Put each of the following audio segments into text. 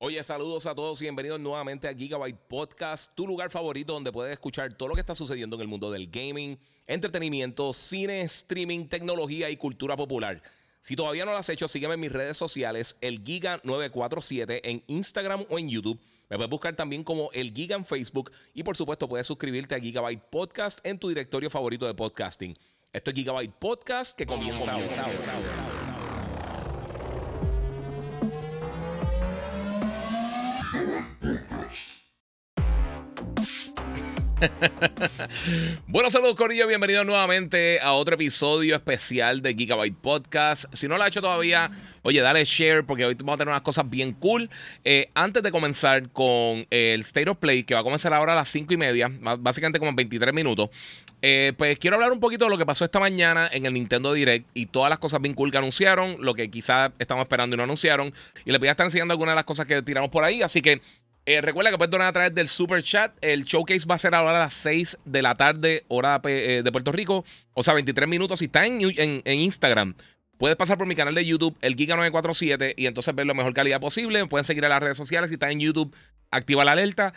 Oye, saludos a todos y bienvenidos nuevamente a Gigabyte Podcast, tu lugar favorito donde puedes escuchar todo lo que está sucediendo en el mundo del gaming, entretenimiento, cine, streaming, tecnología y cultura popular. Si todavía no lo has hecho, sígueme en mis redes sociales, el Giga947 en Instagram o en YouTube. Me puedes buscar también como el Giga en Facebook y por supuesto puedes suscribirte a Gigabyte Podcast en tu directorio favorito de podcasting. Esto es Gigabyte Podcast que comienza ahora. Bueno, saludos Corillo, bienvenidos nuevamente a otro episodio especial de Gigabyte Podcast. Si no lo has hecho todavía, oye, dale share porque hoy vamos a tener unas cosas bien cool. Antes de comenzar con el State of Play, que va a comenzar ahora a las 5:30, básicamente como en 23 minutos, pues quiero hablar un poquito de lo que pasó esta mañana en el Nintendo Direct y todas las cosas bien cool que anunciaron, lo que quizás estamos esperando y no anunciaron. Y les voy a estar enseñando algunas de las cosas que tiramos por ahí, así que recuerda que puedes donar a través del Super Chat. El showcase va a ser ahora a las 6 de la tarde, hora de Puerto Rico. O sea, 23 minutos. Si estás en Instagram, puedes pasar por mi canal de YouTube, el Giga947, y entonces ver la mejor calidad posible. Pueden seguir a las redes sociales. Si estás en YouTube, activa la alerta.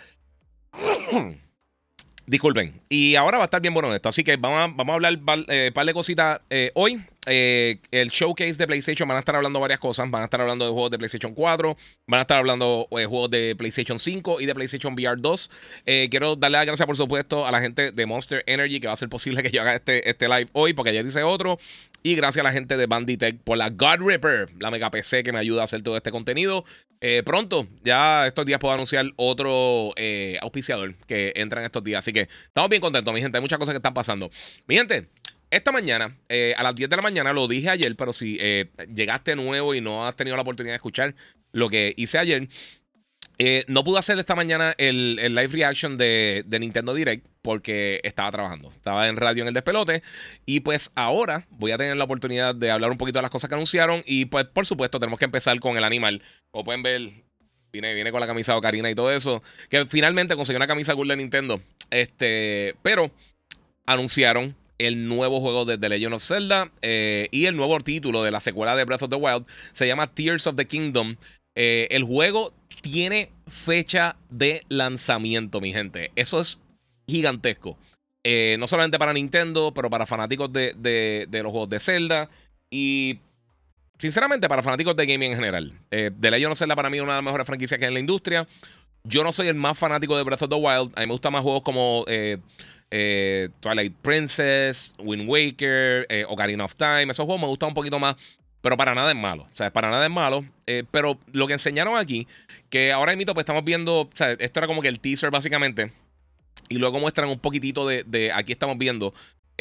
Disculpen. Y ahora va a estar bien bueno esto. Así que vamos a hablar un par de cositas hoy. El showcase de PlayStation van a estar hablando varias cosas. Van a estar hablando de juegos de PlayStation 4. Van a estar hablando de juegos de PlayStation 5 y de PlayStation VR 2. Quiero darle las gracias, por supuesto, a la gente de Monster Energy que va a hacer posible que yo haga este live hoy, porque ayer hice otro. Y gracias a la gente de Banditech por la God Ripper, la mega PC que me ayuda a hacer todo este contenido. Pronto, ya estos días puedo anunciar otro auspiciador que entra en estos días. Así que estamos bien contentos, mi gente. Hay muchas cosas que están pasando. Mi gente, esta mañana, a las 10 de la mañana, lo dije ayer, pero si llegaste nuevo y no has tenido la oportunidad de escuchar lo que hice ayer, no pude hacer esta mañana el live reaction de Nintendo Direct porque estaba trabajando. Estaba en radio en el despelote. Y pues ahora voy a tener la oportunidad de hablar un poquito de las cosas que anunciaron. Y pues por supuesto tenemos que empezar con el animal. Como pueden ver, viene con la camisa de Ocarina y todo eso. Que finalmente conseguí una camisa cool de Nintendo. Pero anunciaron el nuevo juego de The Legend of Zelda y el nuevo título de la secuela de Breath of the Wild. Se llama Tears of the Kingdom. El juego tiene fecha de lanzamiento, mi gente. Eso es gigantesco. No solamente para Nintendo, pero para fanáticos de los juegos de Zelda. Y sinceramente, para fanáticos de gaming en general. The Legend of Zelda para mí es una de las mejores franquicias que hay en la industria. Yo no soy el más fanático de Breath of the Wild. A mí me gustan más juegos como Twilight Princess, Wind Waker, Ocarina of Time. Esos juegos me gustan un poquito más. Pero para nada es malo. O sea, para nada es malo. Pero lo que enseñaron aquí, que ahora mismo pues estamos viendo, o sea, esto era como que el teaser básicamente. Y luego muestran un poquitito aquí estamos viendo.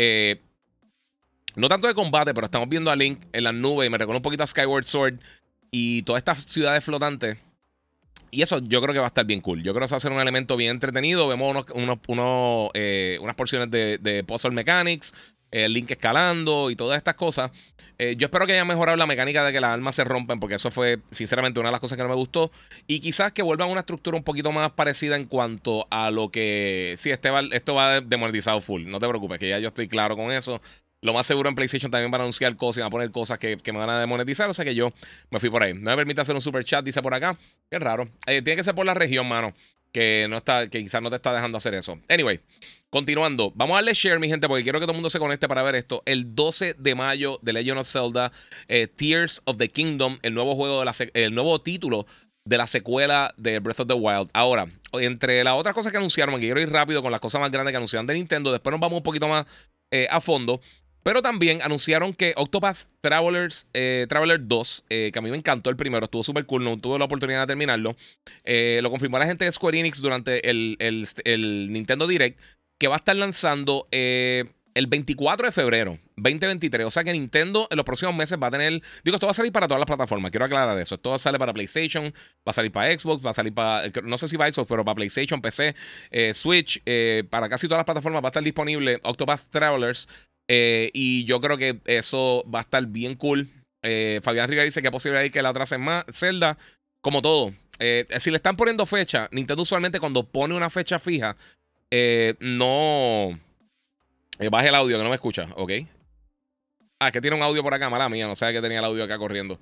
No tanto de combate, pero estamos viendo a Link en las nubes. Y me recuerda un poquito a Skyward Sword. Y todas estas ciudades flotantes. Y eso yo creo que va a estar bien cool. Yo creo que va a ser un elemento bien entretenido. Vemos unas porciones de puzzle mechanics. Link escalando y todas estas cosas. Yo espero que hayan mejorado la mecánica de que las armas se rompen, porque eso fue sinceramente una de las cosas que no me gustó. Y quizás que vuelvan a una estructura un poquito más parecida en cuanto a lo que... Sí, esto va demonetizado full. No te preocupes, que ya yo estoy claro con eso. Lo más seguro en PlayStation también van a anunciar cosas y van a poner cosas que me van a demonetizar. O sea que yo me fui por ahí. No me permite hacer un super chat, dice por acá. Qué raro. Tiene que ser por la región, mano. Que quizás no te está dejando hacer eso. Anyway, continuando. Vamos a darle share, mi gente, porque quiero que todo el mundo se conecte para ver esto. El 12 de mayo de Legend of Zelda, Tears of the Kingdom, el nuevo juego el nuevo título de la secuela de Breath of the Wild. Ahora, entre las otras cosas que anunciaron, que quiero ir rápido con las cosas más grandes que anunciaron de Nintendo. Después nos vamos un poquito más a fondo. Pero también anunciaron que Octopath Traveler 2, que a mí me encantó el primero, estuvo súper cool, no tuve la oportunidad de terminarlo. Lo confirmó la gente de Square Enix durante el Nintendo Direct, que va a estar lanzando el 24 de febrero 2023. O sea que Nintendo en los próximos meses va a tener... Digo, esto va a salir para todas las plataformas, quiero aclarar eso. Esto sale para PlayStation, va a salir para Xbox, va a salir para... No sé si para Xbox, pero para PlayStation, PC, Switch, para casi todas las plataformas va a estar disponible Octopath Travelers. Y yo creo que eso va a estar bien cool. Fabián Rivera dice que es posible ahí que la atrasen más. Zelda, como todo. Si le están poniendo fecha, Nintendo usualmente cuando pone una fecha fija, no... baje el audio, que no me escucha, ¿ok? Ah, es que tiene un audio por acá, mala mía, no sabía que tenía el audio acá corriendo.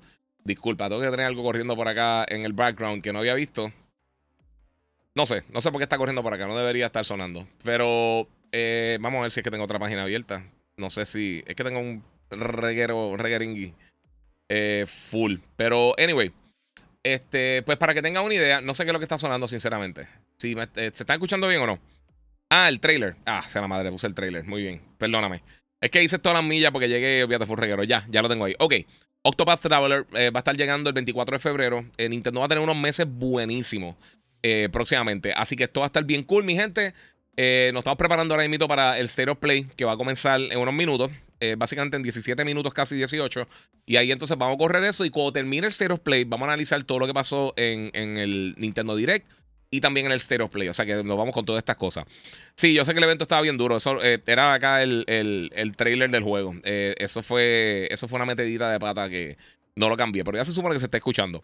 Disculpa, tengo que tener algo corriendo por acá en el background que no había visto. No sé por qué está corriendo por acá, no debería estar sonando. Pero vamos a ver si es que tengo otra página abierta. No sé si. Es que tengo un regueringui full. Pero, anyway. Pues para que tengan una idea, no sé qué es lo que está sonando, sinceramente. Si ¿se está escuchando bien o no? Ah, el trailer. Ah, sea la madre, puse el trailer. Muy bien. Perdóname. Es que hice todas las millas porque llegué y olvídate, fue un reguero. Ya lo tengo ahí. Ok. Octopath Traveler va a estar llegando el 24 de febrero. Nintendo va a tener unos meses buenísimos próximamente. Así que esto va a estar bien cool, mi gente. Nos estamos preparando ahora mismo para el State of Play, que va a comenzar en unos minutos. Básicamente en 17 minutos, casi 18. Y ahí entonces vamos a correr eso. Y cuando termine el State of Play, vamos a analizar todo lo que pasó en el Nintendo Direct y también en el State of Play. O sea que nos vamos con todas estas cosas. Sí, yo sé que el evento estaba bien duro. Eso, era acá el trailer del juego. Eso fue una metedita de pata que no lo cambié. Pero ya se supone que se está escuchando.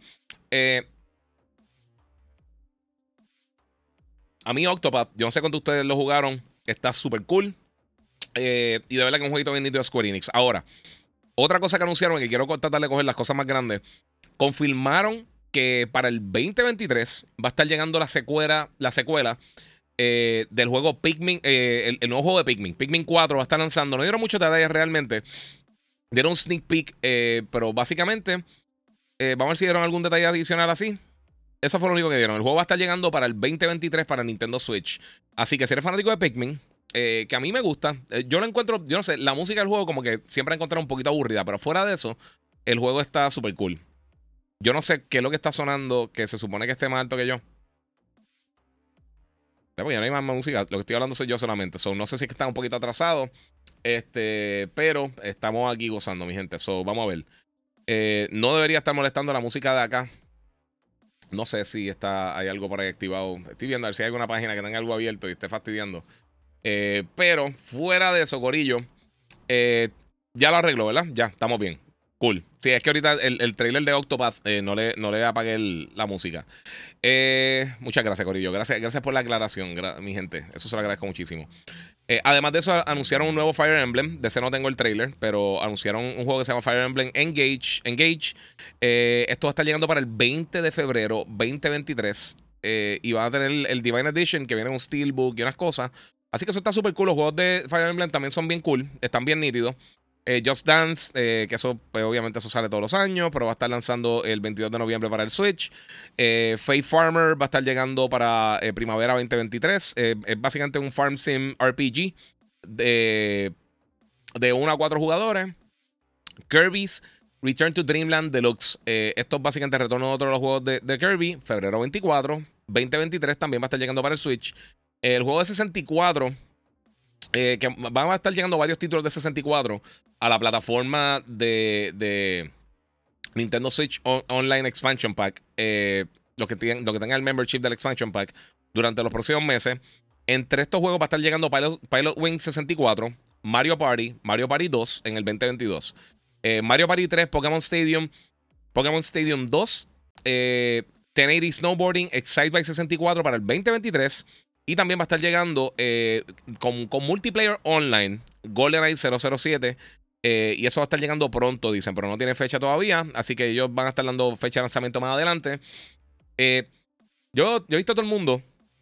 A mí Octopath, yo no sé cuántos de ustedes lo jugaron. Está súper cool. Y de verdad que es un jueguito bien nítido de Square Enix. Ahora, otra cosa que anunciaron, que quiero tratar de coger las cosas más grandes. Confirmaron que para el 2023 va a estar llegando la secuela del juego Pikmin, el nuevo juego de Pikmin. Pikmin 4 va a estar lanzando. No dieron muchos detalles realmente. Dieron un sneak peek, pero básicamente, vamos a ver si dieron algún detalle adicional así. Eso fue lo único que dieron. El juego va a estar llegando para el 2023 para Nintendo Switch. Así que si eres fanático de Pikmin, que a mí me gusta, yo lo encuentro, yo no sé, la música del juego como que siempre he encontrado un poquito aburrida, pero fuera de eso, el juego está súper cool. Yo no sé qué es lo que está sonando, que se supone que esté más alto que yo. Pero ya no hay más música. Lo que estoy hablando soy yo solamente. So, no sé si es que está un poquito atrasado. Pero estamos aquí gozando, mi gente. So, vamos a ver. No debería estar molestando la música de acá. No sé si hay algo por ahí activado. Estoy viendo a ver si hay alguna página que tenga algo abierto y esté fastidiando. Pero fuera de eso, Corillo, ya lo arregló, ¿verdad? Ya, estamos bien. Cool. Sí, es que ahorita el trailer de Octopath no le apagué la música. Muchas gracias, Corillo. Gracias por la aclaración, mi gente. Eso se lo agradezco muchísimo. Además de eso, anunciaron un nuevo Fire Emblem. De ese no tengo el trailer, pero anunciaron un juego que se llama Fire Emblem Engage. Esto va a estar llegando para el 20 de febrero 2023. Y van a tener el Divine Edition, que viene un Steelbook y unas cosas. Así que eso está súper cool. Los juegos de Fire Emblem también son bien cool. Están bien nítidos. Just Dance, que eso, pues, obviamente eso sale todos los años, pero va a estar lanzando el 22 de noviembre para el Switch. Faith Farmer va a estar llegando para primavera 2023. Es básicamente un Farm Sim RPG de 1 a 4 jugadores. Kirby's Return to Dreamland Deluxe. Esto es básicamente el retorno de otro de los juegos de Kirby. Febrero 24. 2023 también va a estar llegando para el Switch. El juego de 64. Que van a estar llegando varios títulos de 64 a la plataforma de Nintendo Switch Online Expansion Pack. Los que tengan el membership del Expansion Pack durante los próximos meses. Entre estos juegos va a estar llegando Pilot Wing 64, Mario Party 2 en el 2022. Mario Party 3, Pokémon Stadium 2, 1080 Snowboarding, Excitebike 64 para el 2023. Y también va a estar llegando con multiplayer online, GoldenEye 007. Y eso va a estar llegando pronto, dicen, pero no tiene fecha todavía. Así que ellos van a estar dando fecha de lanzamiento más adelante. Yo he visto a todo el mundo.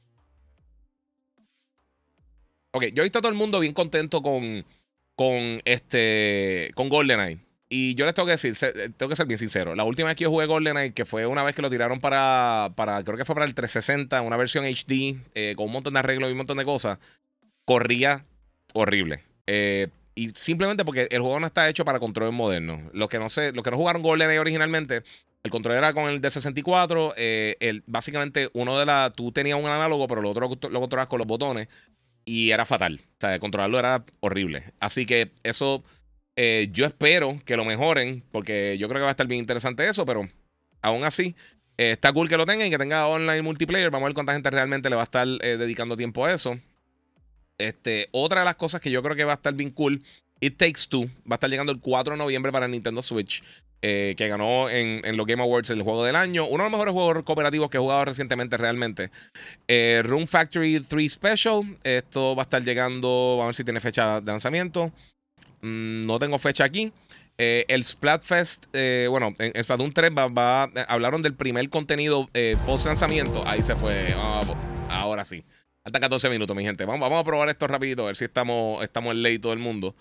Ok, yo he visto a todo el mundo bien contento con GoldenEye. Y yo les tengo que decir, tengo que ser bien sincero. La última vez que yo jugué GoldenEye, que fue una vez que lo tiraron creo que fue para el 360, una versión HD, con un montón de arreglos y un montón de cosas, corría horrible. Y simplemente porque el juego no está hecho para controles modernos. Los que no jugaron GoldenEye originalmente, el control era con el de 64. Básicamente, tú tenías un análogo, pero lo otro lo controlabas con los botones. Y era fatal. O sea, controlarlo era horrible. Así que eso, yo espero que lo mejoren, porque yo creo que va a estar bien interesante eso, pero aún así, está cool que lo tengan y que tenga online multiplayer. Vamos a ver cuánta gente realmente le va a estar dedicando tiempo a eso. Otra de las cosas que yo creo que va a estar bien cool, It Takes Two, va a estar llegando el 4 de noviembre para Nintendo Switch, que ganó en los Game Awards el juego del año. Uno de los mejores juegos cooperativos que he jugado recientemente realmente. Room Factory 3 Special, esto va a estar llegando, vamos a ver si tiene fecha de lanzamiento. No tengo fecha aquí. El Splatfest, bueno, en Splatoon 3 hablaron del primer contenido post lanzamiento. Ahí se fue. Ahora sí. Faltan 14 minutos, mi gente. Vamos a probar esto rapidito, a ver si estamos en ley todo el mundo.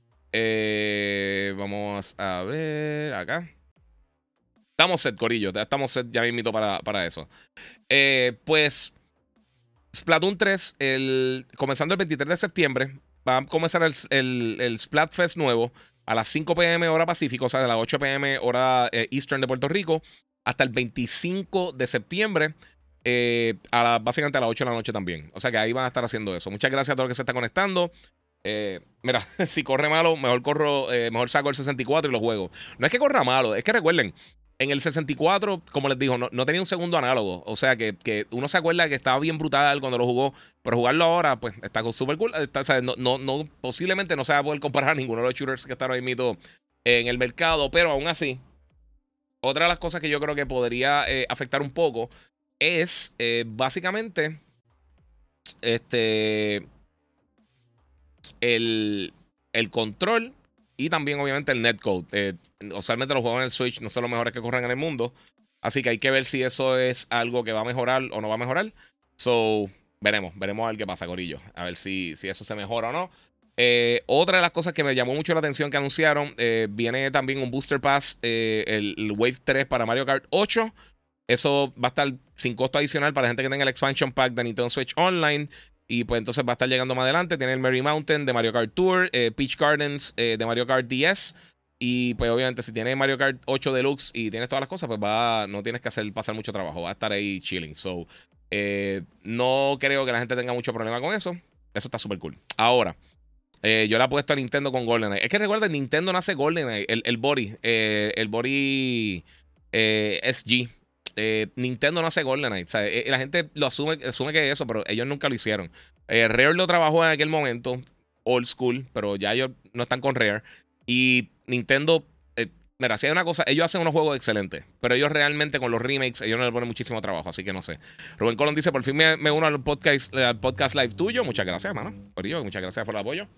Vamos a ver acá. Estamos set, corillo. Estamos set ya mismito para eso. Pues Splatoon 3, comenzando el 23 de septiembre, va a comenzar el Splatfest nuevo a las 5 p.m. hora Pacífico, o sea, de las 8 p.m. hora Eastern de Puerto Rico, hasta el 25 de septiembre, básicamente a las 8 de la noche también. O sea que ahí van a estar haciendo eso. Muchas gracias a todos los que se están conectando. Mira, si corre malo, mejor saco el 64 y lo juego. No es que corra malo, es que recuerden, en el 64, como les digo, no tenía un segundo análogo. O sea que uno se acuerda que estaba bien brutal cuando lo jugó. Pero jugarlo ahora, pues está súper cool. O sea, posiblemente no se va a poder comparar a ninguno de los shooters que están ahora mismo en el mercado. Pero aún así, otra de las cosas que yo creo que podría afectar un poco es básicamente el control y también obviamente el netcode. Usualmente los juegos en el Switch no son los mejores que corren en el mundo. Así que hay que ver si eso es algo que va a mejorar o no va a mejorar. So, veremos a ver qué pasa, corillo. A ver si eso se mejora o no. Otra de las cosas que me llamó mucho la atención que anunciaron, viene también un Booster Pass, el Wave 3 para Mario Kart 8. Eso va a estar sin costo adicional para la gente que tenga el Expansion Pack de Nintendo Switch Online. Y pues entonces va a estar llegando más adelante. Tiene el Merry Mountain de Mario Kart Tour, Peach Gardens de Mario Kart DS. Y pues obviamente si tienes Mario Kart 8 Deluxe y tienes todas las cosas, pues no tienes que pasar mucho trabajo. Va a estar ahí chilling. So, no creo que la gente tenga mucho problema con eso. Eso está súper cool. Ahora, yo le he puesto a Nintendo con GoldenEye. Es que recuerda, Nintendo nace GoldenEye, el body SG. Nintendo no hace GoldenEye. O sea, la gente lo asume que es eso, pero ellos nunca lo hicieron. Rare lo trabajó en aquel momento, old school, pero ya ellos no están con Rare. Y Nintendo, mira, si hay una cosa, ellos hacen unos juegos excelentes, pero ellos realmente con los remakes, ellos no le ponen muchísimo trabajo, así que no sé. Rubén Colón dice, por fin me uno al podcast live tuyo. Muchas gracias, hermano. Muchas gracias por el apoyo.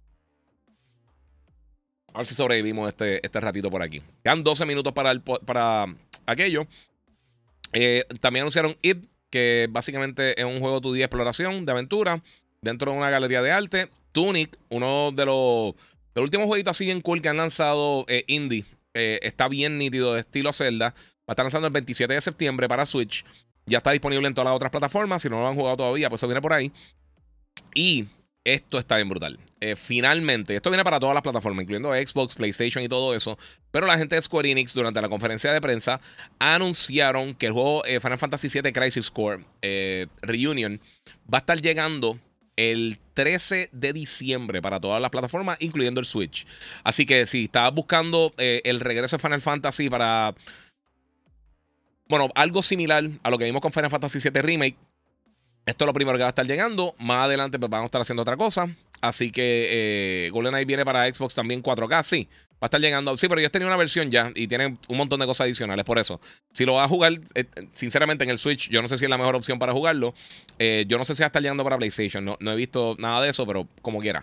A ver si sobrevivimos este ratito por aquí. Quedan 12 minutos para aquello. También anunciaron It, que básicamente es un juego 2D de exploración, de aventura, dentro de una galería de arte. Tunic, uno de los últimos jueguitos así bien cool que han lanzado indie. Está bien nítido, de estilo Zelda. Va a estar lanzando el 27 de septiembre para Switch. Ya está disponible en todas las otras plataformas. Si no lo han jugado todavía, pues eso viene por ahí. Y esto está bien brutal. Finalmente, esto viene para todas las plataformas, incluyendo Xbox, PlayStation y todo eso. Pero la gente de Square Enix, durante la conferencia de prensa, anunciaron que el juego Final Fantasy VII Crisis Core Reunion va a estar llegando el 13 de diciembre para todas las plataformas, incluyendo el Switch. Así que si estabas buscando el regreso de Final Fantasy para, bueno, algo similar a lo que vimos con Final Fantasy VII Remake, esto es lo primero que va a estar llegando. Más adelante pues, vamos a estar haciendo otra cosa. Así que GoldenEye viene para Xbox también 4K. Sí, va a estar llegando. Sí, pero ellos tenían una versión ya y tienen un montón de cosas adicionales. Por eso, si lo vas a jugar, sinceramente en el Switch, yo no sé si es la mejor opción para jugarlo. Yo no sé si va a estar llegando para PlayStation. No he visto nada de eso, pero como quiera.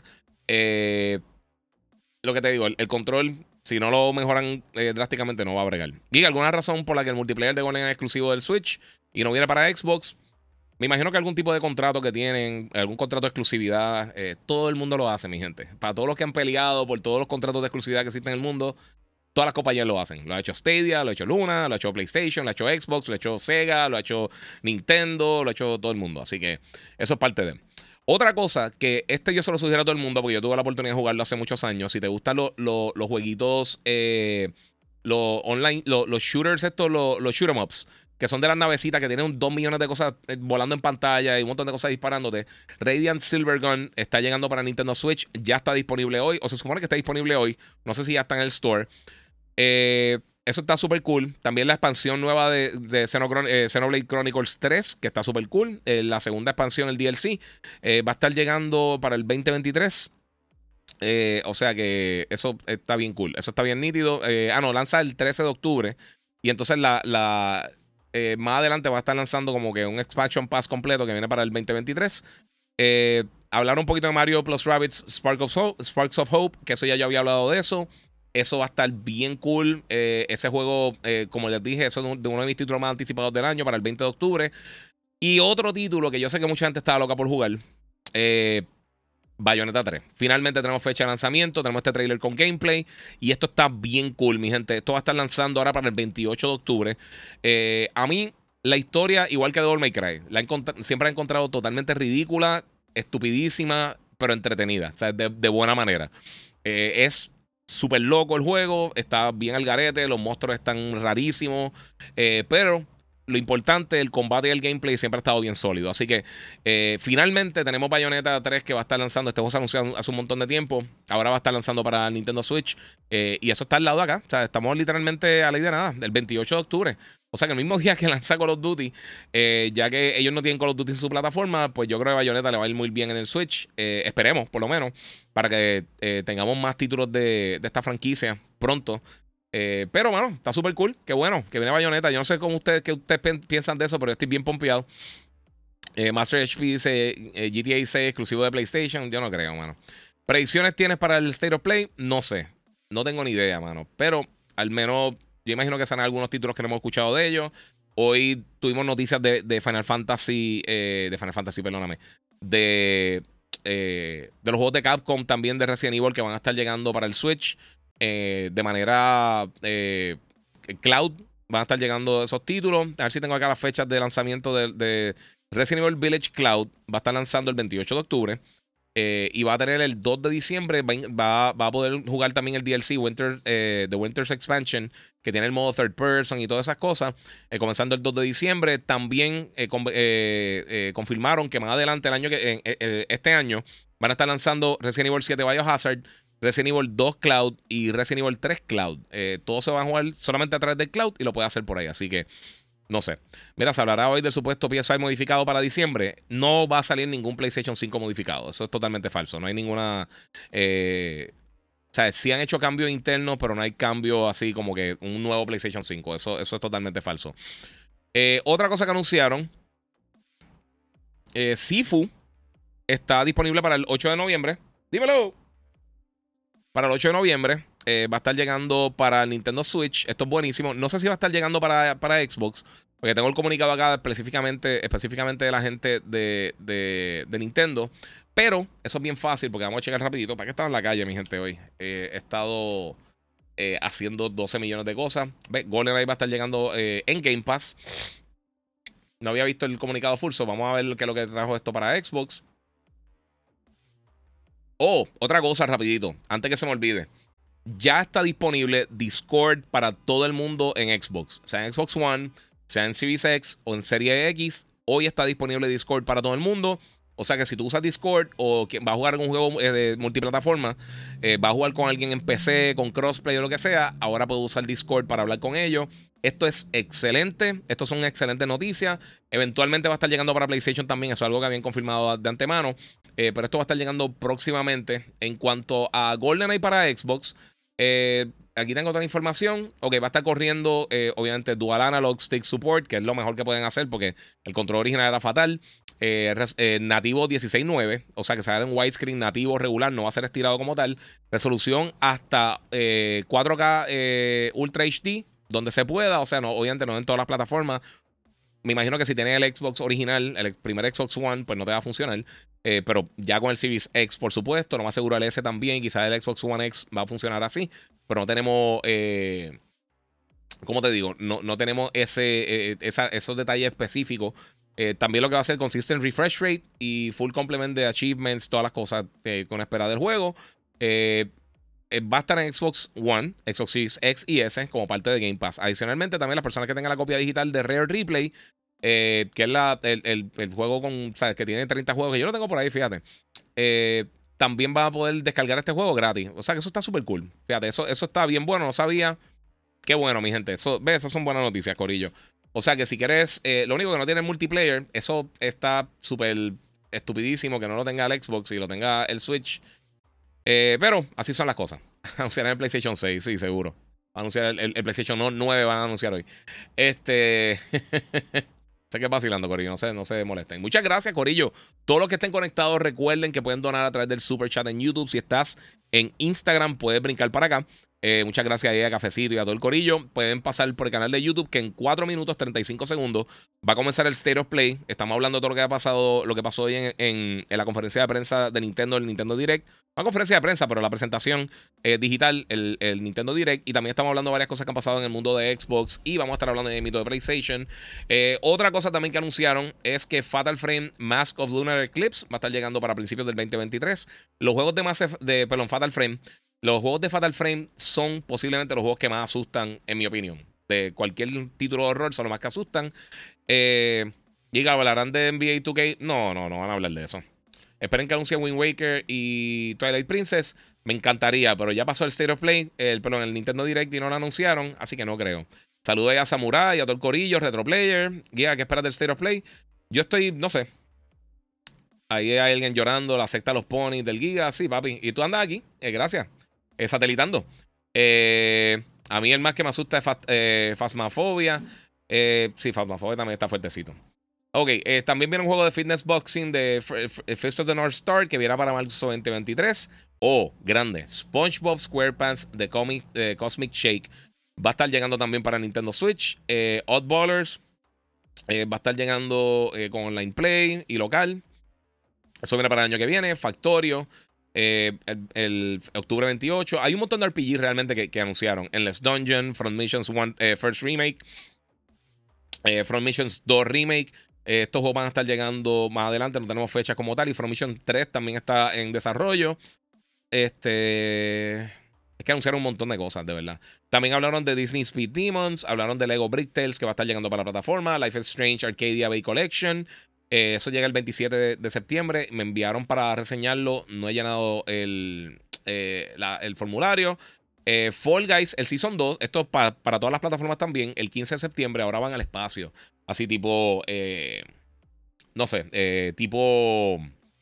Lo que te digo, el control, si no lo mejoran drásticamente, no va a bregar. Y alguna razón por la que el multiplayer de GoldenEye es exclusivo del Switch y no viene para Xbox. Me imagino que algún tipo de contrato que tienen, algún contrato de exclusividad, todo el mundo lo hace, mi gente. Para todos los que han peleado por todos los contratos de exclusividad que existen en el mundo, todas las compañías lo hacen. Lo ha hecho Stadia, lo ha hecho Luna, lo ha hecho PlayStation, lo ha hecho Xbox, lo ha hecho Sega, lo ha hecho Nintendo, lo ha hecho todo el mundo. Así que eso es parte de. Otra cosa que yo se lo sugiero a todo el mundo porque yo tuve la oportunidad de jugarlo hace muchos años. Si te gustan los jueguitos, los online, los shooters, los shoot 'em ups, que son de las navecitas que tienen 2 millones de cosas volando en pantalla y un montón de cosas disparándote. Radiant Silvergun está llegando para Nintendo Switch. Ya está disponible hoy, o se supone que está disponible hoy. No sé si ya está en el store. Eso está súper cool. También la expansión nueva de Xenoblade Chronicles 3, que está súper cool. La segunda expansión, el DLC, va a estar llegando para el 2023. O sea que eso está bien cool. Eso está bien nítido. No, lanza el 13 de octubre. Y entonces más adelante va a estar lanzando como que un expansion pass completo que viene para el 2023. Hablar un poquito de Mario plus Rabbids Sparks of Hope, que eso ya yo había hablado de eso. Eso va a estar bien cool. Ese juego, como les dije, eso es de uno de mis títulos más anticipados del año para el 20 de octubre. Y otro título que yo sé que mucha gente estaba loca por jugar. Bayonetta 3. Finalmente tenemos fecha de lanzamiento, tenemos este trailer con gameplay y esto está bien cool, mi gente. Esto va a estar lanzando ahora para el 28 de octubre. A mí, la historia, igual que Devil May Cry, siempre la he encontrado totalmente ridícula, estupidísima, pero entretenida. O sea, de buena manera. Es súper loco el juego, está bien al garete, los monstruos están rarísimos, pero lo importante, el combate y el gameplay siempre ha estado bien sólido. Así que finalmente tenemos Bayonetta 3 que va a estar lanzando. Este juego se anunció hace un montón de tiempo. Ahora va a estar lanzando para Nintendo Switch. Y eso está al lado de acá. O sea, estamos literalmente a la idea de nada. El 28 de octubre. O sea que el mismo día que lanza Call of Duty, ya que ellos no tienen Call of Duty en su plataforma, pues yo creo que Bayonetta le va a ir muy bien en el Switch. Esperemos, por lo menos, para que tengamos más títulos de esta franquicia pronto. Pero, bueno, está súper cool. Qué bueno que viene Bayonetta. Yo no sé cómo qué ustedes piensan de eso, pero yo estoy bien pompeado. Master HP dice GTA 6 exclusivo de PlayStation. Yo no creo, mano. ¿Predicciones tienes para el State of Play? No sé. No tengo ni idea, mano. Pero al menos yo imagino que serán algunos títulos que no hemos escuchado de ellos. Hoy tuvimos noticias de Final Fantasy. De Final Fantasy, perdóname. De los juegos de Capcom, también de Resident Evil, que van a estar llegando para el Switch. De manera cloud van a estar llegando esos títulos. A ver si tengo acá las fechas de lanzamiento de Resident Evil Village Cloud. Va a estar lanzando el 28 de octubre. Y va a tener el 2 de diciembre. Va a poder jugar también el DLC The Winter's Expansion, que tiene el modo third person y todas esas cosas. Comenzando el 2 de diciembre. También confirmaron que más adelante, este año, van a estar lanzando Resident Evil 7 Biohazard, Resident Evil 2 Cloud y Resident Evil 3 Cloud. Todo se va a jugar solamente a través del Cloud y lo puede hacer por ahí. Así que, no sé. Mira, se hablará hoy del supuesto PS5 modificado para diciembre. No va a salir ningún PlayStation 5 modificado. Eso es totalmente falso. No hay ninguna... o sea, sí han hecho cambios internos, pero no hay cambio así como que un nuevo PlayStation 5. Eso es totalmente falso. Otra cosa que anunciaron. Sifu está disponible para el 8 de noviembre. Dímelo. Para el 8 de noviembre va a estar llegando para Nintendo Switch. Esto es buenísimo. No sé si va a estar llegando para Xbox, porque tengo el comunicado acá específicamente de la gente de Nintendo. Pero eso es bien fácil, porque vamos a checar rapidito. ¿Para qué estaba en la calle, mi gente, hoy? He estado haciendo 12 millones de cosas. GoldenEye va a estar llegando en Game Pass. No había visto el comunicado full, so vamos a ver qué es lo que trajo esto para Xbox. Oh, otra cosa rapidito, antes que se me olvide. Ya está disponible Discord para todo el mundo en Xbox. Sea en Xbox One, sea en Series X o en Serie X. Hoy está disponible Discord para todo el mundo. O sea que si tú usas Discord o vas a jugar algún juego de multiplataforma, vas a jugar con alguien en PC, con crossplay o lo que sea, ahora puedes usar Discord para hablar con ellos. Esto es excelente. Esto son excelentes noticias. Eventualmente va a estar llegando para PlayStation también. Eso es algo que habían confirmado de antemano. Pero esto va a estar llegando próximamente. En cuanto a GoldenEye para Xbox, aquí tengo otra información. Ok, va a estar corriendo, obviamente, Dual Analog Stick Support, que es lo mejor que pueden hacer porque el control original era fatal. Nativo 16:9, o sea que se va a ver en widescreen nativo regular, no va a ser estirado como tal. Resolución hasta 4K Ultra HD, donde se pueda. O sea, no, obviamente no en todas las plataformas. Me imagino que si tienes el Xbox original, el primer Xbox One, pues no te va a funcionar. Pero ya con el Series X, por supuesto, lo más seguro el S también. Quizás el Xbox One X va a funcionar así. Pero no tenemos, ¿cómo te digo? No tenemos esos detalles específicos. También lo que va a ser consistent refresh rate y full complement de achievements, todas las cosas con espera del juego. Va a estar en Xbox One, Xbox Series X y S como parte de Game Pass. Adicionalmente, también las personas que tengan la copia digital de Rare Replay, que es el juego ¿sabes? Que tiene 30 juegos, que yo lo tengo por ahí, fíjate. También van a poder descargar este juego gratis. O sea que eso está súper cool. Fíjate, eso está bien bueno, no sabía. Qué bueno, mi gente. Esas son buenas noticias, corillo. O sea que si quieres, lo único que no tiene multiplayer, eso está súper estupidísimo que no lo tenga el Xbox y lo tenga el Switch. Pero así son las cosas. Anunciarán el PlayStation 6, sí, seguro. Anunciar el PlayStation 9 van a anunciar hoy. Sé que es vacilando, Corillo. No se molesten. Muchas gracias, Corillo. Todos los que estén conectados, recuerden que pueden donar a través del Super Chat en YouTube. Si estás en Instagram, puedes brincar para acá. Muchas gracias ahí a Cafecito y a todo el corillo. Pueden pasar por el canal de YouTube que en 4 minutos 35 segundos va a comenzar el State of Play. Estamos hablando de todo lo que ha pasado, lo que pasó hoy en la conferencia de prensa de Nintendo, el Nintendo Direct. Una conferencia de prensa, pero la presentación digital, el Nintendo Direct. Y también estamos hablando de varias cosas que han pasado en el mundo de Xbox. Y vamos a estar hablando de mito de PlayStation. Otra cosa también que anunciaron es que Fatal Frame Mask of Lunar Eclipse va a estar llegando para principios del 2023. Los juegos Fatal Frame. Los juegos de Fatal Frame son posiblemente los juegos que más asustan, en mi opinión. De cualquier título de horror son los más que asustan. Giga, ¿hablarán de NBA 2K? No van a hablar de eso. Esperen que anuncien Wind Waker y Twilight Princess. Me encantaría, pero ya pasó el State of Play, el Nintendo Direct y no lo anunciaron, así que no creo. Saludos a Samurai, a todo el corillo, Retro Player. Giga, ¿qué esperas del State of Play? Yo estoy, no sé. Ahí hay alguien llorando, la secta de los ponis del Giga. Sí, papi. Y tú andas aquí, gracias. Satelitando. A mí el más que me asusta es Phasmophobia. Sí, Phasmophobia también está fuertecito. Ok, también viene un juego de fitness boxing de Fist of the North Star que viene para marzo 2023. Grande. SpongeBob SquarePants The Cosmic Shake va a estar llegando también para Nintendo Switch. Oddballers va a estar llegando con online play y local. Eso viene para el año que viene. Factorio. El octubre 28. Hay un montón de RPG realmente que anunciaron. Endless Dungeon, Front Missions 1 First Remake, Front Missions 2 Remake. Estos juegos van a estar llegando más adelante. No tenemos fechas como tal. Y Front Mission 3 también está en desarrollo. Es que anunciaron un montón de cosas, de verdad. También hablaron de Disney Speed Demons. Hablaron de Lego Brick Tales que va a estar llegando para la plataforma. Life is Strange Arcadia Bay Collection. Eso llega el 27 de septiembre. Me enviaron para reseñarlo. No he llenado el formulario. Fall Guys, el Season 2. Esto es para todas las plataformas también. El 15 de septiembre. Ahora van al espacio. Así tipo... no sé. Tipo...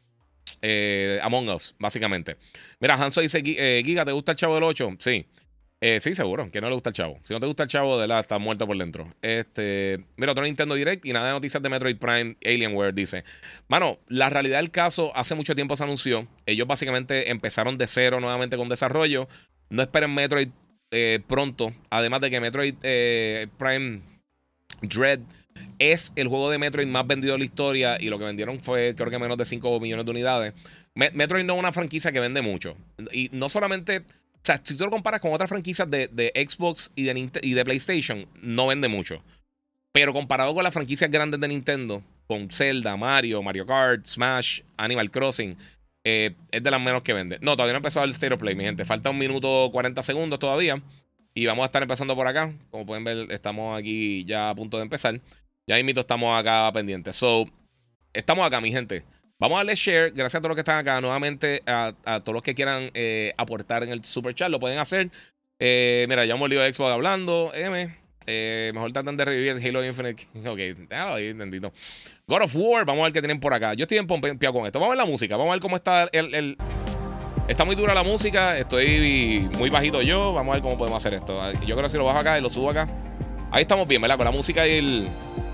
Among Us, básicamente. Mira, Hanso dice... Giga, ¿te gusta el Chavo del 8? Sí. Sí, seguro. Que no le gusta el Chavo. Si no te gusta el Chavo, de la está muerto por dentro. Mira, otro Nintendo Direct y nada de noticias de Metroid Prime Alienware, dice. Mano, la realidad del caso, hace mucho tiempo se anunció. Ellos básicamente empezaron de cero nuevamente con desarrollo. No esperen Metroid pronto. Además de que Metroid Prime Dread es el juego de Metroid más vendido de la historia. Y lo que vendieron fue, creo que menos de 5 millones de unidades. Metroid no es una franquicia que vende mucho. Y no solamente... O sea, si tú lo comparas con otras franquicias de Xbox y de PlayStation, no vende mucho. Pero comparado con las franquicias grandes de Nintendo, con Zelda, Mario Kart, Smash, Animal Crossing, es de las menos que vende. No, todavía no ha empezado el State of Play, mi gente. Falta 1 minuto 40 segundos todavía. Y vamos a estar empezando por acá. Como pueden ver, estamos aquí ya a punto de empezar. Ya mismito estamos acá pendientes. So, estamos acá, mi gente. Vamos a darle share. Gracias a todos los que están acá. Nuevamente, a todos los que quieran aportar en el super chat, lo pueden hacer. Mira, ya hemos lío de Xbox hablando. Mejor tratan de revivir Halo Infinite. Ok, déjalo ahí, bendito. God of War, vamos a ver qué tienen por acá. Yo estoy empompeado con esto. Vamos a ver la música. Vamos a ver cómo está Está muy dura la música. Estoy muy bajito yo. Vamos a ver cómo podemos hacer esto. Yo creo que si lo bajo acá y lo subo acá. Ahí estamos bien, ¿verdad? Con la música y el...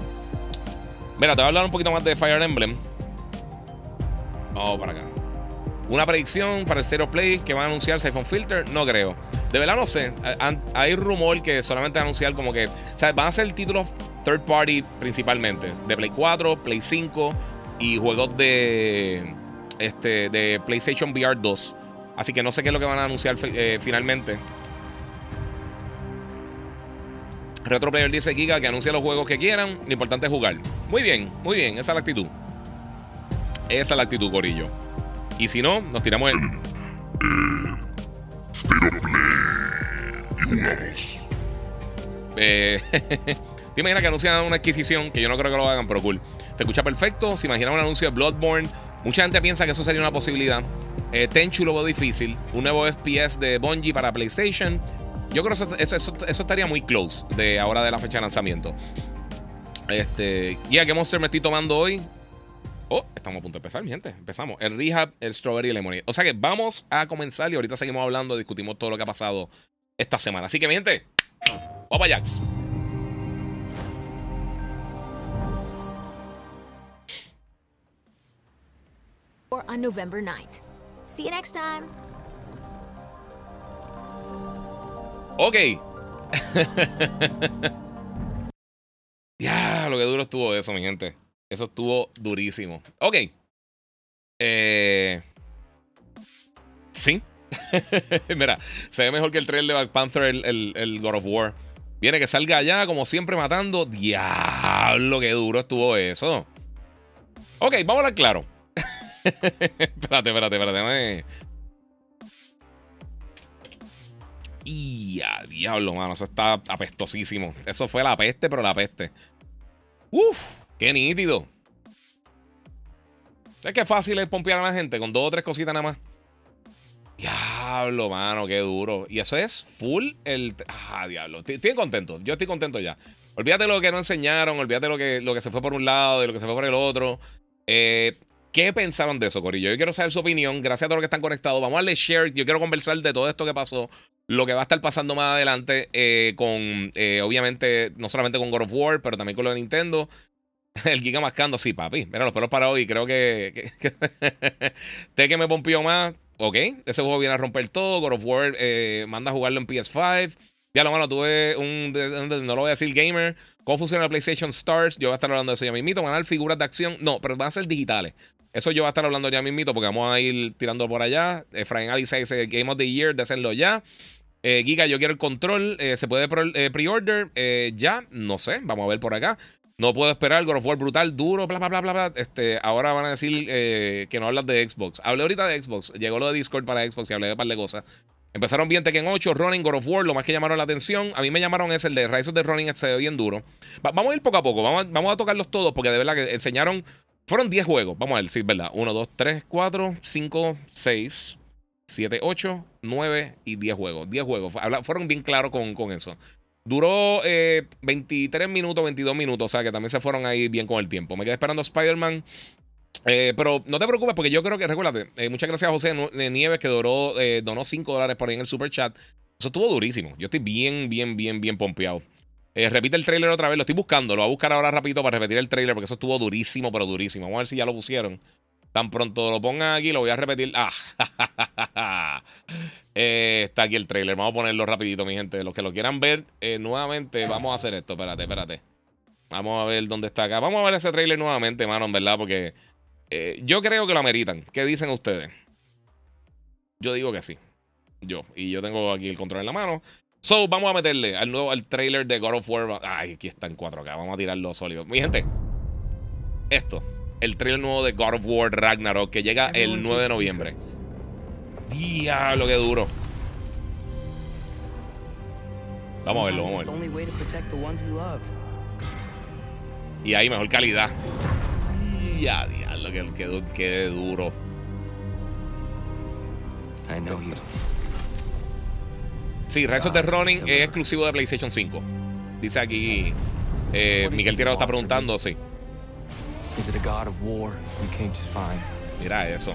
Mira, te voy a hablar un poquito más de Fire Emblem. Vamos para acá. Una predicción para el State of Play que van a anunciar Siphon Filter. No creo. De verdad no sé. Hay rumor que solamente van a anunciar como que... O sea, van a ser títulos third party principalmente. De Play 4, Play 5 y juegos de PlayStation VR 2. Así que no sé qué es lo que van a anunciar finalmente. Retro Player dice Giga que anuncia los juegos que quieran. Lo importante es jugar. Muy bien, muy bien. Esa es la actitud. Esa es la actitud, corillo. Y si no, nos tiramos el... State of Play. Y jugamos. ¿Te imaginas que anuncian una adquisición? Que yo no creo que lo hagan, pero cool. Se escucha perfecto. Se imagina un anuncio de Bloodborne. Mucha gente piensa que eso sería una posibilidad. Tenchu lo veo difícil. Un nuevo FPS de Bungie para PlayStation. Yo creo que eso estaría muy close de ahora de la fecha de lanzamiento. ¿Qué Monster me estoy tomando hoy? Estamos a punto de empezar, mi gente. Empezamos. El Rehab, el Strawberry Lemonade. O sea que vamos a comenzar y ahorita seguimos hablando, discutimos todo lo que ha pasado esta semana. Así que, mi gente, vamos para Jax. On November 9th. See you next time. Ok. Ya, lo que duro estuvo eso, mi gente. Eso estuvo durísimo. Ok. Sí. Mira, se ve mejor que el trailer de Black Panther, el God of War. Viene que salga allá, como siempre, matando. Diablo, qué duro estuvo eso. Ok, vamos a hablar claro. Espérate. Déjame. Y a diablo, mano. Eso está apestosísimo. Eso fue la peste, pero la peste. Uf, qué nítido. Es que fácil es pompear a la gente con 2 o 3 cositas nada más. Diablo, mano, qué duro. Y eso es full el... diablo. Estoy contento. Yo estoy contento ya. Olvídate lo que no enseñaron. Olvídate lo que se fue por un lado y lo que se fue por el otro. ¿Qué pensaron de eso, corillo? Yo quiero saber su opinión. Gracias a todos los que están conectados. Vamos a darle share. Yo quiero conversar de todo esto que pasó. Lo que va a estar pasando más adelante con... obviamente, no solamente con God of War, pero también con lo de Nintendo. El Giga mascando, sí, papi. Mira, los pelos para hoy. Creo que que me pompió más. Ok, ese juego viene a romper todo. God of War manda a jugarlo en PS5. Ya lo malo, tuve no lo voy a decir gamer. ¿Cómo funciona la PlayStation Stars? Yo voy a estar hablando de eso ya mismito. Van a dar figuras de acción. No, pero van a ser digitales. Eso yo voy a estar hablando ya mismito porque vamos a ir tirando por allá. Frank Ali dice Game of the Year, de hacerlo ya. Giga, yo quiero el control. ¿Se puede pre-order? Ya, no sé. Vamos a ver por acá. No puedo esperar, God of War brutal, duro, bla, bla, bla, bla, bla. Ahora van a decir que no hablas de Xbox. Hablé ahorita de Xbox. Llegó lo de Discord para Xbox y hablé de un par de cosas. Empezaron bien Tekken 8, Running, God of War, lo más que llamaron la atención. A mí me llamaron el de Rise of the Running, se ve bien duro. Vamos a ir poco a poco, vamos a tocarlos todos porque de verdad que enseñaron... Fueron 10 juegos, vamos a ver, sí, ¿verdad? 1, 2, 3, 4, 5, 6, 7, 8, 9 y 10 juegos. 10 juegos, fueron bien claros con eso. Duró 23 minutos, 22 minutos. O sea que también se fueron ahí bien con el tiempo. Me quedé esperando a Spider-Man. Pero no te preocupes porque yo creo que, recuérdate, muchas gracias a José Nieves que donó $5 por ahí en el super chat. Eso estuvo durísimo. Yo estoy bien pompeado. Repite el trailer otra vez. Lo estoy buscando. Lo voy a buscar ahora rapidito para repetir el trailer porque eso estuvo durísimo, pero durísimo. Vamos a ver si ya lo pusieron. Tan pronto lo pongan aquí, lo voy a repetir. Está aquí el trailer. Vamos a ponerlo rapidito, mi gente. Los que lo quieran ver nuevamente, vamos a hacer esto. Espérate. Vamos a ver dónde está acá. Vamos a ver ese trailer nuevamente, mano, en verdad, porque yo creo que lo ameritan. ¿Qué dicen ustedes? Yo digo que sí. Y yo tengo aquí el control en la mano. So, vamos a meterle al trailer de God of War. Ay, aquí está en 4K. Vamos a tirarlo sólido. Mi gente, el trailer nuevo de God of War Ragnarok que llega el 9 de noviembre. Diablo, qué duro. Vamos a verlo. Y ahí, mejor calidad. Ya, diablo, qué duro. I know you. Sí, Rise of the Running es exclusivo de PlayStation 5. Dice aquí Miguel Tirado está preguntando, sí. Is it a god of war we came to find? Mira eso.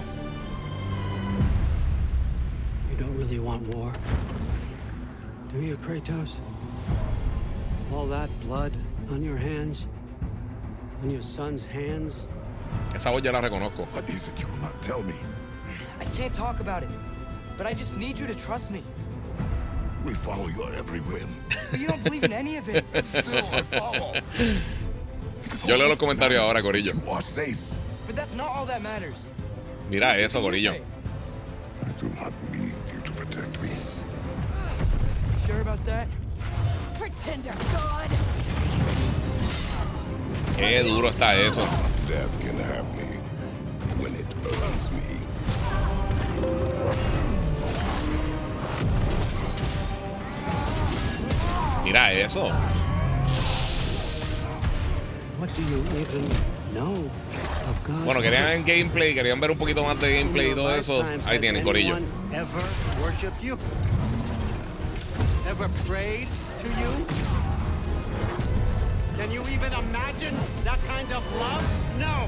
You don't really want war, do you, Kratos? All that blood on your hands, on your son's hands. Esa voz ya la reconozco. What is it you will not tell me? I can't talk about it, but I just need you to trust me. We follow your every whim. But you don't believe in any of it. Still, I follow. Yo leo los comentarios ahora, Corillo. You are safe. But that's not all that matters. Mira eso, Corillo. I do not need you to protect me. You sure about that? Pretender god! Qué duro está eso. Death can have me when it earns me. Mira eso. What do you even know of God? Bueno, querían gameplay, querían ver un poquito más de gameplay y todo eso. Ahí tienen, Corillo. Ever worshipped you? Ever prayed to you? Can you even imagine that kind of love? No.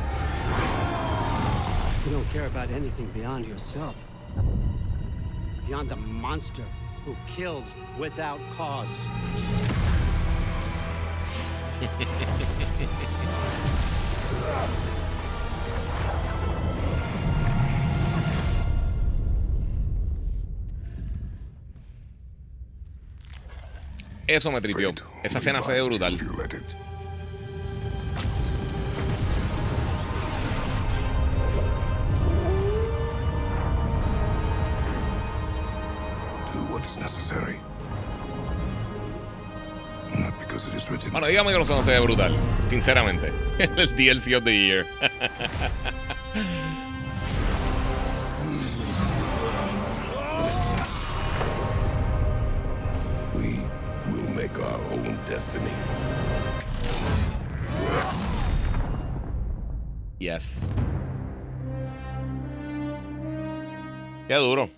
You don't care about anything beyond yourself. Beyond the monster who kills without cause. Eso me tripió. Great Esa escena se ve holy brutal. mind, if you let it. Do what is necessary. Not because it is written. Bueno, dígame que no se ve brutal. Sinceramente. El DLC of the Year. We will make our own destiny. Yes. Qué duro.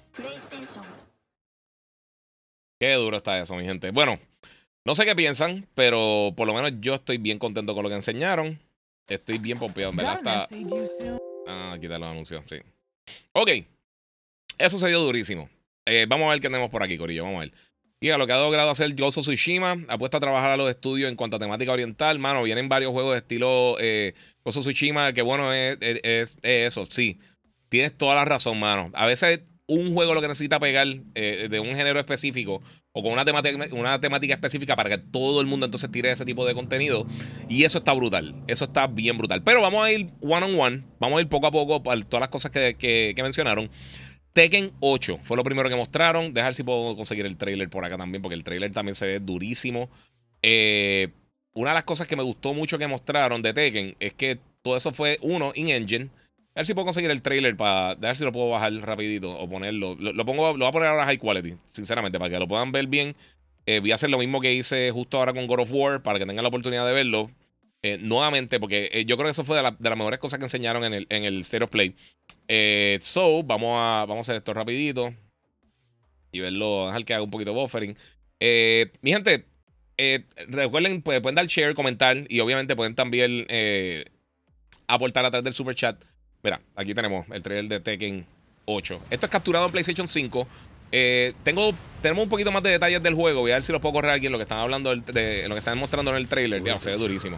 Qué duro está eso, mi gente. Bueno, no sé qué piensan, pero por lo menos yo estoy bien contento con lo que enseñaron. Estoy bien pompeado, en verdad. Quitar los anuncios, sí. Ok. Eso se dio durísimo. Vamos a ver qué tenemos por aquí, corillo. Vamos a ver. Y a lo que ha logrado hacer Ghost of Tsushima, apuesta a trabajar a los estudios en cuanto a temática oriental. Mano, vienen varios juegos de estilo Ghost of Tsushima, que bueno, es eso, sí. Tienes toda la razón, mano. A veces un juego lo que necesita pegar de un género específico o con una temática específica para que todo el mundo entonces tire ese tipo de contenido. Y eso está brutal. Eso está bien brutal. Pero vamos a ir one on one. Vamos a ir poco a poco para todas las cosas que mencionaron. Tekken 8 fue lo primero que mostraron. Dejar si puedo conseguir el trailer por acá también, porque el trailer también se ve durísimo. Una de las cosas que me gustó mucho que mostraron de Tekken es que todo eso fue in-engine. A ver si puedo conseguir el trailer para ver si lo puedo bajar rapidito o ponerlo. Lo voy a poner ahora high quality, sinceramente, para que lo puedan ver bien. Voy a hacer lo mismo que hice justo ahora con God of War, para que tengan la oportunidad de verlo nuevamente, porque yo creo que eso fue de las mejores cosas que enseñaron en el State of Play. Vamos a hacer esto rapidito y verlo, dejar que haga un poquito de buffering. Mi gente, recuerden, pueden dar share, comentar y obviamente pueden también aportar a través del super chat. Mira, aquí tenemos el trailer de Tekken 8. Esto es capturado en PlayStation 5. Tenemos un poquito más de detalles del juego. Voy a ver si los puedo correr aquí en lo que están hablando de lo que están mostrando en el trailer. Ya, se ve durísimo.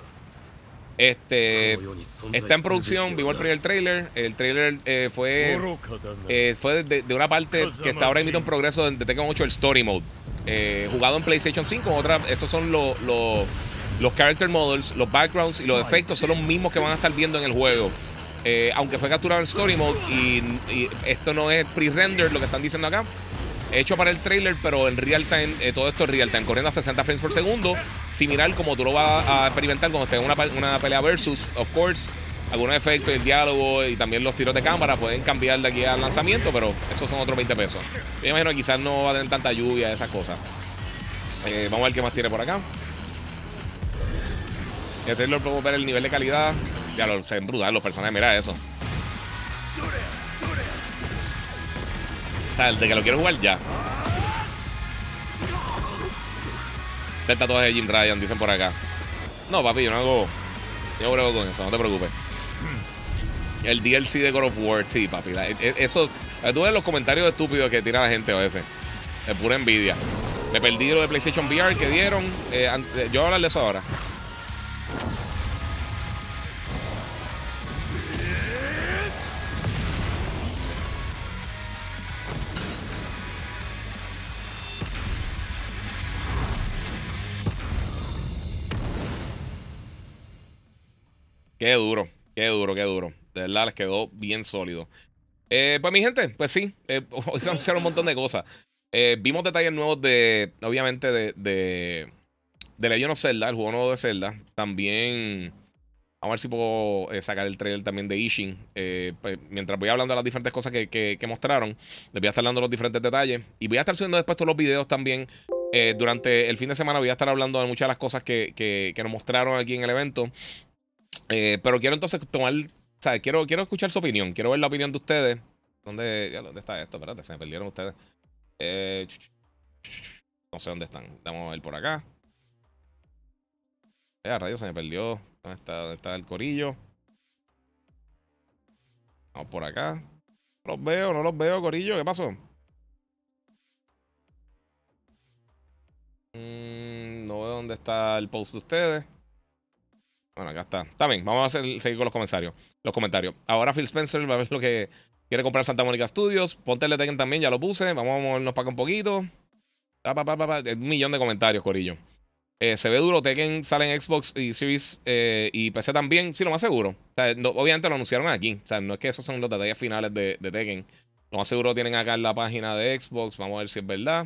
Está en producción. Vimos el primer trailer. El trailer fue de una parte que está ahora mismo en progreso de Tekken 8, el Story Mode. Jugado en PlayStation 5. Estos son los character models, los backgrounds y los efectos son los mismos que van a estar viendo en el juego. Aunque fue capturado en Story Mode y esto no es pre-render, lo que están diciendo acá. Hecho para el trailer, pero en real time, todo esto es real time, corriendo a 60 frames por segundo, similar como tú lo vas a experimentar cuando estés en una pelea versus, of course. Algunos efectos, el diálogo y también los tiros de cámara pueden cambiar de aquí al lanzamiento, pero esos son otros 20 pesos. Yo imagino que quizás no va a tener tanta lluvia, esas cosas. Vamos a ver qué más tiene por acá. El trailer puedo ver el nivel de calidad. Ya se ven brutal los personajes, mira eso. O sea, el de que lo quiero jugar ya. El tatuaje de Jim Ryan, dicen por acá. No, papi, yo no hago. Yo brego con eso, no te preocupes. El DLC de God of War, sí, papi. Eso. Tú ves los comentarios estúpidos que tira la gente a veces. De pura envidia. Me perdí lo de PlayStation VR que dieron. Yo voy a hablar de eso ahora. Qué duro, qué duro, qué duro. De verdad les quedó bien sólido. Pues mi gente, pues sí, hoy se anunciaron un montón de cosas. Vimos detalles nuevos obviamente, de Legend of Zelda, el juego nuevo de Zelda. También, vamos a ver si puedo sacar el trailer también de Ishin. Pues, mientras voy hablando de las diferentes cosas que mostraron, les voy a estar dando los diferentes detalles. Y voy a estar subiendo después todos los videos también. Durante el fin de semana voy a estar hablando de muchas de las cosas que nos mostraron aquí en el evento. Pero quiero entonces tomar, ¿sabes? Quiero escuchar su opinión. Quiero ver la opinión de ustedes. ¿Dónde está esto? Espérate, se me perdieron ustedes. No sé dónde están. Vamos a ver por acá. Rayos, se me perdió. ¿Dónde está el corillo? Vamos por acá. No los veo, corillo. ¿Qué pasó? No veo dónde está el post de ustedes. Bueno, acá está. Está bien, vamos a seguir con los comentarios. Ahora Phil Spencer va a ver lo que quiere comprar Santa Mónica Studios. Ponte el de Tekken también, ya lo puse. Vamos a movernos para acá un poquito. Un millón de comentarios, corillo. Se ve duro. Tekken sale en Xbox y Series y PC también. Sí, lo más seguro. O sea, obviamente lo anunciaron aquí. O sea, no es que esos son los detalles finales de Tekken. Lo más seguro tienen acá en la página de Xbox. Vamos a ver si es verdad.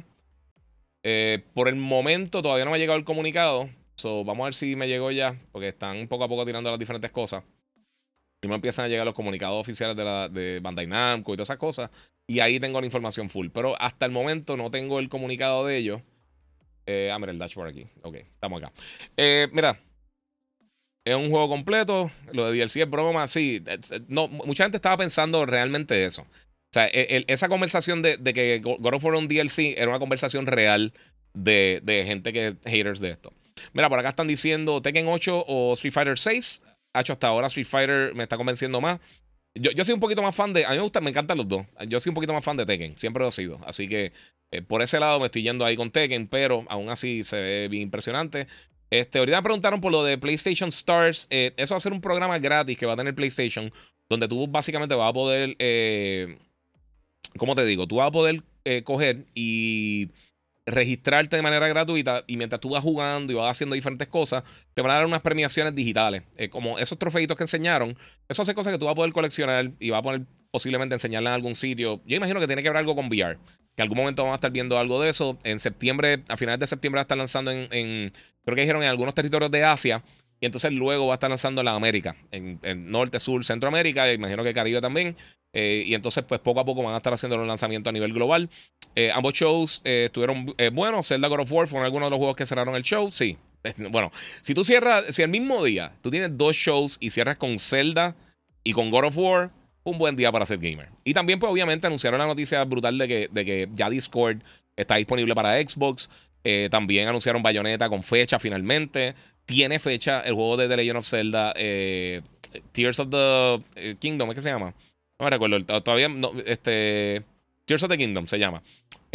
Por el momento todavía no me ha llegado el comunicado. Vamos a ver si me llegó ya. Porque están poco a poco tirando las diferentes cosas. Y me empiezan a llegar los comunicados oficiales de Bandai Namco y todas esas cosas. Y ahí tengo la información full. Pero hasta el momento no tengo el comunicado de ellos. Mira, el dashboard aquí. Ok, estamos acá. Mira, es un juego completo. Lo de DLC es broma. Sí, no, mucha gente estaba pensando realmente eso. O sea, esa conversación de que God of War un DLC era una conversación real de gente que haters de esto. Mira, por acá están diciendo Tekken 8 o Street Fighter 6. Hasta ahora Street Fighter me está convenciendo más. Yo soy un poquito más fan de... A mí me encantan los dos. Yo soy un poquito más fan de Tekken. Siempre lo he sido. Así que por ese lado me estoy yendo ahí con Tekken. Pero aún así se ve bien impresionante. Ahorita me preguntaron por lo de PlayStation Stars. Eso va a ser un programa gratis que va a tener PlayStation. Donde tú básicamente vas a poder... ¿cómo te digo? Tú vas a poder coger y registrarte de manera gratuita y mientras tú vas jugando y vas haciendo diferentes cosas, te van a dar unas premiaciones digitales. Como esos trofeitos que enseñaron. Eso hace cosas que tú vas a poder coleccionar y vas a poder posiblemente enseñarla en algún sitio. Yo imagino que tiene que ver algo con VR. Que en algún momento vamos a estar viendo algo de eso. En septiembre, a finales de septiembre va a estar lanzando creo que dijeron en algunos territorios de Asia. Y entonces luego va a estar lanzando en la América. En Norte, Sur, Centroamérica. Imagino que Caribe también. Y entonces pues poco a poco van a estar haciendo los lanzamientos a nivel global. Ambos shows estuvieron buenos. Zelda God of War fueron algunos de los juegos que cerraron el show. Sí. Bueno, si el mismo día tú tienes dos shows y cierras con Zelda y con God of War, un buen día para ser gamer. Y también pues obviamente anunciaron la noticia brutal de que ya Discord está disponible para Xbox. También anunciaron Bayonetta con fecha finalmente. Tiene fecha el juego de The Legend of Zelda Tears of the Kingdom, ¿es que se llama? No me recuerdo, todavía no, Tears of the Kingdom se llama.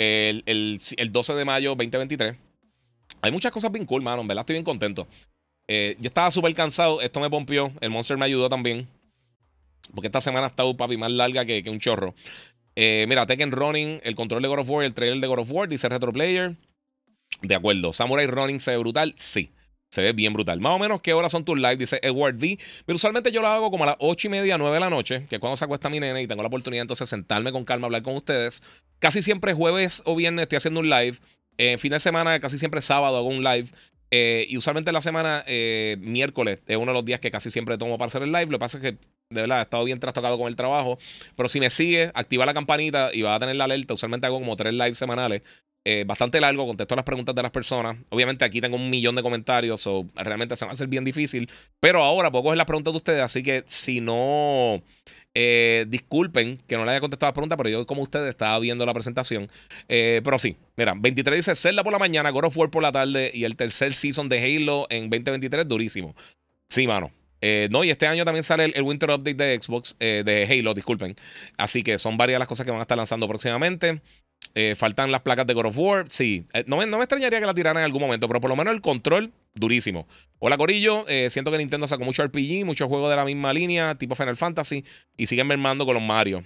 El 12 de mayo 2023. Hay muchas cosas bien cool, mano. En verdad estoy bien contento. Yo estaba súper cansado. Esto me pompió. El Monster me ayudó también. Porque esta semana ha estado, papi, más larga que un chorro. Mira, Tekken Running, el control de God of War, el trailer de God of War, dice Retro Player. De acuerdo. Samurai Running se ve brutal. Sí. Se ve bien brutal. Más o menos, ¿qué horas son tus live? Dice Edward V. Pero usualmente yo lo hago como a las 8:30, 9 de la noche, que es cuando se acuesta mi nene y tengo la oportunidad entonces de sentarme con calma a hablar con ustedes. Casi siempre jueves o viernes estoy haciendo un live. Fin de semana, casi siempre sábado hago un live. Y usualmente la semana, miércoles, es uno de los días que casi siempre tomo para hacer el live. Lo que pasa es que, de verdad, he estado bien trastocado con el trabajo. Pero si me sigue, activa la campanita y vas a tener la alerta. Usualmente hago como 3 lives semanales. Bastante largo, contesto las preguntas de las personas. Obviamente aquí tengo 1,000,000 de comentarios, realmente se va a hacer bien difícil. Pero ahora puedo coger las preguntas de ustedes, así que si no, disculpen que no le haya contestado las preguntas, pero yo como ustedes estaba viendo la presentación. Pero sí, mira, 23 dice Zelda por la mañana, God of War por la tarde y el tercer season de Halo en 2023, durísimo. Sí, mano. No, y este año también sale el Winter Update de Xbox, de Halo, disculpen. Así que son varias las cosas que van a estar lanzando próximamente. Faltan las placas de God of War. Sí, no me extrañaría que la tiraran en algún momento, pero por lo menos el control, durísimo. Hola, Corillo. Siento que Nintendo sacó mucho RPG, muchos juegos de la misma línea, tipo Final Fantasy, y siguen mermando con los Mario.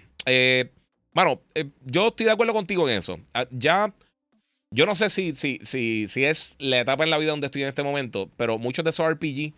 Mano, yo estoy de acuerdo contigo en eso. Yo no sé si es la etapa en la vida donde estoy en este momento, pero muchos de esos RPG,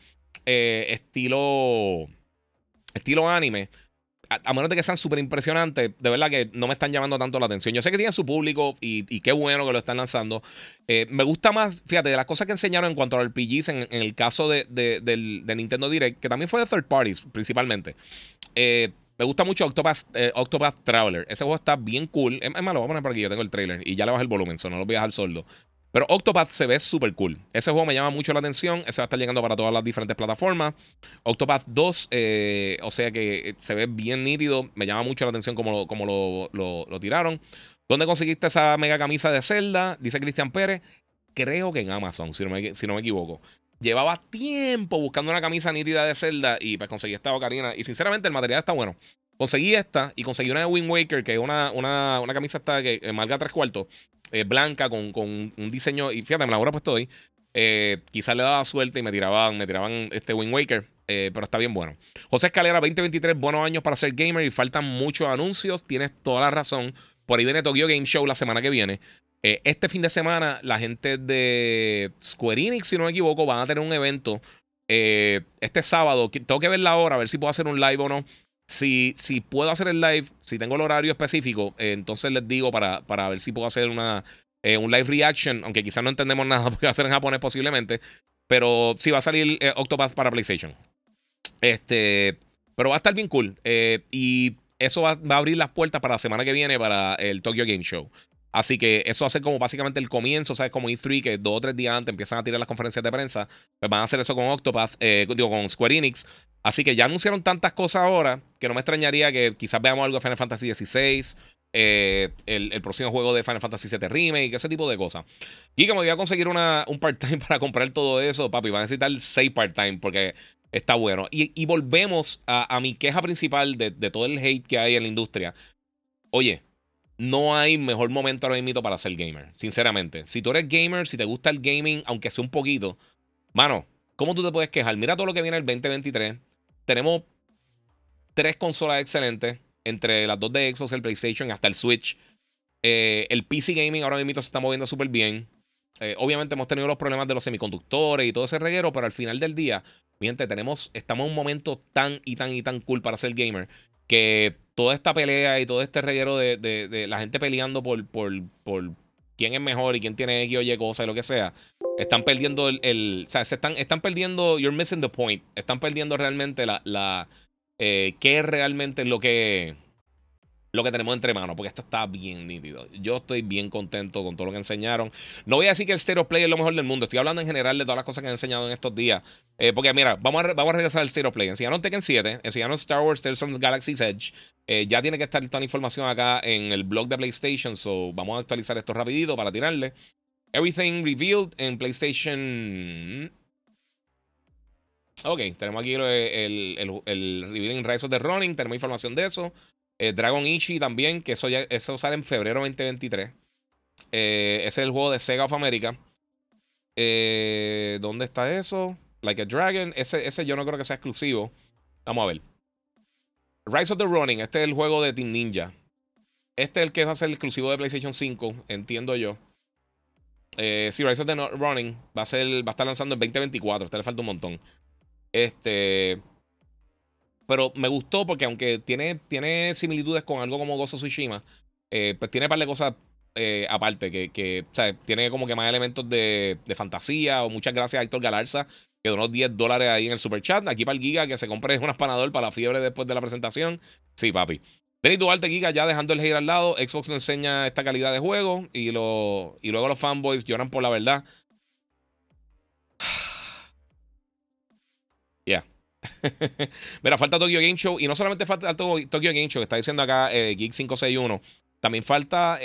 estilo anime, a menos de que sean súper impresionantes, de verdad que no me están llamando tanto la atención. Yo sé que tienen su público y qué bueno que lo están lanzando. Me gusta más, fíjate, de las cosas que enseñaron en cuanto a RPGs en el caso de Nintendo Direct, que también fue de third parties principalmente. Me gusta mucho Octopath Traveler. Ese juego está bien cool. Es más, lo voy a poner por aquí. Yo tengo el trailer y ya le bajé el volumen, no lo voy a dejar sordo. Pero Octopath se ve súper cool. Ese juego me llama mucho la atención. Ese va a estar llegando para todas las diferentes plataformas. Octopath 2, o sea que se ve bien nítido. Me llama mucho la atención como lo tiraron. ¿Dónde conseguiste esa mega camisa de Zelda? Dice Cristian Pérez. Creo que en Amazon, si no me equivoco. Llevaba tiempo buscando una camisa nítida de Zelda y pues conseguí esta Ocarina. Y sinceramente el material está bueno. Conseguí esta y conseguí una de Wind Waker, que es una camisa esta que marca 3/4, blanca con un diseño. Y fíjate, me la hubiera puesto hoy. Quizás le daba suerte y me tiraban este Wind Waker. Pero está bien bueno. José Escalera, 2023, buenos años para ser gamer y faltan muchos anuncios. Tienes toda la razón. Por ahí viene Tokyo Game Show la semana que viene. Este fin de semana, la gente de Square Enix, si no me equivoco, van a tener un evento este sábado. Tengo que ver la hora, a ver si puedo hacer un live o no. Si puedo hacer el live, si tengo el horario específico, entonces les digo para ver si puedo hacer un live reaction, aunque quizás no entendemos nada porque va a ser en japonés posiblemente. Pero sí va a salir Octopath para PlayStation. Pero va a estar bien cool. Y eso va a abrir las puertas para la semana que viene para el Tokyo Game Show. Así que eso va a ser como básicamente el comienzo, ¿sabes? Como E3, que 2 o 3 días antes empiezan a tirar las conferencias de prensa. Pues van a hacer eso con Octopath, con Square Enix. Así que ya anunciaron tantas cosas ahora que no me extrañaría que quizás veamos algo de Final Fantasy XVI, el próximo juego de Final Fantasy VII Remake, ese tipo de cosas. Y como voy a conseguir un part-time para comprar todo eso, papi, va a necesitar 6 part-time porque está bueno. Y volvemos a mi queja principal de todo el hate que hay en la industria. Oye, no hay mejor momento ahora mismo para ser gamer, sinceramente. Si tú eres gamer, si te gusta el gaming, aunque sea un poquito, mano, ¿cómo tú te puedes quejar? Mira todo lo que viene el 2023. Tenemos 3 consolas excelentes, entre las 2 de Xbox, el PlayStation, hasta el Switch. El PC gaming ahora mismo se está moviendo súper bien. Obviamente hemos tenido los problemas de los semiconductores y todo ese reguero, pero al final del día, mi gente, estamos en un momento tan cool para ser gamer, que toda esta pelea y todo este reguero de la gente peleando por quién es mejor y quién tiene X o Y cosa y lo que sea, están perdiendo o sea, están perdiendo, you're missing the point. Están perdiendo realmente qué es realmente lo que tenemos entre manos, porque esto está bien nítido. Yo estoy bien contento con todo lo que enseñaron. No voy a decir que el State of Play es lo mejor del mundo. Estoy hablando en general de todas las cosas que han enseñado en estos días. Porque mira, vamos a regresar al State of Play. Enseñaron Tekken 7, enseñaron Star Wars Tales from Galaxy's Edge. Ya tiene que estar toda la información acá en el blog de PlayStation. So vamos a actualizar esto rapidito para tirarle. Everything revealed en PlayStation. Ok, tenemos aquí el revealing Rise of the Ronin. Tenemos información de eso. Dragon Ichi también, que eso sale en febrero 2023. Ese es el juego de Sega of America. ¿Dónde está eso? Like a Dragon. Ese yo no creo que sea exclusivo. Vamos a ver. Rise of the Ronin. Este es el juego de Team Ninja. Este es el que va a ser exclusivo de PlayStation 5, entiendo yo. Sí, Rise of the Ronin va a estar lanzando en 2024. Este le falta un montón. Pero me gustó porque aunque tiene similitudes con algo como Ghost of Tsushima, pues tiene un par de cosas aparte que o sea, tiene como que más elementos de fantasía. O muchas gracias a Héctor Galarza, que donó $10 ahí en el super chat. Aquí para el Giga, que se compre un aspanador para la fiebre después de la presentación. Sí, papi. Denis Duarte, Giga, ya dejando el hate al lado. Xbox nos enseña esta calidad de juego y luego los fanboys lloran por la verdad. Ya. Mira, falta Tokyo Game Show. Y no solamente falta Tokyo Game Show, que está diciendo acá Geek 561. También falta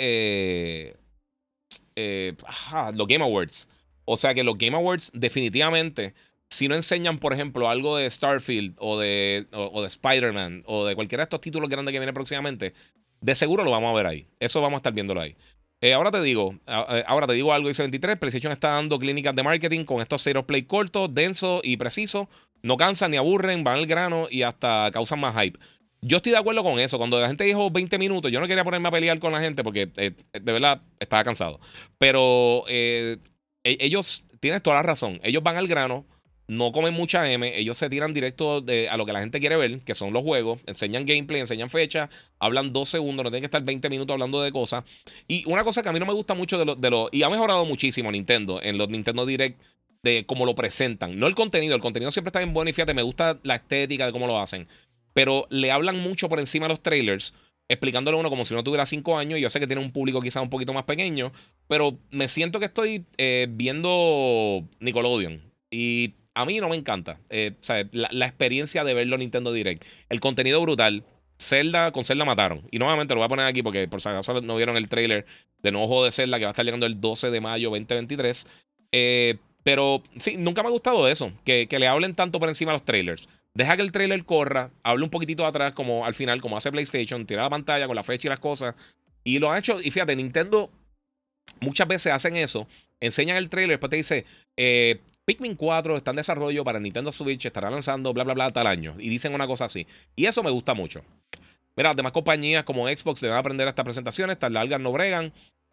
los Game Awards. O sea que los Game Awards definitivamente, si no enseñan, por ejemplo, algo de Starfield o de Spider-Man o de cualquiera de estos títulos grandes que viene próximamente, de seguro lo vamos a ver ahí. Eso vamos a estar viéndolo ahí. Ahora te digo algo, dice 23. PlayStation está dando clínicas de marketing con estos State of Play cortos, densos y precisos. No cansan ni aburren, van al grano y hasta causan más hype. Yo estoy de acuerdo con eso. Cuando la gente dijo 20 minutos, yo no quería ponerme a pelear con la gente porque de verdad estaba cansado. Pero ellos tienen toda la razón. Ellos van al grano, no comen mucha M, ellos se tiran directo a lo que la gente quiere ver, que son los juegos. Enseñan gameplay, enseñan fecha, hablan 2 segundos, no tienen que estar 20 minutos hablando de cosas. Y una cosa que a mí no me gusta mucho y ha mejorado muchísimo Nintendo en los Nintendo Direct, de cómo lo presentan. No el contenido siempre está bien bueno y fíjate, me gusta la estética de cómo lo hacen. Pero le hablan mucho por encima de los trailers, explicándole a uno como si uno tuviera 5 años. Yo sé que tiene un público quizás un poquito más pequeño, pero me siento que estoy viendo Nickelodeon. Y a mí no me encanta. O sea, la experiencia de verlo en Nintendo Direct. El contenido brutal. Con Zelda mataron. Y nuevamente lo voy a poner aquí porque por si acaso no vieron el trailer de nuevo juego de Zelda que va a estar llegando el 12 de mayo 2023. Pero sí, nunca me ha gustado eso, que le hablen tanto por encima de los trailers. Deja que el trailer corra, hable un poquitito atrás, como al final, como hace PlayStation, tira la pantalla con la fecha y las cosas. Y lo ha hecho, y fíjate, Nintendo muchas veces hacen eso, enseñan el trailer, después te dice, Pikmin 4 está en desarrollo para Nintendo Switch, estará lanzando bla bla bla tal año. Y dicen una cosa así. Y eso me gusta mucho. Mira, las demás compañías como Xbox deben aprender a estas presentaciones, tan largas no bregan.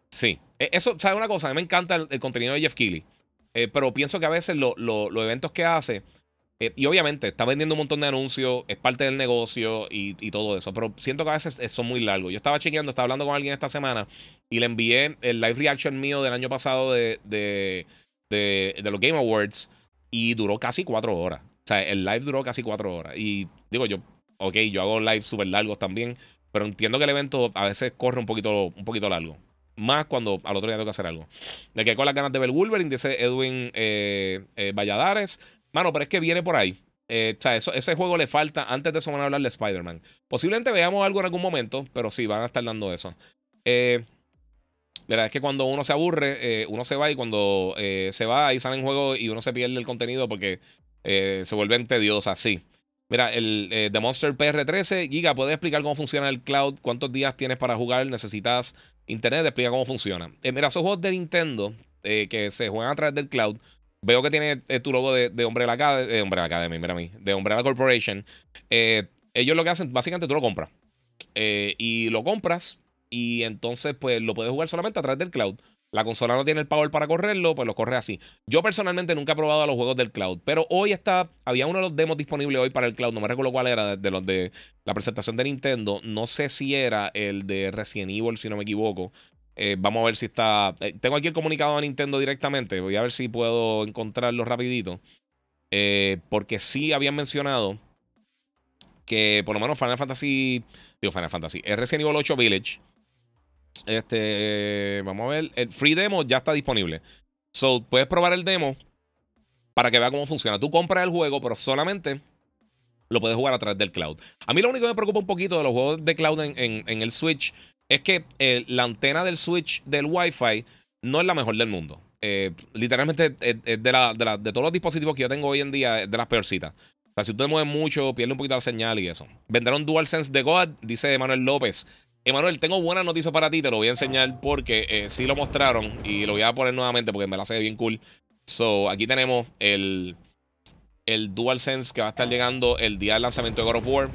Sí. Eso, ¿sabes una cosa? A mí me encanta el contenido de Jeff Keighley. Pero pienso que a veces los eventos que hace, y obviamente está vendiendo un montón de anuncios, es parte del negocio y todo eso, pero siento que a veces son muy largos. Yo estaba chequeando, estaba hablando con alguien esta semana y le envié el live reaction mío del año pasado de los Game Awards y duró casi 4 horas. O sea, el live duró casi 4 horas. Y digo yo, ok, yo hago live súper largos también, pero entiendo que el evento a veces corre un poquito largo. Más cuando al otro día tengo que hacer algo. Me quedé con las ganas de ver Wolverine, dice Edwin Valladares. Mano, pero es que viene por ahí. O sea, ese juego le falta. Antes de eso van a hablar de Spider-Man. Posiblemente veamos algo en algún momento, pero sí, van a estar dando eso. La verdad es que cuando uno se aburre, uno se va y cuando se va, ahí salen juegos y uno se pierde el contenido porque se vuelven tediosas, sí. Mira, el The Monster PR13, Giga, ¿puedes explicar cómo funciona el cloud? ¿Cuántos días tienes para jugar? ¿Necesitas internet? Explica cómo funciona. Mira, esos juegos de Nintendo que se juegan a través del cloud, veo que tiene tu logo de Umbrella Academy, mira a mí, de Umbrella Corporation. Ellos lo que hacen, básicamente tú lo compras. Y lo compras y entonces pues lo puedes jugar solamente a través del cloud. La consola no tiene el power para correrlo, pues lo corre así. Yo personalmente nunca he probado los juegos del cloud, pero hoy había uno de los demos disponibles hoy para el cloud, no me recuerdo cuál era, de los de la presentación de Nintendo. No sé si era el de Resident Evil, si no me equivoco. Vamos a ver si está... tengo aquí el comunicado de Nintendo directamente, voy a ver si puedo encontrarlo rapidito. Porque sí habían mencionado que por lo menos Final Fantasy, Resident Evil 8 Village. Vamos a ver. El free demo ya está disponible. So, puedes probar el demo para que vea cómo funciona. Tú compras el juego, pero solamente lo puedes jugar a través del cloud. A mí lo único que me preocupa un poquito de los juegos de cloud en el Switch es que la antena del Switch del Wi-Fi no es la mejor del mundo. Literalmente es de todos los dispositivos que yo tengo hoy en día, es de las peorcitas. O sea, si tú te mueves mucho, pierde un poquito la señal y eso. Vendieron DualSense de God, dice Emanuel López. Emanuel, tengo buenas noticias para ti, te lo voy a enseñar porque sí lo mostraron y lo voy a poner nuevamente porque me la hace bien cool. So, aquí tenemos el DualSense que va a estar llegando el día del lanzamiento de God of War.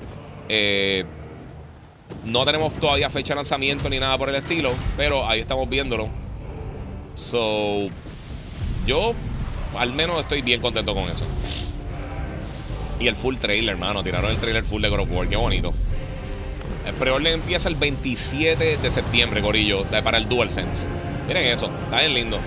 No tenemos todavía fecha de lanzamiento ni nada por el estilo, pero ahí estamos viéndolo. So, yo al menos estoy bien contento con eso. Y el full trailer, hermano, tiraron el trailer full de God of War, qué bonito. El preorden empieza el 27 de septiembre, corillo, para el DualSense. Miren eso, está bien lindo.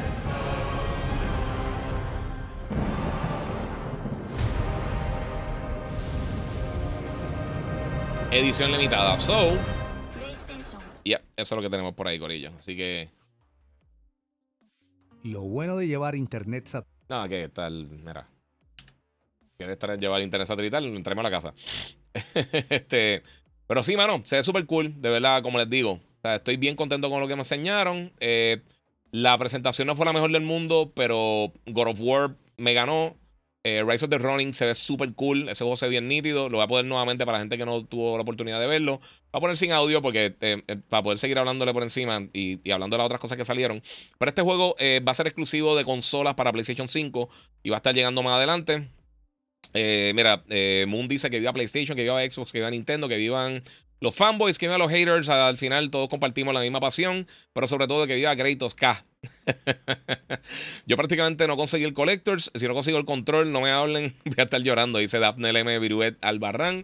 Edición limitada. So, eso es lo que tenemos por ahí, corillo. Así que... Lo bueno de llevar internet No, ¿qué tal? Mira. ¿Quieres llevar internet satelital? Entremos a la casa. Pero sí, mano, se ve súper cool, de verdad, como les digo. O sea, estoy bien contento con lo que me enseñaron. La presentación no fue la mejor del mundo, pero God of War me ganó. Rise of the Ronin se ve súper cool. Ese juego se ve bien nítido. Lo voy a poner nuevamente para la gente que no tuvo la oportunidad de verlo. Voy a poner sin audio porque para poder seguir hablándole por encima y hablando de las otras cosas que salieron. Pero este juego va a ser exclusivo de consolas para PlayStation 5 y va a estar llegando más adelante. Mira, Moon dice que viva PlayStation, que viva Xbox, que viva Nintendo, que vivan los fanboys, que vivan los haters. Al final todos compartimos la misma pasión, pero sobre todo que viva Kratos K. Yo prácticamente no conseguí el Collectors. Si no consigo el control, no me hablen. Voy a estar llorando, dice Daphne LM Viruet Albarrán.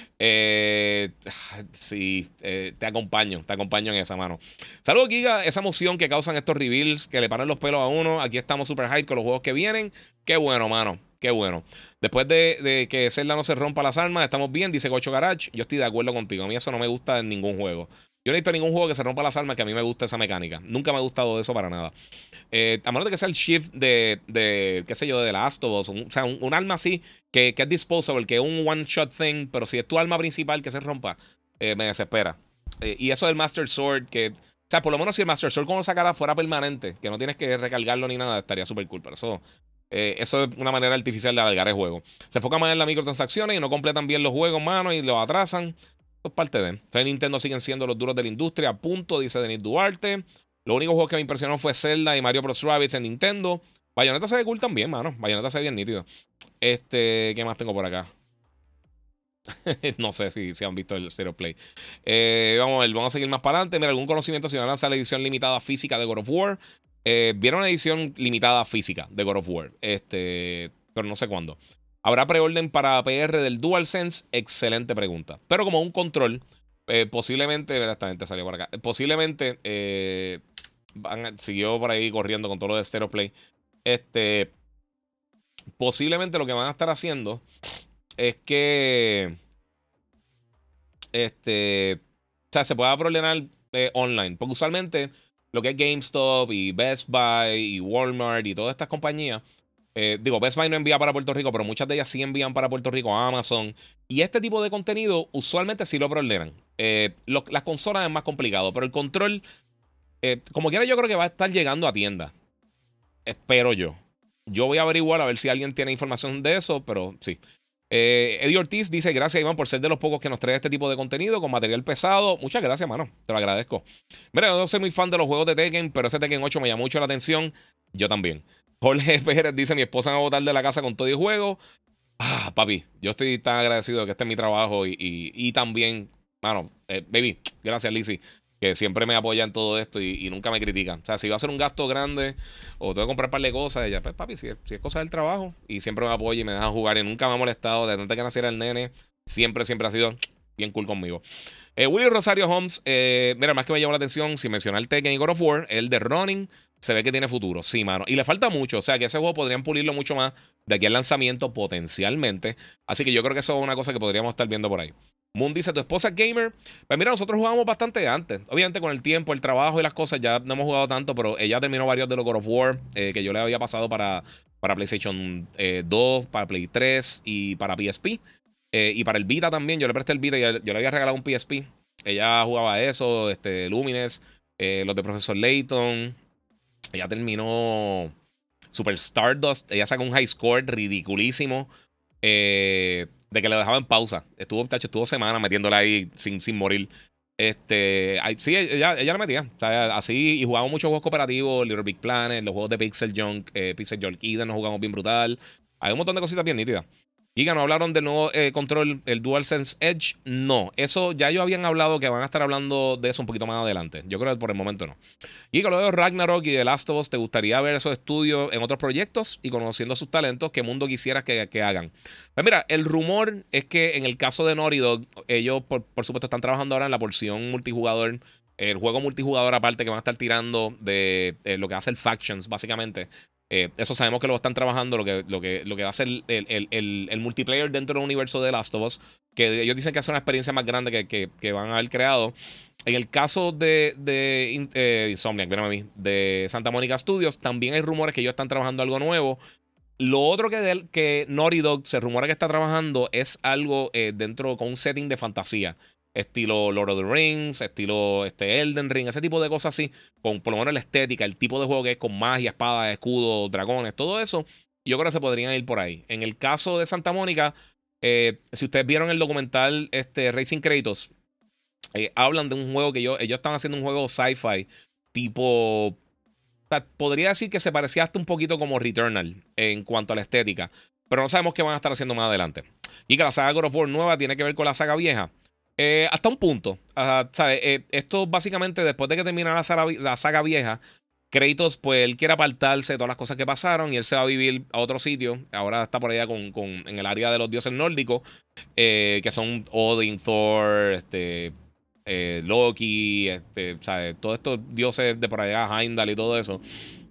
Sí, te acompaño en esa, mano. Saludos, Giga. Esa emoción que causan estos reveals, que le paran los pelos a uno. Aquí estamos super hype con los juegos que vienen. Qué bueno, mano. Qué bueno. Después de que Zelda no se rompa las armas, estamos bien, dice Gocho Garage. Yo estoy de acuerdo contigo. A mí eso no me gusta en ningún juego. Yo no he visto ningún juego que se rompa las armas que a mí me guste esa mecánica. Nunca me ha gustado eso para nada. A menos de que sea el shift de qué sé yo, de The Last of Us. O sea, un arma así que es disposable, que es un one-shot thing. Pero si es tu arma principal que se rompa, me desespera. Y eso del Master Sword, que... O sea, por lo menos si el Master Sword con lo sacara fuera permanente, que no tienes que recargarlo ni nada, estaría súper cool. Pero eso es una manera artificial de alargar el juego. Se enfoca más en las microtransacciones y no completan bien los juegos, mano, y los atrasan. Eso es parte de. O sea, Nintendo siguen siendo los duros de la industria. A punto, dice Denis Duarte. Los únicos juegos que me impresionaron fue Zelda y Mario Bros. Rabbids en Nintendo. Bayonetta se ve cool también, mano. Bayonetta se ve bien nítido. ¿Qué más tengo por acá? No sé si han visto el Stereo Play. Vamos a ver, vamos a seguir más para adelante. Mira, algún conocimiento si van a lanzar la edición limitada física de God of War. Vieron una edición limitada física de God of War, pero no sé cuándo. ¿Habrá preorden para PR del DualSense? Excelente pregunta. Pero como un control, posiblemente, verá, esta gente salió por acá. Posiblemente siguió por ahí corriendo con todo lo de Stereo Play. Posiblemente lo que van a estar haciendo es que o sea, se pueda problemar online. Porque usualmente lo que es GameStop y Best Buy y Walmart y todas estas compañías, digo, Best Buy no envía para Puerto Rico, pero muchas de ellas sí envían para Puerto Rico a Amazon. Y este tipo de contenido usualmente sí lo probleman. Las consolas es más complicado, pero el control, como quiera, yo creo que va a estar llegando a tiendas. Espero yo. Yo voy a averiguar a ver si alguien tiene información de eso, pero sí. Eddie Ortiz dice: gracias, Iván, por ser de los pocos que nos trae este tipo de contenido con material pesado. Muchas gracias, mano. Te lo agradezco. Mira, yo no soy muy fan de los juegos de Tekken, pero ese Tekken 8 me llamó mucho la atención. Yo también. Jorge Pérez dice: mi esposa me va a botar de la casa con todo y juego. Ah, papi, yo estoy tan agradecido de que este es mi trabajo y también, mano, baby, gracias, Lizzy, que siempre me apoya en todo esto y nunca me critica. O sea, si va a ser un gasto grande o tengo que comprar un par de cosas, ella, pues papi, si es cosa del trabajo, y siempre me apoya y me deja jugar y nunca me ha molestado. Desde antes que naciera el nene, siempre ha sido bien cool conmigo. Willy Rosario Holmes, mira, más que me llamó la atención, si mencionar el Tekken y God of War, el de Running, se ve que tiene futuro. Sí, mano. Y le falta mucho. O sea, que ese juego podrían pulirlo mucho más de aquí al lanzamiento potencialmente. Así que yo creo que eso es una cosa que podríamos estar viendo por ahí. Moon dice: ¿tu esposa es gamer? Pues mira, nosotros jugamos bastante antes. Obviamente con el tiempo, el trabajo y las cosas ya no hemos jugado tanto, pero ella terminó varios de los God of War que yo le había pasado para PlayStation 2, para Play 3 y para PSP. Y para el Vita también. Yo le presté el Vita y yo le había regalado un PSP. Ella jugaba eso, Lumines, los de Professor Layton. Ella terminó Super Stardust. Ella sacó un high score ridiculísimo. De que le dejaba en pausa. Estuvo semanas metiéndola ahí sin morir. Sí, ella la metía. O sea, así, y jugamos muchos juegos cooperativos: Little Big Planet, los juegos de Pixel Junk, Pixel Junk Eden, nos jugamos bien brutal. Hay un montón de cositas bien nítidas. Giga, ¿no hablaron del nuevo control, el DualSense Edge? No, eso ya ellos habían hablado, que van a estar hablando de eso un poquito más adelante. Yo creo que por el momento no. Giga, lo de Ragnarok y de Last of Us, ¿te gustaría ver esos estudios en otros proyectos? Y conociendo sus talentos, ¿qué mundo quisieras que hagan? Pues mira, el rumor es que en el caso de Naughty Dog, ellos por supuesto están trabajando ahora en la porción multijugador, el juego multijugador aparte que van a estar tirando de lo que hace el Factions, básicamente. Eso sabemos que lo están trabajando, lo que va a ser el multiplayer dentro del universo de Last of Us, que ellos dicen que es una experiencia más grande que van a haber creado. En el caso de Insomniac, ven a mí, de Santa Monica Studios, también hay rumores que ellos están trabajando algo nuevo. Lo otro que Naughty Dog se rumora que está trabajando es algo dentro con un setting de fantasía. Estilo Lord of the Rings, estilo Elden Ring, ese tipo de cosas así, con por lo menos la estética, el tipo de juego que es con magia, espadas, escudos, dragones, todo eso, yo creo que se podrían ir por ahí. En el caso de Santa Mónica, si ustedes vieron el documental Racing Kratos, hablan de un juego que ellos están haciendo un juego sci-fi tipo, o sea, podría decir que se parecía hasta un poquito como Returnal en cuanto a la estética, pero no sabemos qué van a estar haciendo más adelante. Y que la saga God of War nueva tiene que ver con la saga vieja. Hasta un punto. ¿Sabes? Esto básicamente, después de que termina la saga vieja, Kratos, pues él quiere apartarse de todas las cosas que pasaron y él se va a vivir a otro sitio. Ahora está por allá en el área de los dioses nórdicos, que son Odin, Thor, Loki, ¿sabes? Todos estos dioses de por allá, Heimdall y todo eso.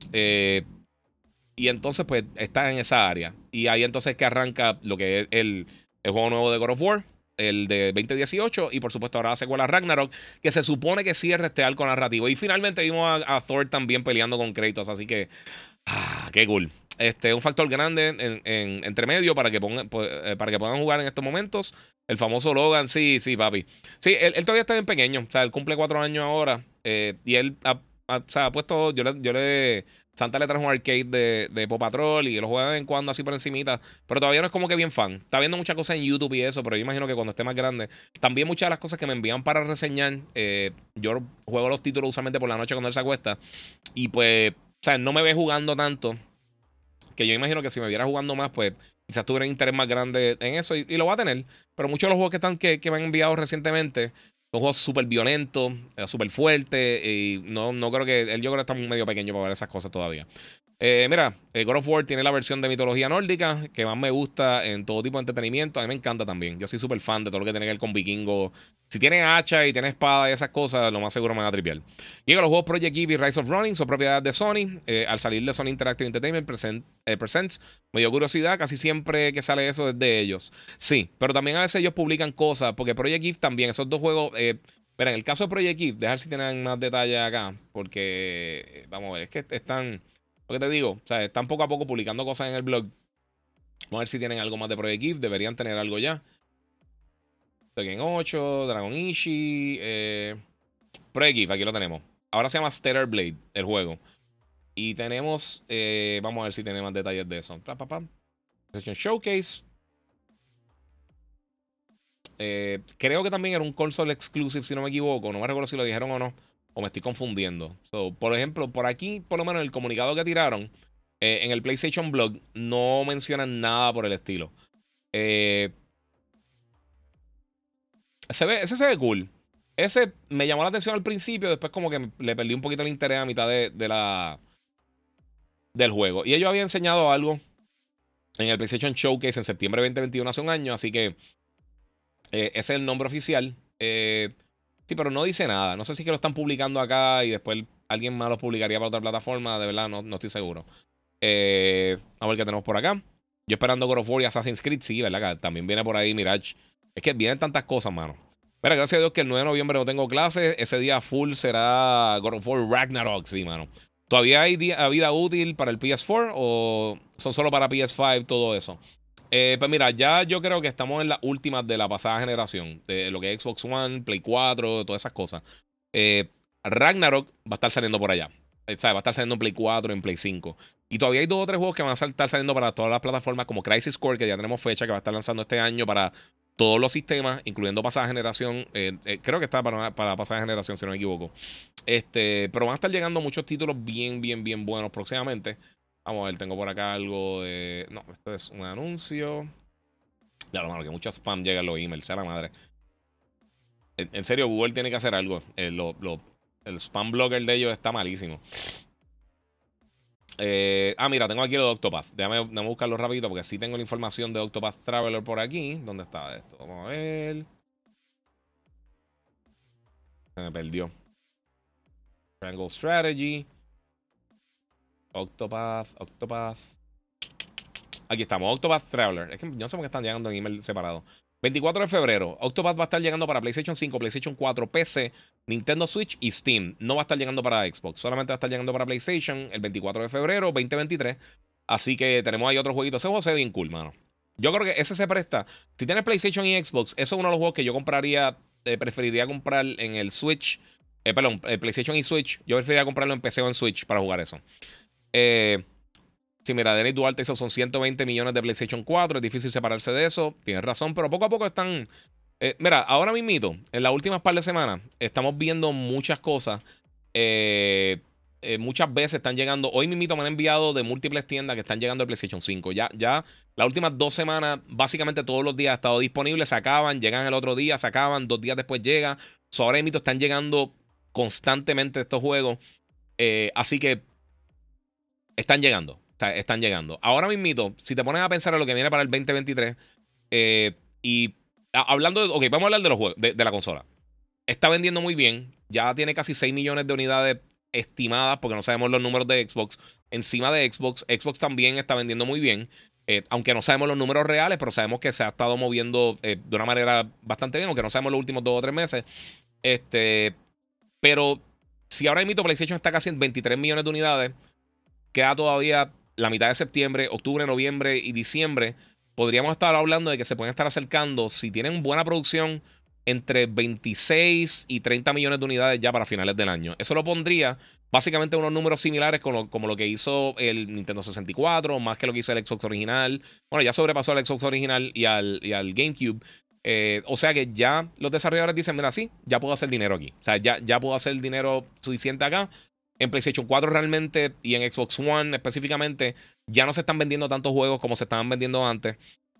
Y entonces, pues está en esa área. Y ahí entonces que arranca lo que es el juego nuevo de God of War, el de 2018, y por supuesto ahora la secuela Ragnarok, que se supone que cierra este arco narrativo. Y finalmente vimos a Thor también peleando con Kratos, así que qué cool. Un factor grande entre medio para que puedan jugar en estos momentos. El famoso Logan, sí, papi. Sí, él todavía está bien pequeño, o sea, él cumple 4 años ahora, y él ha puesto, Santa le trajo un arcade de Paw Patrol y lo juega de vez en cuando así por encimita, pero todavía no es como que bien fan. Está viendo muchas cosas en YouTube y eso, pero yo imagino que cuando esté más grande. También muchas de las cosas que me envían para reseñar, yo juego los títulos usualmente por la noche cuando él se acuesta, y pues, o sea, no me ve jugando tanto, que yo imagino que si me viera jugando más, pues quizás tuviera un interés más grande en eso y lo va a tener. Pero muchos de los juegos que me han enviado recientemente son juegos súper violentos, súper fuertes, y no creo que... Yo creo que está medio pequeño para ver esas cosas todavía. Mira, God of War tiene la versión de mitología nórdica que más me gusta en todo tipo de entretenimiento. A mí me encanta también. Yo soy súper fan de todo lo que tiene que ver con vikingos. Si tiene hacha y tiene espada y esas cosas, lo más seguro me van a tripear. Llega los juegos Project Eve y Rise of Running, son propiedad de Sony. Al salir de Sony Interactive Entertainment Presents, me dio curiosidad. Casi siempre que sale eso es de ellos. Sí, pero también a veces ellos publican cosas, porque Project Eve también, esos dos juegos... Mira, en el caso de Project Eve, dejar si tienen más detalles acá, porque vamos a ver, es que están... Lo que te digo, o sea, están poco a poco publicando cosas en el blog. Vamos a ver si tienen algo más de Project Eve. Deberían tener algo ya. Tekken 8, Dragon Ishi. Project Eve, aquí lo tenemos. Ahora se llama Stellar Blade, el juego. Y tenemos... vamos a ver si tiene más detalles de eso. PlayStation Showcase. Creo que también era un console exclusive, si no me equivoco. No me recuerdo si lo dijeron o no. O me estoy confundiendo. Por ejemplo, por aquí, por lo menos en el comunicado que tiraron, en el PlayStation Blog, no mencionan nada por el estilo. Ese se ve cool. Ese me llamó la atención al principio, después como que le perdí un poquito el interés a mitad del juego. Y ellos habían enseñado algo en el PlayStation Showcase en septiembre de 2021, hace un año, así que ese es el nombre oficial. Sí, pero no dice nada. No sé si es que lo están publicando acá y después alguien más lo publicaría para otra plataforma. De verdad, no estoy seguro. A ver qué tenemos por acá. Yo esperando God of War y Assassin's Creed. Sí, ¿verdad? También viene por ahí Mirage. Es que vienen tantas cosas, mano. Mira, gracias a Dios que el 9 de noviembre no tengo clases. Ese día full será God of War Ragnarok. Sí, mano. ¿Todavía hay vida útil para el PS4 o son solo para PS5 todo eso? Pues mira, ya yo creo que estamos en las últimas de la pasada generación, de lo que es Xbox One, Play 4, todas esas cosas. Ragnarok va a estar saliendo por allá. Va a estar saliendo en Play 4, en Play 5. Y todavía hay 2 o 3 juegos que van a estar saliendo para todas las plataformas, como Crisis Core, que ya tenemos fecha, que va a estar lanzando este año para todos los sistemas, incluyendo pasada generación. Creo que está para pasada generación, si no me equivoco. Pero van a estar llegando muchos títulos bien buenos próximamente. Vamos a ver, tengo por acá algo de... No, esto es un anuncio. Ya lo malo, que mucho spam llega en los emails, sea la madre. En serio, Google tiene que hacer algo. El spam blogger de ellos está malísimo. Mira, tengo aquí lo de Octopath. Déjame buscarlo rapidito porque sí tengo la información de Octopath Traveler por aquí. ¿Dónde está esto? Vamos a ver. Se me perdió. Triangle Strategy. Octopath. Aquí estamos, Octopath Traveler. Es que yo no sé por qué están llegando en email separado. 24 de febrero, Octopath va a estar llegando para PlayStation 5, PlayStation 4, PC, Nintendo Switch y Steam. No va a estar llegando para Xbox, solamente va a estar llegando para PlayStation el 24 de febrero 2023. Así que tenemos ahí otro jueguito. Ese juego se ve bien cool, mano. Yo creo que ese se presta. Si tienes PlayStation y Xbox, eso es uno de los juegos que yo compraría, preferiría comprar en el Switch. Perdón, PlayStation y Switch. Yo preferiría comprarlo en PC o en Switch para jugar eso. Sí, mira, Dennis Duarte, esos son 120 millones de PlayStation 4. Es difícil separarse de eso. Tienes razón, pero poco a poco están... mira, ahora mismito, en las últimas par de semanas, estamos viendo muchas cosas. Muchas veces están llegando... Hoy mismito me han enviado de múltiples tiendas que están llegando el PlayStation 5. Ya las últimas 2 semanas, básicamente todos los días ha estado disponible. Se acaban, llegan el otro día, se acaban, 2 días después llega. Ahora mismito están llegando constantemente estos juegos. Así que... Están llegando. O sea, están llegando. Ahora mismito, si te pones a pensar en lo que viene para el 2023, hablando de... Ok, vamos a hablar de los juegos, de la consola. Está vendiendo muy bien. Ya tiene casi 6 millones de unidades estimadas, porque no sabemos los números de Xbox. Encima de Xbox, Xbox también está vendiendo muy bien. Aunque no sabemos los números reales, pero sabemos que se ha estado moviendo de una manera bastante bien, aunque no sabemos los últimos 2 o 3 meses. Pero si ahora mismo PlayStation está casi en 23 millones de unidades, queda todavía la mitad de septiembre, octubre, noviembre y diciembre. Podríamos estar hablando de que se pueden estar acercando, si tienen buena producción, entre 26 y 30 millones de unidades ya para finales del año. Eso lo pondría básicamente unos números similares como lo que hizo el Nintendo 64, más que lo que hizo el Xbox original. Bueno, ya sobrepasó al Xbox original y al GameCube. O sea que ya los desarrolladores dicen, mira, sí, ya puedo hacer dinero aquí. O sea, ya puedo hacer dinero suficiente acá En PlayStation 4 realmente y en Xbox One específicamente ya no se están vendiendo tantos juegos como se estaban vendiendo antes.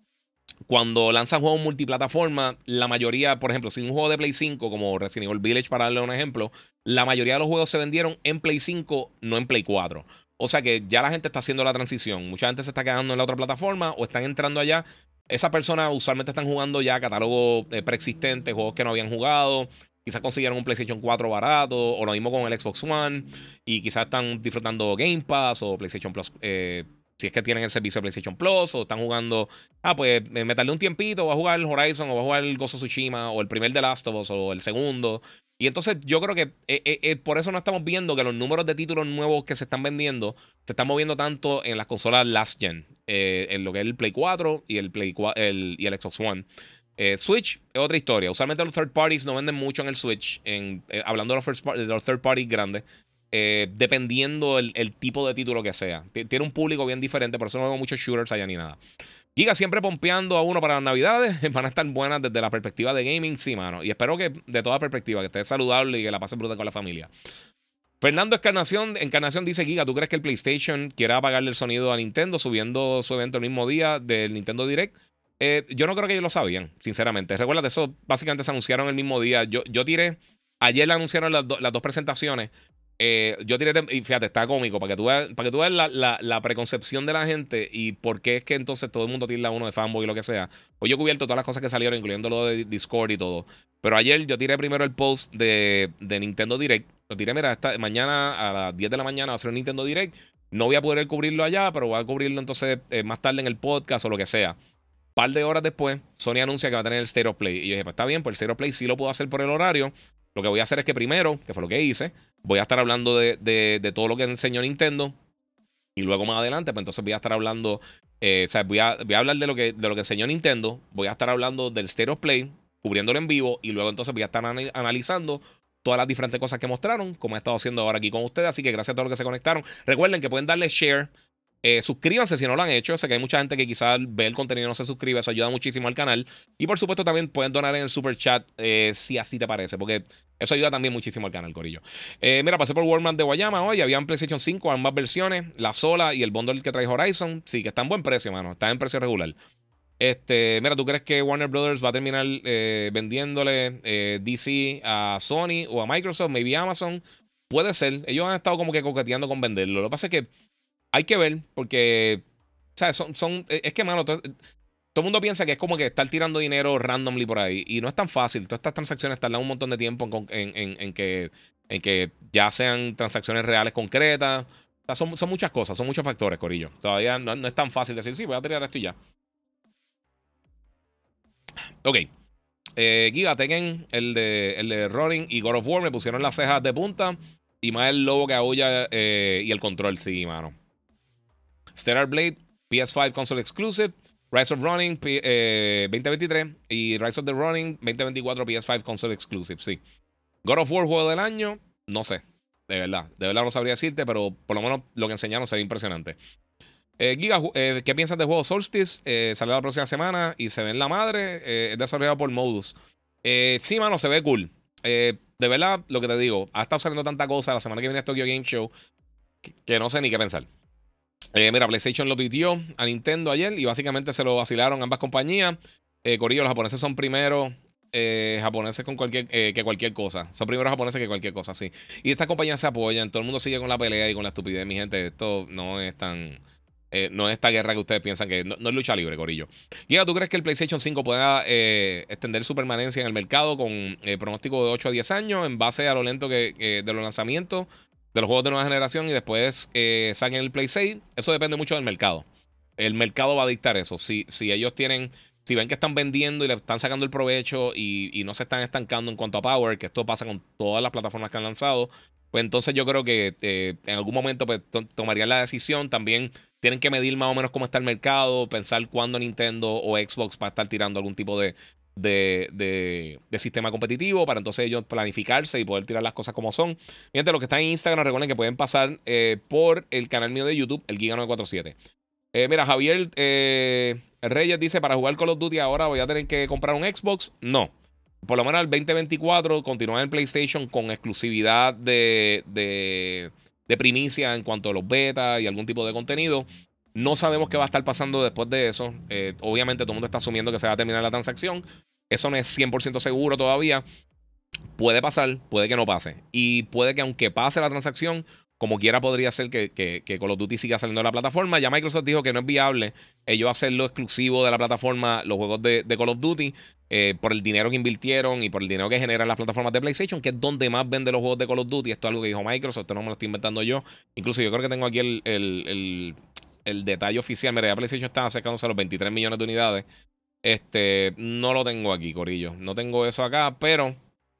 Cuando lanzan juegos multiplataforma, la mayoría, por ejemplo, si un juego de Play 5 como Resident Evil Village, para darle un ejemplo, la mayoría de los juegos se vendieron en Play 5, no en Play 4. O sea que ya la gente está haciendo la transición. Mucha gente se está quedando en la otra plataforma o están entrando allá. Esas personas usualmente están jugando ya catálogos preexistentes, juegos que no habían jugado. Quizás consiguieron un PlayStation 4 barato, o lo mismo con el Xbox One, y quizás están disfrutando Game Pass o PlayStation Plus, si es que tienen el servicio de PlayStation Plus, o están jugando, pues me tardé un tiempito, voy a jugar el Horizon, o voy a jugar el Ghost of Tsushima, o el primer The Last of Us, o el segundo. Y entonces yo creo que por eso no estamos viendo que los números de títulos nuevos que se están vendiendo se están moviendo tanto en las consolas last gen, en lo que es el Play 4 y el y el Xbox One. Switch es otra historia. Usualmente los third parties no venden mucho en el Switch, hablando de los third parties grandes, dependiendo el tipo de título que sea. Tiene un público bien diferente, por eso no veo muchos shooters allá ni nada. Giga siempre pompeando a uno para las navidades. Van a estar buenas desde la perspectiva de gaming, sí, mano. Y espero que de toda perspectiva, que esté saludable y que la pasen brutal con la familia. Fernando Encarnación dice: Giga, ¿tú crees que el PlayStation quiera apagarle el sonido a Nintendo subiendo su evento el mismo día del Nintendo Direct? Yo no creo que ellos lo sabían, sinceramente. Recuerda, eso básicamente se anunciaron el mismo día. Yo tiré, ayer le anunciaron las dos presentaciones. Yo tiré, y fíjate, está cómico, para que tú veas la preconcepción de la gente y por qué es que entonces todo el mundo tilda a uno de fanboy y lo que sea. Hoy yo he cubierto todas las cosas que salieron, incluyendo lo de Discord y todo. Pero ayer yo tiré primero el post de Nintendo Direct. Lo tiré, mira, mañana a las 10 de la mañana va a ser un Nintendo Direct. No voy a poder cubrirlo allá, pero voy a cubrirlo entonces más tarde en el podcast o lo que sea. Par de horas después, Sony anuncia que va a tener el State of Play. Y yo dije, pues está bien, pues el State of Play sí lo puedo hacer por el horario. Lo que voy a hacer es que primero, que fue lo que hice, voy a estar hablando de todo lo que enseñó Nintendo. Y luego más adelante, pues entonces voy a estar hablando, o sea, voy a hablar de lo que enseñó Nintendo. Voy a estar hablando del State of Play, cubriéndolo en vivo. Y luego entonces voy a estar analizando todas las diferentes cosas que mostraron, como he estado haciendo ahora aquí con ustedes. Así que gracias a todos los que se conectaron. Recuerden que pueden darle share. Suscríbanse si no lo han hecho. Sé que hay mucha gente que quizás ve el contenido y no se suscribe. Eso ayuda muchísimo al canal. Y por supuesto también pueden donar en el super chat si así te parece, porque eso ayuda también muchísimo al canal, corillo. Mira, pasé por Walmart de Guayama hoy. Habían PlayStation 5, ambas versiones, la sola y el bundle que trae Horizon. Sí, que está en buen precio, mano. Está en precio regular. Mira, ¿tú crees que Warner Brothers va a terminar vendiéndole DC a Sony o a Microsoft, maybe Amazon? Puede ser. Ellos han estado como que coqueteando con venderlo. Lo que pasa es que hay que ver, porque, o sea, es que, mano, todo el mundo piensa que es como que estar tirando dinero randomly por ahí. Y no es tan fácil. Todas estas transacciones tardan un montón de tiempo en que ya sean transacciones reales concretas. O sea, son muchas cosas, son muchos factores, corillo. Todavía no es tan fácil decir, sí, voy a tirar esto y ya. Ok. Giga, Tekken, el de Roaring y God of War me pusieron las cejas de punta. Y más el lobo que aúlla y el control, sí, mano. Stellar Blade, PS5 Console Exclusive. Rise of Running 2023 y Rise of the Running 2024 PS5 Console Exclusive, sí. God of War, juego del año, no sé. De verdad no sabría decirte, pero por lo menos lo que enseñaron se ve impresionante. Giga, ¿qué piensas del juego Solstice? Sale la próxima semana y se ve en la madre. Es desarrollado por Modus. Sí, mano, se ve cool. De verdad, lo que te digo, ha estado saliendo tanta cosa. La semana que viene es Tokyo Game Show que no sé ni qué pensar. Mira, PlayStation lo tuiteó a Nintendo ayer y básicamente se lo vacilaron ambas compañías. Corillo, los japoneses son primero japoneses con cualquier cosa. Son primero japoneses que cualquier cosa, sí. Y estas compañías se apoyan. Todo el mundo sigue con la pelea y con la estupidez, mi gente. Esto no es tan... no es esta guerra que ustedes piensan que... No es lucha libre, corillo. Giga, ¿tú crees que el PlayStation 5 pueda extender su permanencia en el mercado con pronóstico de 8 a 10 años en base a lo lento de los lanzamientos de los juegos de nueva generación y después saquen el Play 6? Eso depende mucho del mercado. El mercado va a dictar eso. Si ellos tienen... Si ven que están vendiendo y le están sacando el provecho y no se están estancando en cuanto a power, que esto pasa con todas las plataformas que han lanzado, pues entonces yo creo que en algún momento pues, tomarían la decisión. También tienen que medir más o menos cómo está el mercado, pensar cuándo Nintendo o Xbox va a estar tirando algún tipo de sistema competitivo para entonces ellos planificarse y poder tirar las cosas como son. Fíjate, los que están en Instagram, recuerden que pueden pasar por el canal mío de YouTube, el Giga947. Mira, Javier Reyes dice, para jugar Call of Duty ahora voy a tener que comprar un Xbox. No. Por lo menos el 2024 continúa en PlayStation con exclusividad de de primicia en cuanto a los betas y algún tipo de contenido. No sabemos qué va a estar pasando después de eso. Obviamente todo el mundo está asumiendo que se va a terminar la transacción. Eso no es 100% seguro todavía. Puede pasar, puede que no pase. Y puede que aunque pase la transacción, como quiera podría ser que Call of Duty siga saliendo de la plataforma. Ya Microsoft dijo que no es viable ellos hacerlo exclusivo de la plataforma, los juegos de Call of Duty, por el dinero que invirtieron y por el dinero que generan las plataformas de PlayStation, que es donde más vende los juegos de Call of Duty. Esto es algo que dijo Microsoft, esto no me lo estoy inventando yo. Incluso yo creo que tengo aquí el detalle oficial. Mira, ya PlayStation está acercándose a los 23 millones de unidades. No lo tengo aquí, corillo. No tengo eso acá, pero...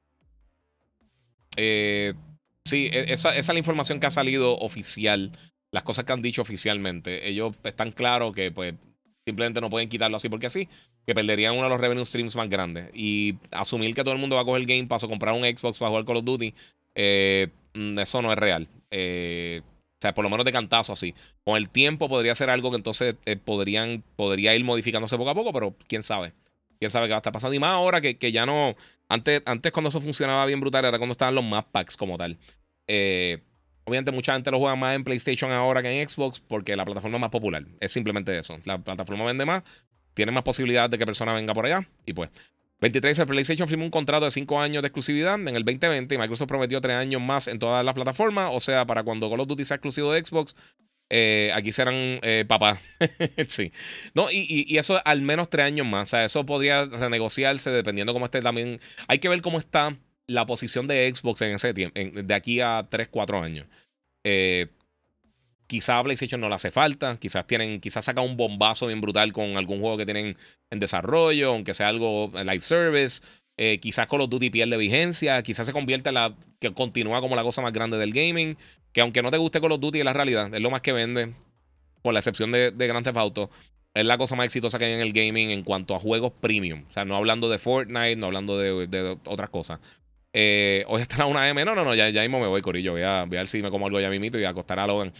sí, esa es la información que ha salido oficial. Las cosas que han dicho oficialmente. Ellos están claros que pues simplemente no pueden quitarlo así porque sí, que perderían uno de los revenue streams más grandes. Y asumir que todo el mundo va a coger el Game Pass o comprar un Xbox para jugar Call of Duty, eso no es real. O sea, por lo menos de cantazo así. Con el tiempo podría ser algo que entonces podría ir modificándose poco a poco, pero quién sabe. Quién sabe qué va a estar pasando. Y más ahora que ya no... Antes cuando eso funcionaba bien brutal, era cuando estaban los map packs como tal. Obviamente mucha gente lo juega más en PlayStation ahora que en Xbox porque la plataforma es más popular. Es simplemente eso. La plataforma vende más, tiene más posibilidades de que persona venga por allá. Y pues, 23, el PlayStation firmó un contrato de 5 años de exclusividad en el 2020 y Microsoft prometió 3 años más en todas las plataformas. O sea, para cuando Call of Duty sea exclusivo de Xbox, aquí serán papás. Sí. No, y eso al menos 3 años más. O sea, eso podría renegociarse dependiendo cómo esté también. Hay que ver cómo está la posición de Xbox en ese tiempo, de aquí a 3, 4 años. Quizá a PlayStation no le hace falta. Quizás saca un bombazo bien brutal con algún juego que tienen en desarrollo, aunque sea algo live service. Quizás Call of Duty pierde vigencia. Quizás se convierta en que continúa como la cosa más grande del gaming. Que aunque no te guste Call of Duty, es la realidad. Es lo más que vende. Con la excepción de Grand Theft Auto. Es la cosa más exitosa que hay en el gaming en cuanto a juegos premium. O sea, no hablando de Fortnite, no hablando de otras cosas. Hoy está la 1 AM. No, ya mismo me voy, corillo. Voy a ver si me como algo ya mismito y a acostar a Logan.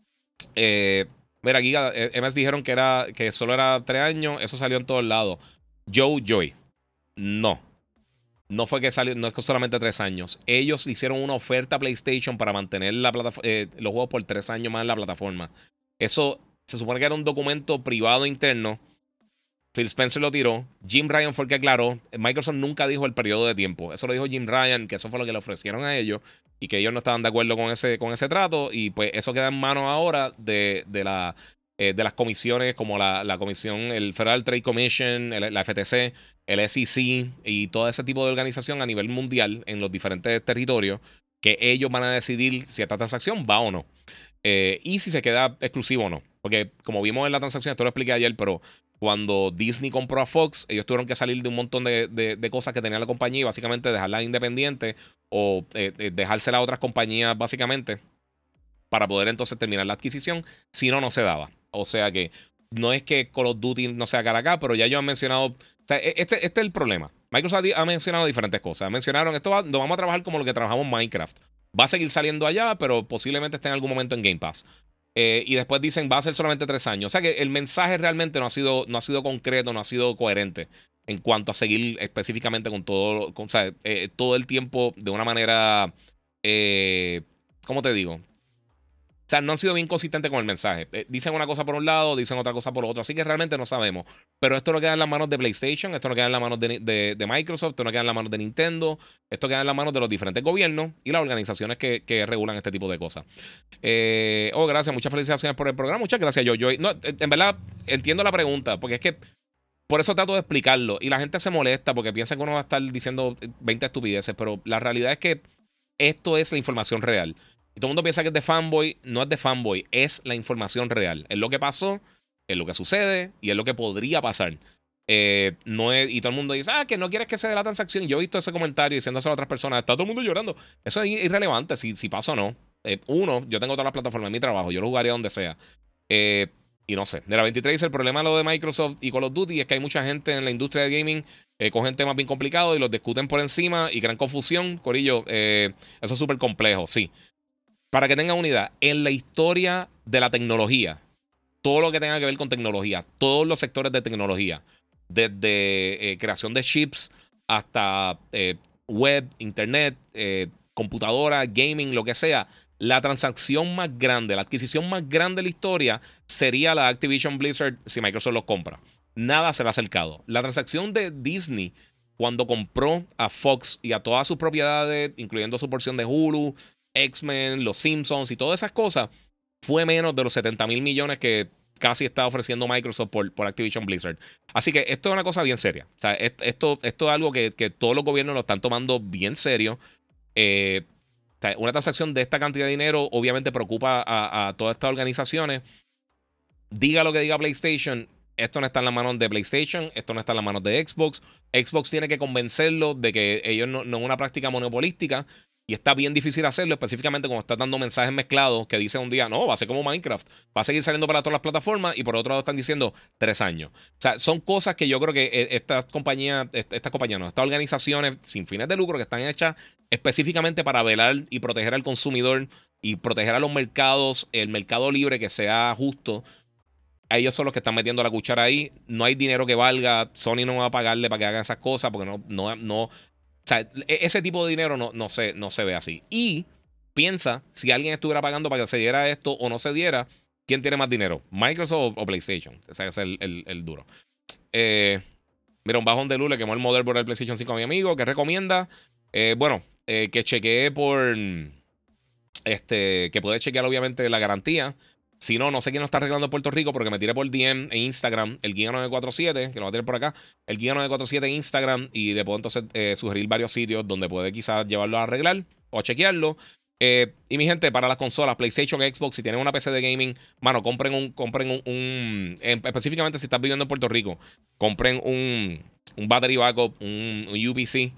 Mira, aquí MS dijeron que solo era 3 años. Eso salió en todos lados. Joy. No. No fue que salió, no es que solamente 3 años. Ellos hicieron una oferta a PlayStation para mantener los juegos por 3 años más en la plataforma. Eso se supone que era un documento privado interno. Phil Spencer lo tiró. Jim Ryan fue el que aclaró. Microsoft nunca dijo el periodo de tiempo. Eso lo dijo Jim Ryan, que eso fue lo que le ofrecieron a ellos y que ellos no estaban de acuerdo con ese trato. Y pues eso queda en manos ahora de las comisiones como la comisión, el Federal Trade Commission, la FTC, el SEC y todo ese tipo de organización a nivel mundial en los diferentes territorios, que ellos van a decidir si esta transacción va o no. Y si se queda exclusivo o no. Porque como vimos en la transacción, esto lo expliqué ayer, pero cuando Disney compró a Fox, ellos tuvieron que salir de un montón de cosas que tenía la compañía y básicamente dejarla independiente o dejársela a otras compañías básicamente para poder entonces terminar la adquisición. Si no, no se daba. O sea que no es que Call of Duty no sea cara acá, pero ya ellos han mencionado... O sea, este es el problema. Microsoft ha mencionado diferentes cosas. Mencionaron, lo vamos a trabajar como lo que trabajamos en Minecraft. Va a seguir saliendo allá, pero posiblemente esté en algún momento en Game Pass. Y después dicen, va a ser solamente 3 años. O sea que el mensaje realmente no ha sido concreto, no ha sido coherente en cuanto a seguir específicamente con todo, todo el tiempo de una manera, ¿cómo te digo? O sea, no han sido bien consistentes con el mensaje. Dicen una cosa por un lado, dicen otra cosa por otro. Así que realmente no sabemos. Pero esto no queda en las manos de PlayStation, esto no queda en las manos de Microsoft, esto no queda en las manos de Nintendo, esto queda en las manos de los diferentes gobiernos y las organizaciones que regulan este tipo de cosas. Gracias, muchas felicitaciones por el programa. Muchas gracias, yo. No, en verdad, entiendo la pregunta, porque es que por eso trato de explicarlo. Y la gente se molesta porque piensa que uno va a estar diciendo 20 estupideces, pero la realidad es que esto es la información real. Y todo el mundo piensa que es de fanboy. No es de fanboy, es la información real. Es lo que pasó, es lo que sucede y es lo que podría pasar. Y todo el mundo dice, que no quieres que se dé la transacción. Yo he visto ese comentario diciéndose a otras personas, está todo el mundo llorando. Eso es irrelevante si pasa o no. Yo tengo todas las plataformas en mi trabajo, yo lo jugaría donde sea. Y no sé. De la 23, el problema de lo de Microsoft y Call of Duty es que hay mucha gente en la industria del gaming cogen temas bien complicados y los discuten por encima y crean confusión. Corillo, eso es súper complejo, sí. Para que tengan una idea, en la historia de la tecnología, todo lo que tenga que ver con tecnología, todos los sectores de tecnología, desde creación de chips hasta web, internet, computadora, gaming, lo que sea, la transacción más grande, la adquisición más grande de la historia sería la Activision Blizzard si Microsoft los compra. Nada se le ha acercado. La transacción de Disney cuando compró a Fox y a todas sus propiedades, incluyendo su porción de Hulu, X-Men, Los Simpsons y todas esas cosas, fue menos de los 70 mil millones que casi está ofreciendo Microsoft por Activision Blizzard. Así que esto es una cosa bien seria. O sea, esto es algo que todos los gobiernos lo están tomando bien serio. O sea, una transacción de esta cantidad de dinero obviamente preocupa a todas estas organizaciones. Diga lo que diga PlayStation, esto no está en las manos de PlayStation, esto no está en las manos de Xbox. Xbox tiene que convencerlo de que ellos no es una práctica monopolística. Y está bien difícil hacerlo, específicamente cuando estás dando mensajes mezclados que dicen un día, no, va a ser como Minecraft, va a seguir saliendo para todas las plataformas, y por otro lado están diciendo 3 años. O sea, son cosas que yo creo que estas compañías, no, estas organizaciones sin fines de lucro que están hechas específicamente para velar y proteger al consumidor y proteger a los mercados, el mercado libre que sea justo. Ellos son los que están metiendo la cuchara ahí. No hay dinero que valga. Sony no va a pagarle para que hagan esas cosas porque no. O sea, ese tipo de dinero no se ve así. Y piensa, si alguien estuviera pagando para que se diera esto o no se diera, ¿quién tiene más dinero? ¿Microsoft o PlayStation? Ese es el duro. Mira, un bajón de luz le quemó el motherboard del PlayStation 5 a mi amigo. ¿Qué recomienda? Que chequee por... que puede chequear obviamente la garantía. Si no, no sé quién lo está arreglando en Puerto Rico, porque me tiré por DM en Instagram, el Guía 947, que lo va a tener por acá, el Guía 947 en Instagram, y le puedo entonces sugerir varios sitios donde puede quizás llevarlo a arreglar o a chequearlo. Y mi gente, para las consolas, PlayStation, Xbox, si tienen una PC de gaming, mano, compren específicamente si estás viviendo en Puerto Rico, compren un battery backup, un UPC,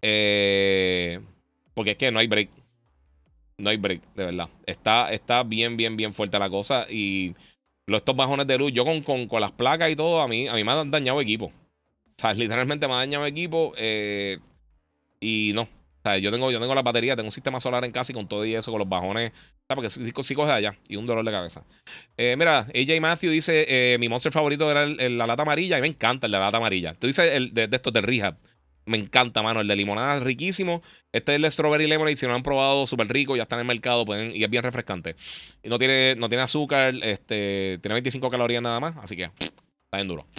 porque es que no hay break. No hay break, de verdad. Está bien fuerte la cosa. Y estos bajones de luz, yo con las placas y todo, a mí me han dañado equipo. O sea, literalmente me ha dañado equipo. Y no. O sea, yo tengo la batería, tengo un sistema solar en casa, y con todo y eso, con los bajones. O sea, porque sí coge de allá. Y un dolor de cabeza. Mira, AJ Matthew dice: mi monster favorito era la lata amarilla. Y me encanta el de la lata amarilla. Tú dices el de estos del Rehab. Me encanta, mano. El de limonada es riquísimo. Este es el de Strawberry Lemonade. Si no lo han probado, súper rico. Ya está en el mercado. Y es bien refrescante. Y no tiene azúcar. Tiene 25 calorías nada más. Así que está bien duro.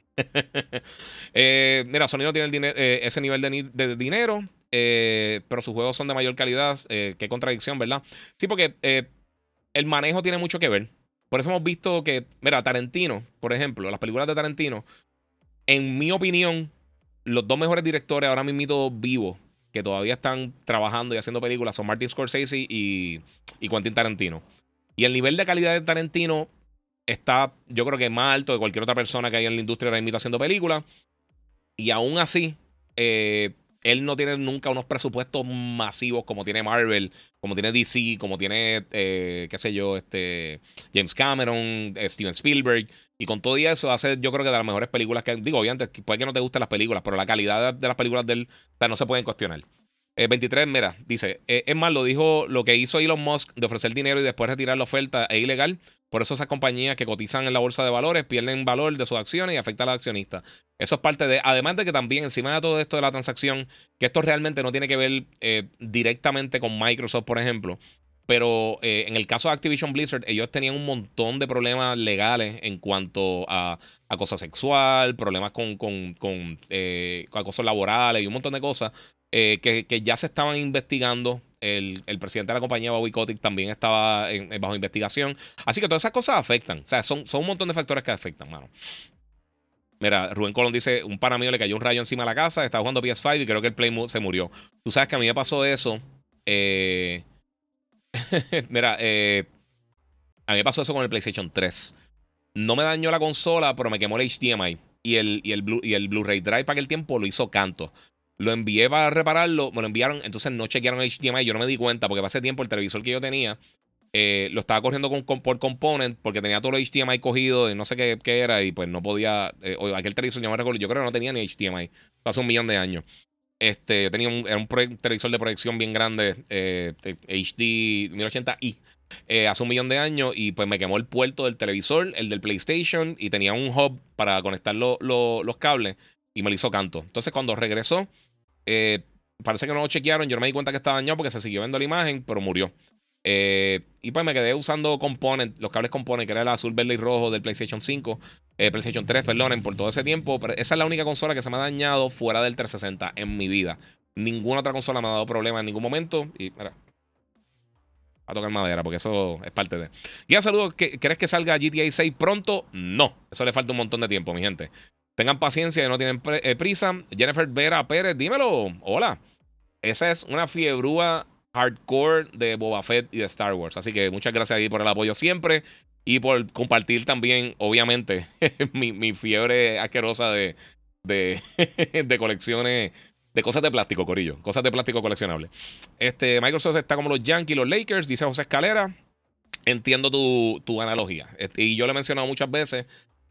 Mira, Sony no tiene ese nivel de dinero. Pero sus juegos son de mayor calidad. Qué contradicción, ¿verdad? Sí, porque el manejo tiene mucho que ver. Por eso hemos visto que, mira, Tarantino, por ejemplo, las películas de Tarantino, en mi opinión, los dos mejores directores ahora mismo vivos que todavía están trabajando y haciendo películas son Martin Scorsese y Quentin Tarantino. Y el nivel de calidad de Tarantino está, yo creo que más alto de cualquier otra persona que hay en la industria ahora mismo haciendo películas. Y aún así, él no tiene nunca unos presupuestos masivos como tiene Marvel, como tiene DC, como tiene, qué sé yo, James Cameron, Steven Spielberg. Y con todo eso hace, yo creo que de las mejores películas que... Digo, obviamente, puede que no te gusten las películas, pero la calidad de las películas de él, o sea, no se pueden cuestionar. 23, mira, dice, es más, lo que hizo Elon Musk de ofrecer dinero y después retirar la oferta es ilegal. Por eso esas compañías que cotizan en la bolsa de valores pierden valor de sus acciones y afecta a los accionistas. Eso es parte de... Además de que también, encima de todo esto de la transacción, que esto realmente no tiene que ver directamente con Microsoft, por ejemplo. Pero en el caso de Activision Blizzard, ellos tenían un montón de problemas legales en cuanto a acoso sexual, problemas con acosos laborales y un montón de cosas que ya se estaban investigando. El presidente de la compañía, Bobby Kotick, también estaba bajo investigación. Así que todas esas cosas afectan. O sea, son un montón de factores que afectan, mano. Mira, Rubén Colón dice: un pana mío le cayó un rayo encima de la casa, estaba jugando PS5 y creo que el Play se murió. Tú sabes que a mí me pasó eso. Mira, a mí me pasó eso con el PlayStation 3. No me dañó la consola, pero me quemó el HDMI. Y el Blu-ray Drive para aquel tiempo lo hizo canto. Lo envié para repararlo, me lo enviaron, entonces no chequearon el HDMI. Yo no me di cuenta porque hace tiempo el televisor que yo tenía lo estaba corriendo por component porque tenía todo el HDMI cogido y no sé qué era, y pues no podía. Aquel televisor, yo me recuerdo, yo creo que no tenía ni HDMI hace 1.000.000 de años. Yo tenía un televisor de proyección bien grande, HD 1080i, hace 1.000.000 de años, y pues me quemó el puerto del televisor, el del PlayStation, y tenía un hub para conectar los cables, y me lo hizo canto. Entonces cuando regresó, parece que no lo chequearon, yo no me di cuenta que estaba dañado porque se siguió viendo la imagen, pero murió. Y pues me quedé usando los cables component, que era el azul, verde y rojo del PlayStation 5, PlayStation 3, perdonen, por todo ese tiempo. Pero esa es la única consola que se me ha dañado fuera del 360 en mi vida. Ninguna otra consola me ha dado problema en ningún momento. Y mira, a tocar madera, porque eso es parte de. Ya saludos. ¿Crees que salga GTA 6 pronto? No. Eso le falta un montón de tiempo, mi gente. Tengan paciencia y no tienen prisa. Jennifer Vera Pérez, dímelo. Hola. Esa es una fiebrúa hardcore de Boba Fett y de Star Wars. Así que muchas gracias ahí por el apoyo siempre. Y por compartir también, obviamente, mi fiebre asquerosa de colecciones. De cosas de plástico, corillo. Cosas de plástico coleccionables. Microsoft está como los Yankees, los Lakers, dice José Escalera. Entiendo tu analogía. Y yo lo he mencionado muchas veces.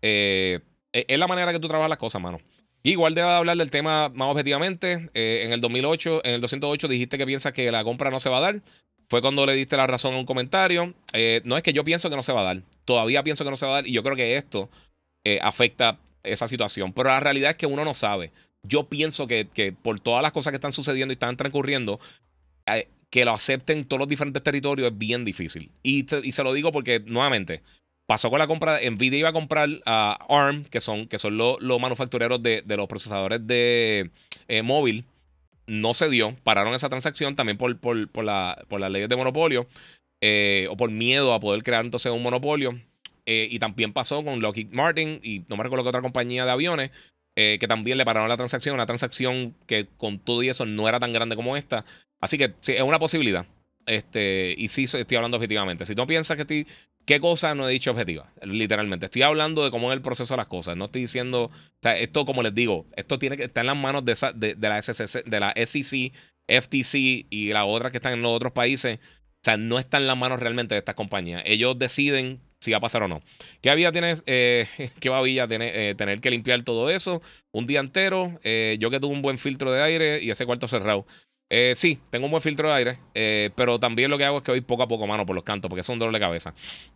Es la manera que tú trabajas las cosas, mano. Igual debo hablar del tema más objetivamente. En el 2008, en el 208 dijiste que piensas que la compra no se va a dar. Fue cuando le diste la razón a un comentario. No es que yo pienso que no se va a dar. Todavía pienso que no se va a dar. Y yo creo que esto afecta esa situación. Pero la realidad es que uno no sabe. Yo pienso que por todas las cosas que están sucediendo y están transcurriendo, que lo acepten todos los diferentes territorios es bien difícil. Y se lo digo porque, nuevamente, pasó con la compra. Nvidia iba a comprar a ARM, que son los manufactureros de los procesadores de móvil. No se dio. Pararon esa transacción también por las leyes de monopolio. O por miedo a poder crear entonces un monopolio. Y también pasó con Lockheed Martin y no me recuerdo qué otra compañía de aviones. Que también le pararon la transacción. Una transacción que con todo y eso no era tan grande como esta. Así que sí, es una posibilidad. Y sí, estoy hablando objetivamente. Si tú piensas que ¿qué cosa no he dicho objetiva? Literalmente. Estoy hablando de cómo es el proceso de las cosas. No estoy diciendo. O sea, esto, como les digo, esto tiene que estar en las manos de la SEC, de la SEC, FTC y las otras que están en los otros países. O sea, no está en las manos realmente de estas compañías. Ellos deciden si va a pasar o no. ¿Qué babilla tienes? ¿Qué babilla tener que limpiar todo eso un día entero? Yo que tuve un buen filtro de aire y ese cuarto cerrado. Sí, tengo un buen filtro de aire, pero también lo que hago es que voy poco a poco, mano, por los cantos, porque es un dolor de cabeza.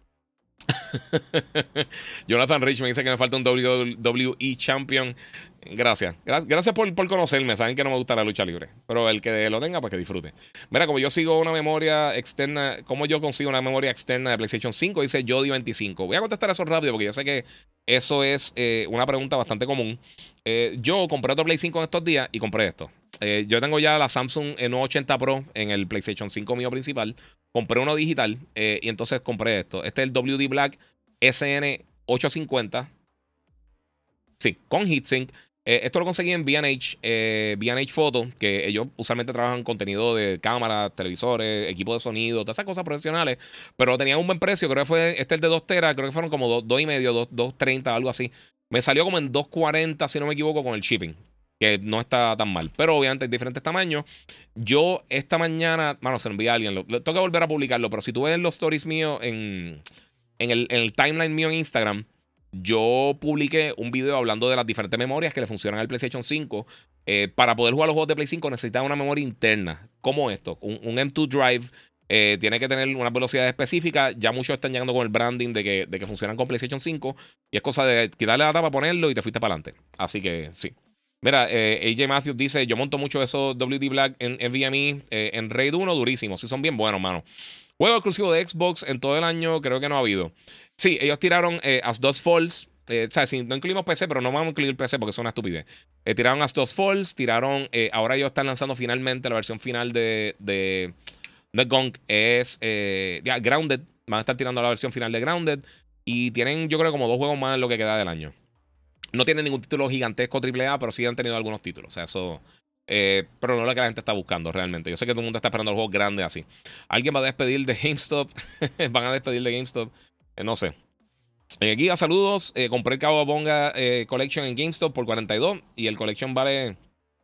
Jonathan Rich me dice que me falta un WWE Champion. Gracias. Gracias por conocerme. Saben que no me gusta la lucha libre. Pero el que lo tenga, pues que disfrute. Mira, como yo sigo una memoria externa, ¿cómo yo consigo una memoria externa de PlayStation 5? Dice Jody25. Voy a contestar eso rápido porque yo sé que eso es una pregunta bastante común. Yo compré otro Play 5 en estos días y compré esto. Yo tengo ya la Samsung N80 Pro en el PlayStation 5 mío principal. Compré uno digital y entonces compré esto. Este es el WD Black SN850. Sí, con heatsink. Esto lo conseguí en B&H Photo, que ellos usualmente trabajan contenido de cámaras, televisores, equipos de sonido, todas esas cosas profesionales, pero tenían un buen precio. Creo que fue el de 2 teras, creo que fueron como 2.5, 2.30, algo así. Me salió como en 2.40, si no me equivoco, con el shipping, que no está tan mal, pero obviamente hay diferentes tamaños. Yo esta mañana, mano, se lo envié a alguien, tengo que volver a publicarlo, pero si tú ves los stories míos en el timeline mío en Instagram, yo publiqué un video hablando de las diferentes memorias que le funcionan al PlayStation 5. Para poder jugar los juegos de Play 5 necesitas una memoria interna, como esto, un M2 Drive. Tiene que tener una velocidad específica. Ya muchos están llegando con el branding de que funcionan con PlayStation 5. Y es cosa de quitarle la tapa, ponerlo y te fuiste para adelante. Así que sí. Mira, AJ Matthews dice: yo monto mucho esos WD Black en VME, en RAID 1, durísimos. Sí, son bien buenos, mano. Juego exclusivo de Xbox en todo el año, creo que no ha habido. Sí, ellos tiraron As Dusk Falls. O sea, si no incluimos PC, pero no vamos a incluir PC porque es una estupidez. Tiraron As Dusk Falls, tiraron. Ahora ellos están lanzando finalmente la versión final de Gunk. Es Grounded. Van a estar tirando la versión final de Grounded. Y tienen, yo creo, como 2 juegos más en lo que queda del año. No tienen ningún título gigantesco AAA, pero sí han tenido algunos títulos. O sea, eso. Pero no es lo que la gente está buscando realmente. Yo sé que todo el mundo está esperando los juegos grandes así. ¿Alguien va a despedir de GameStop? ¿Van a despedir de GameStop? No sé. Guía, saludos. Compré el Cowabunga Collection en GameStop por 42 y el Collection vale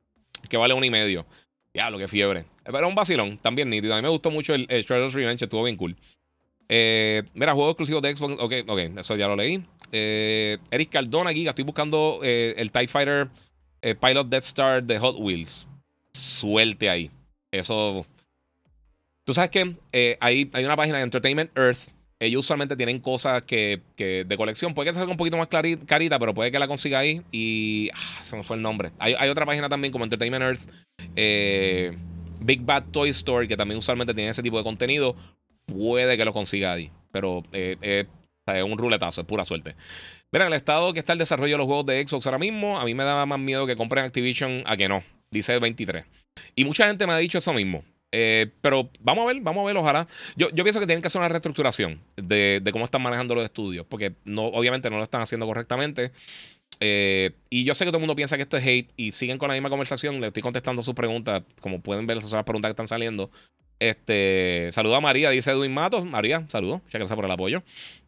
1.5. Ya, lo que fiebre. Pero un vacilón, también nítido. A mí me gustó mucho el Shredder's Revenge, estuvo bien cool. Mira, juego exclusivo de Xbox. Ok, eso ya lo leí. Eric Cardona, Giga, estoy buscando el TIE Fighter Pilot Death Star de Hot Wheels. Suelte ahí. Eso. Tú sabes que hay una página de Entertainment Earth. Ellos usualmente tienen cosas que de colección. Puede que salga un poquito más carita, pero puede que la consiga ahí. Y se me fue el nombre. Hay otra página también como Entertainment Earth. Big Bad Toy Store, que también usualmente tiene ese tipo de contenido. puede que lo consiga ahí. Pero es un ruletazo, es pura suerte. Mira, el estado que está el desarrollo de los juegos de Xbox ahora mismo, a mí me da más miedo que compren Activision a que no, dice 23. Y mucha gente me ha dicho eso mismo. Pero vamos a ver, ojalá. Yo pienso que tienen que hacer una reestructuración de cómo están manejando los estudios, porque no, obviamente no lo están haciendo correctamente. Y yo sé que todo el mundo piensa que esto es hate y siguen con la misma conversación. Le estoy contestando sus preguntas. Como pueden ver, esas son las preguntas que están saliendo. Saludo a María, dice Edwin Matos. María, saludo. Muchas gracias por el apoyo.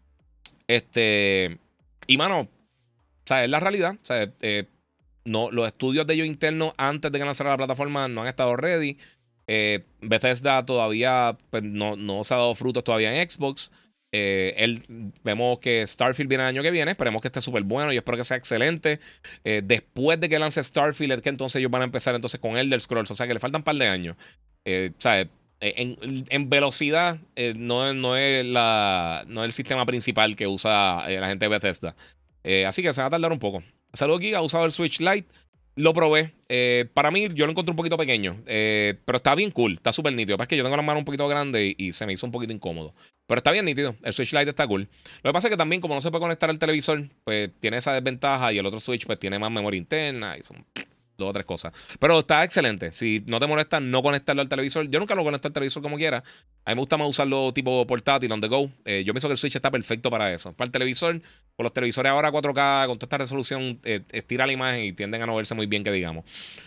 Y mano, o sea, es la realidad. O sea, no, los estudios de ellos internos antes de que lanzara la plataforma no han estado ready. Bethesda todavía pues, no se ha dado frutos todavía en Xbox. Vemos que Starfield viene el año que viene. Esperemos que esté súper bueno. Yo espero que sea excelente. Después de que lance Starfield, es que entonces ellos van a empezar entonces con Elder Scrolls. O sea que le faltan un par de años. ¿Sabes? En velocidad no es el sistema principal que usa la gente de Bethesda. Así que se va a tardar un poco. Saludos, Giga. Ha usado el Switch Lite. Lo probé. Para mí, yo lo encontré un poquito pequeño. Pero está bien cool. Está súper nítido. Es que yo tengo las manos un poquito grandes y se me hizo un poquito incómodo. Pero está bien nítido. El Switch Lite está cool. Lo que pasa es que también, como no se puede conectar al televisor, pues tiene esa desventaja. Y el otro Switch, pues tiene más memoria interna. Y son 2 o 3 cosas. Pero está excelente. Si no te molesta no conectarlo al televisor. Yo nunca lo conecto al televisor como quiera. A mí me gusta más usarlo tipo portátil, on the go. Yo pienso que el Switch está perfecto para eso. Para el televisor, con los televisores ahora 4K, con toda esta resolución, estira la imagen y tienden a no verse muy bien, que digamos.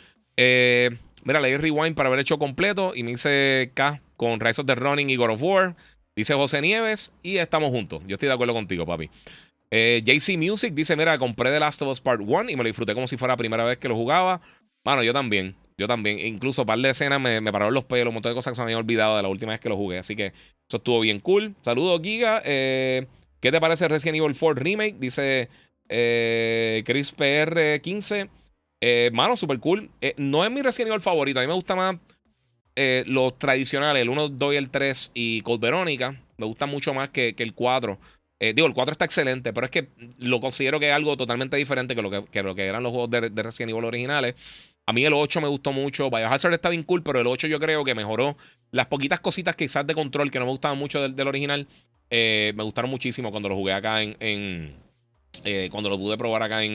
Mira, le di rewind para haber hecho completo y me hice K con Rise of the Ronin y God of War. Dice José Nieves y estamos juntos. Yo estoy de acuerdo contigo, papi. JC Music dice, mira, compré The Last of Us Part 1 y me lo disfruté como si fuera la primera vez que lo jugaba. Mano, yo también. Incluso un par de escenas me pararon los pelos, un montón de cosas que se me habían olvidado de la última vez que lo jugué. Así que eso estuvo bien cool. Saludos, Giga. ¿Qué te parece Resident Evil 4 Remake? Dice Chris PR15. Mano, super cool. No es mi Resident Evil favorito. A mí me gusta más los tradicionales, el 1, 2 y el 3 y Code Verónica. Me gusta mucho más que el 4. El 4 está excelente, pero es que lo considero que es algo totalmente diferente que lo que eran los juegos de Resident Evil originales. A mí el 8 me gustó mucho. Biohazard está bien cool, pero el 8 yo creo que mejoró las poquitas cositas quizás de control que no me gustaban mucho del original. Me gustaron muchísimo cuando lo jugué acá cuando lo pude probar acá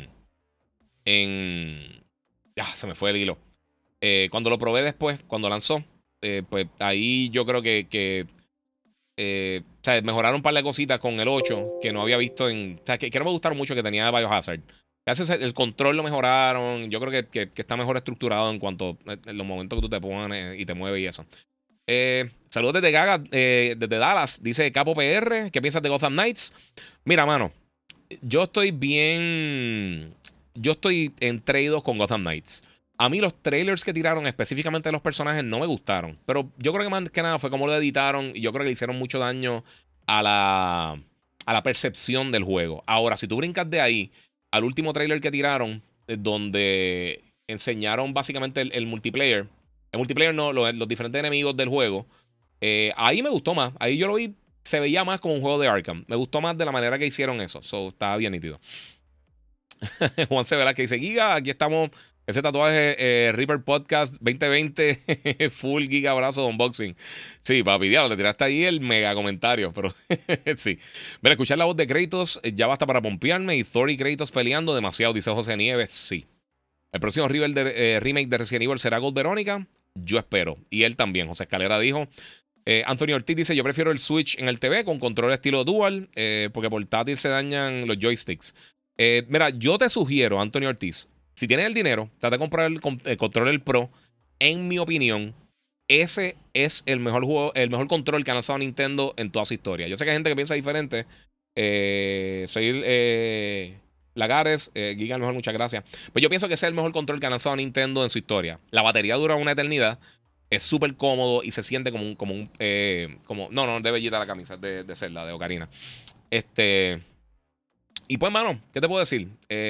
ya, se me fue el hilo. Cuando lo probé después, cuando lanzó, pues ahí yo creo que o sea, mejoraron un par de cositas con el 8 que no había visto o sea, que no me gustaron mucho que tenía Biohazard. El control lo mejoraron. Yo creo que está mejor estructurado en cuanto en los momentos que tú te pones y te mueves y eso. Saludos desde Gaga, desde Dallas. Dice Capo PR. ¿Qué piensas de Gotham Knights? Mira, mano, yo estoy entreído con Gotham Knights. A mí los trailers que tiraron específicamente de los personajes no me gustaron. Pero yo creo que más que nada fue como lo editaron. Y yo creo que le hicieron mucho daño a la percepción del juego. Ahora, si tú brincas de ahí al último trailer que tiraron, donde enseñaron básicamente el multiplayer. El multiplayer no, los diferentes enemigos del juego. Ahí me gustó más. Ahí yo lo vi, se veía más como un juego de Arkham. Me gustó más de la manera que hicieron eso. So, estaba bien nítido. Juan Sevela que dice, Giga, aquí estamos. Ese tatuaje Reaper Podcast 2020 full giga abrazo de unboxing. Sí, papi, diablo, te tiraste ahí el mega comentario, pero sí. Mira, escuchar la voz de Kratos ya basta para pompearme y Thor y Kratos peleando demasiado, dice José Nieves. Sí. El próximo remake de Resident Evil será Gold Verónica. Yo espero. Y él también. José Escalera dijo. Anthony Ortiz dice, yo prefiero el Switch en el TV con control estilo dual porque portátil se dañan los joysticks. Mira, yo te sugiero, Anthony Ortiz, si tienes el dinero, trata de comprar el control del Pro. En mi opinión, ese es el mejor juego, el mejor control que ha lanzado Nintendo en toda su historia. Yo sé que hay gente que piensa diferente. Soy Lagares, Giga, mejor, muchas gracias. Pues yo pienso que ese es el mejor control que ha lanzado Nintendo en su historia. La batería dura una eternidad. Es súper cómodo y se siente no, de Bellita la camisa, de Zelda, de Ocarina. Y pues, mano, ¿qué te puedo decir?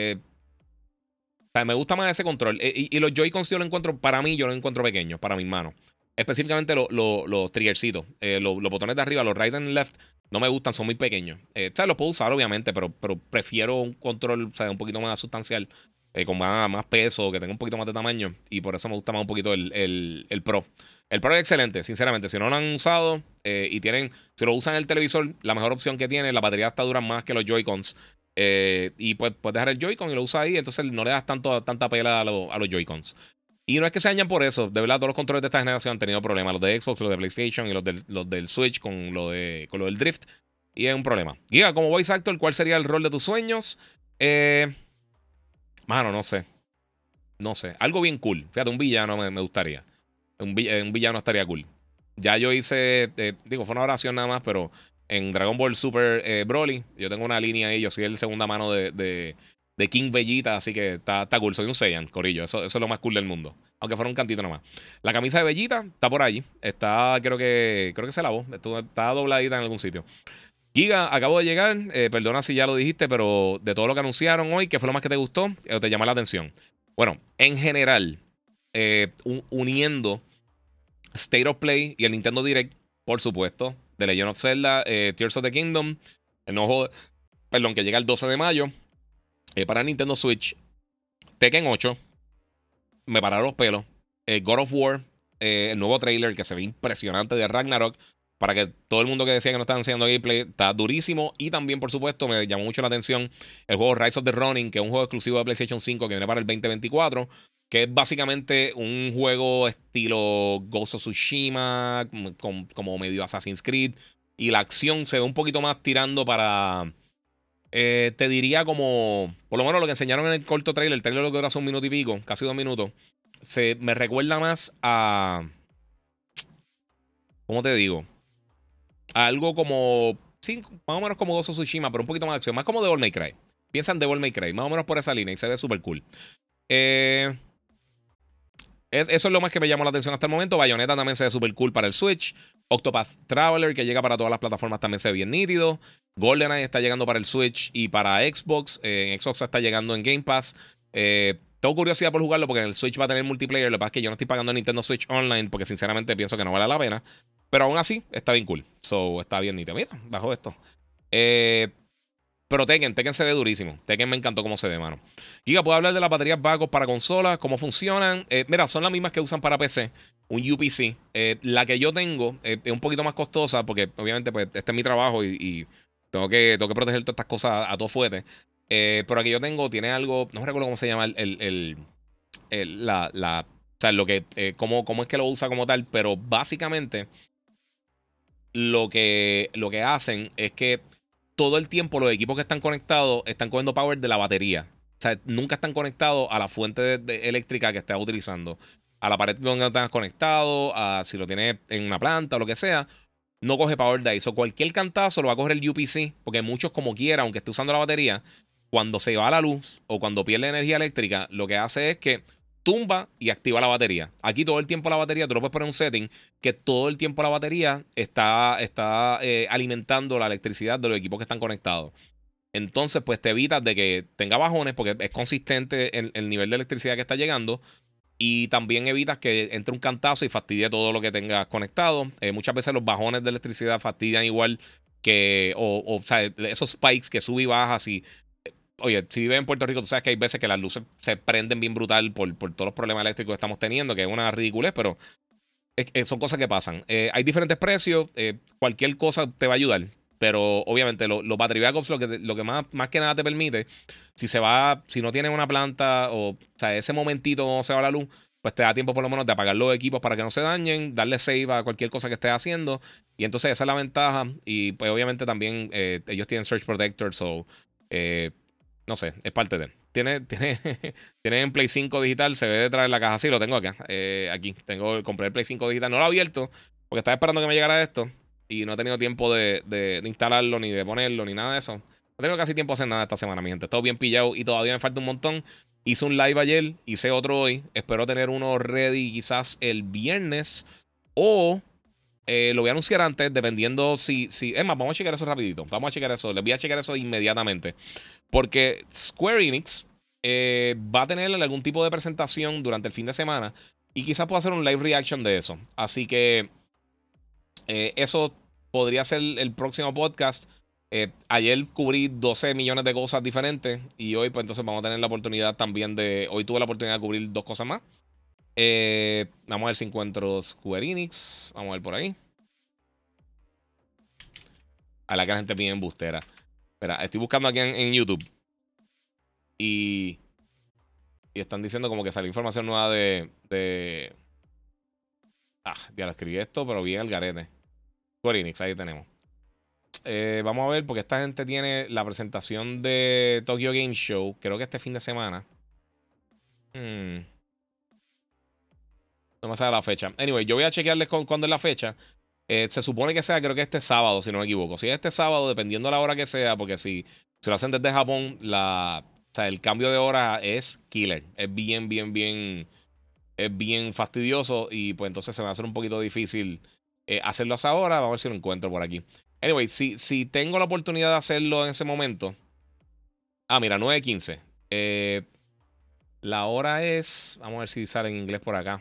O sea, me gusta más ese control. Y los Joy-Cons yo lo encuentro, para mí, yo lo encuentro pequeños, para mis manos. Específicamente los triggercitos. Los botones de arriba, los right and left, no me gustan, son muy pequeños. O sea, los puedo usar, obviamente, pero prefiero un control, o sea, un poquito más sustancial. con más peso, que tenga un poquito más de tamaño. Y por eso me gusta más un poquito el Pro. El Pro es excelente, sinceramente. Si no lo han usado si lo usan en el televisor, la mejor opción que tiene, la batería hasta dura más que los Joy-Cons. Y pues puedes dejar el Joy-Con y lo usas ahí, entonces no le das tanta pela a los Joy-Cons. Y no es que se dañan por eso, de verdad, todos los controles de esta generación han tenido problemas. Los de Xbox, los de PlayStation y los del Switch con lo del Drift. Y es un problema. Giga, como voice actor, ¿cuál sería el rol de tus sueños? Mano, no sé. No sé. Algo bien cool. Fíjate, un villano me gustaría. Un villano estaría cool. Ya yo hice, fue una oración nada más, pero en Dragon Ball Super Broly, yo tengo una línea ahí, yo soy el segunda mano de King Vegeta, así que está cool. Soy un Saiyan, corillo. Eso es lo más cool del mundo. Aunque fuera un cantito nomás. La camisa de Vegeta está por allí. Está, creo que se lavó. Está dobladita en algún sitio. Giga, acabo de llegar. Perdona si ya lo dijiste, pero de todo lo que anunciaron hoy, ¿qué fue lo más que te gustó o te llama la atención? Bueno, en general, uniendo State of Play y el Nintendo Direct, por supuesto, de Legend of Zelda, Tears of the Kingdom, el nuevo juego, perdón, que llega el 12 de mayo para Nintendo Switch, Tekken 8, me pararon los pelos, God of War, el nuevo trailer que se ve impresionante de Ragnarok, para que todo el mundo que decía que no estaban enseñando gameplay está durísimo. Y también, por supuesto, me llamó mucho la atención el juego Rise of the Ronin, que es un juego exclusivo de PlayStation 5 que viene para el 2024, que es básicamente un juego estilo Ghost of Tsushima, como medio Assassin's Creed. Y la acción se ve un poquito más tirando para... te diría como... Por lo menos lo que enseñaron en el corto trailer, el trailer lo que dura hace 1 minuto y pico, casi 2 minutos. Me recuerda más a... ¿Cómo te digo? A algo como... Sí, más o menos como Ghost of Tsushima, pero un poquito más de acción. Más como Devil May Cry. Piensan Devil May Cry, más o menos por esa línea y se ve súper cool. Eso es lo más que me llamó la atención hasta el momento. Bayonetta también se ve súper cool para el Switch. Octopath Traveler, que llega para todas las plataformas, también se ve bien nítido. GoldenEye está llegando para el Switch y para Xbox. En Xbox está llegando en Game Pass. Tengo curiosidad por jugarlo porque en el Switch va a tener multiplayer. Lo que pasa es que yo no estoy pagando Nintendo Switch Online porque sinceramente pienso que no vale la pena. Pero aún así, está bien cool. So, está bien nítido. Mira, bajo esto. Pero Tekken se ve durísimo. Tekken me encantó cómo se ve, mano. Giga, ¿puedo hablar de las baterías backup para consolas? ¿Cómo funcionan? Mira, son las mismas que usan para PC. Un UPC. La que yo tengo es un poquito más costosa porque obviamente pues, este es mi trabajo y tengo que proteger todas estas cosas a todo fuerte. Pero la que yo tengo tiene algo, no recuerdo cómo se llama o sea, lo que, cómo es que lo usa como tal, pero básicamente lo que hacen es que todo el tiempo los equipos que están conectados están cogiendo power de la batería. O sea, nunca están conectados a la fuente eléctrica que estás utilizando. A la pared donde estás conectado, si lo tienes en una planta o lo que sea, no coge power de ahí. So, cualquier cantazo lo va a coger el UPC, porque muchos como quiera, aunque esté usando la batería, cuando se va la luz o cuando pierde energía eléctrica, lo que hace es que tumba y activa la batería. Aquí todo el tiempo la batería, tú lo puedes poner un setting que todo el tiempo la batería está alimentando la electricidad de los equipos que están conectados. Entonces, pues te evitas de que tenga bajones porque es consistente el nivel de electricidad que está llegando. Y también evitas que entre un cantazo y fastidie todo lo que tengas conectado. Muchas veces los bajones de electricidad fastidian igual que... O sea, esos spikes que sube y baja así. Oye, si vives en Puerto Rico, tú sabes que hay veces que las luces se prenden bien brutal por todos los problemas eléctricos que estamos teniendo, que es una ridiculez, pero son cosas que pasan. Hay diferentes precios, cualquier cosa te va a ayudar, pero obviamente los battery backups lo que más que nada te permite, si no tienes una planta o sea, ese momentito no se va la luz, pues te da tiempo por lo menos de apagar los equipos para que no se dañen, darle save a cualquier cosa que estés haciendo, y entonces esa es la ventaja, y pues obviamente también ellos tienen Surge Protector, so... no sé, es parte de él. Tiene en Play 5 digital, se ve detrás de la caja. Sí, lo tengo acá. Aquí compré el Play 5 digital. No lo he abierto porque estaba esperando que me llegara esto y no he tenido tiempo de instalarlo, ni de ponerlo, ni nada de eso. No he tenido casi tiempo de hacer nada esta semana, mi gente. He estado bien pillado y todavía me falta un montón. Hice un live ayer, hice otro hoy. Espero tener uno ready quizás el viernes o... lo voy a anunciar antes, dependiendo si... Es más, vamos a checar eso rapidito. Vamos a checar eso. Les voy a checar eso inmediatamente. Porque Square Enix va a tener algún tipo de presentación durante el fin de semana. Y quizás pueda hacer un live reaction de eso. Así que eso podría ser el próximo podcast. Ayer cubrí 12 millones de cosas diferentes y hoy pues entonces vamos a tener la oportunidad también de... Hoy tuve la oportunidad de cubrir 2 cosas más. Vamos a ver si encuentro Square Enix. Vamos a ver por ahí. A la que la gente pide embustera. Espera, estoy buscando aquí en YouTube. Y están diciendo como que salió información nueva de... ya lo escribí esto, pero bien al garete. Square Enix, ahí tenemos. Vamos a ver, porque esta gente tiene la presentación de Tokyo Game Show. Creo que este fin de semana. No me sale la fecha. Anyway, yo voy a chequearles cuándo es la fecha. Se supone que sea, creo que este sábado, si no me equivoco. Si es este sábado, dependiendo de la hora que sea, porque si lo hacen desde Japón, o sea, el cambio de hora es killer. Es bien fastidioso. Y pues entonces se me va a hacer un poquito difícil hacerlo a esa hora. Vamos a ver si lo encuentro por aquí. Anyway, si tengo la oportunidad de hacerlo en ese momento. Mira, 9:15. La hora es... Vamos a ver si sale en inglés por acá.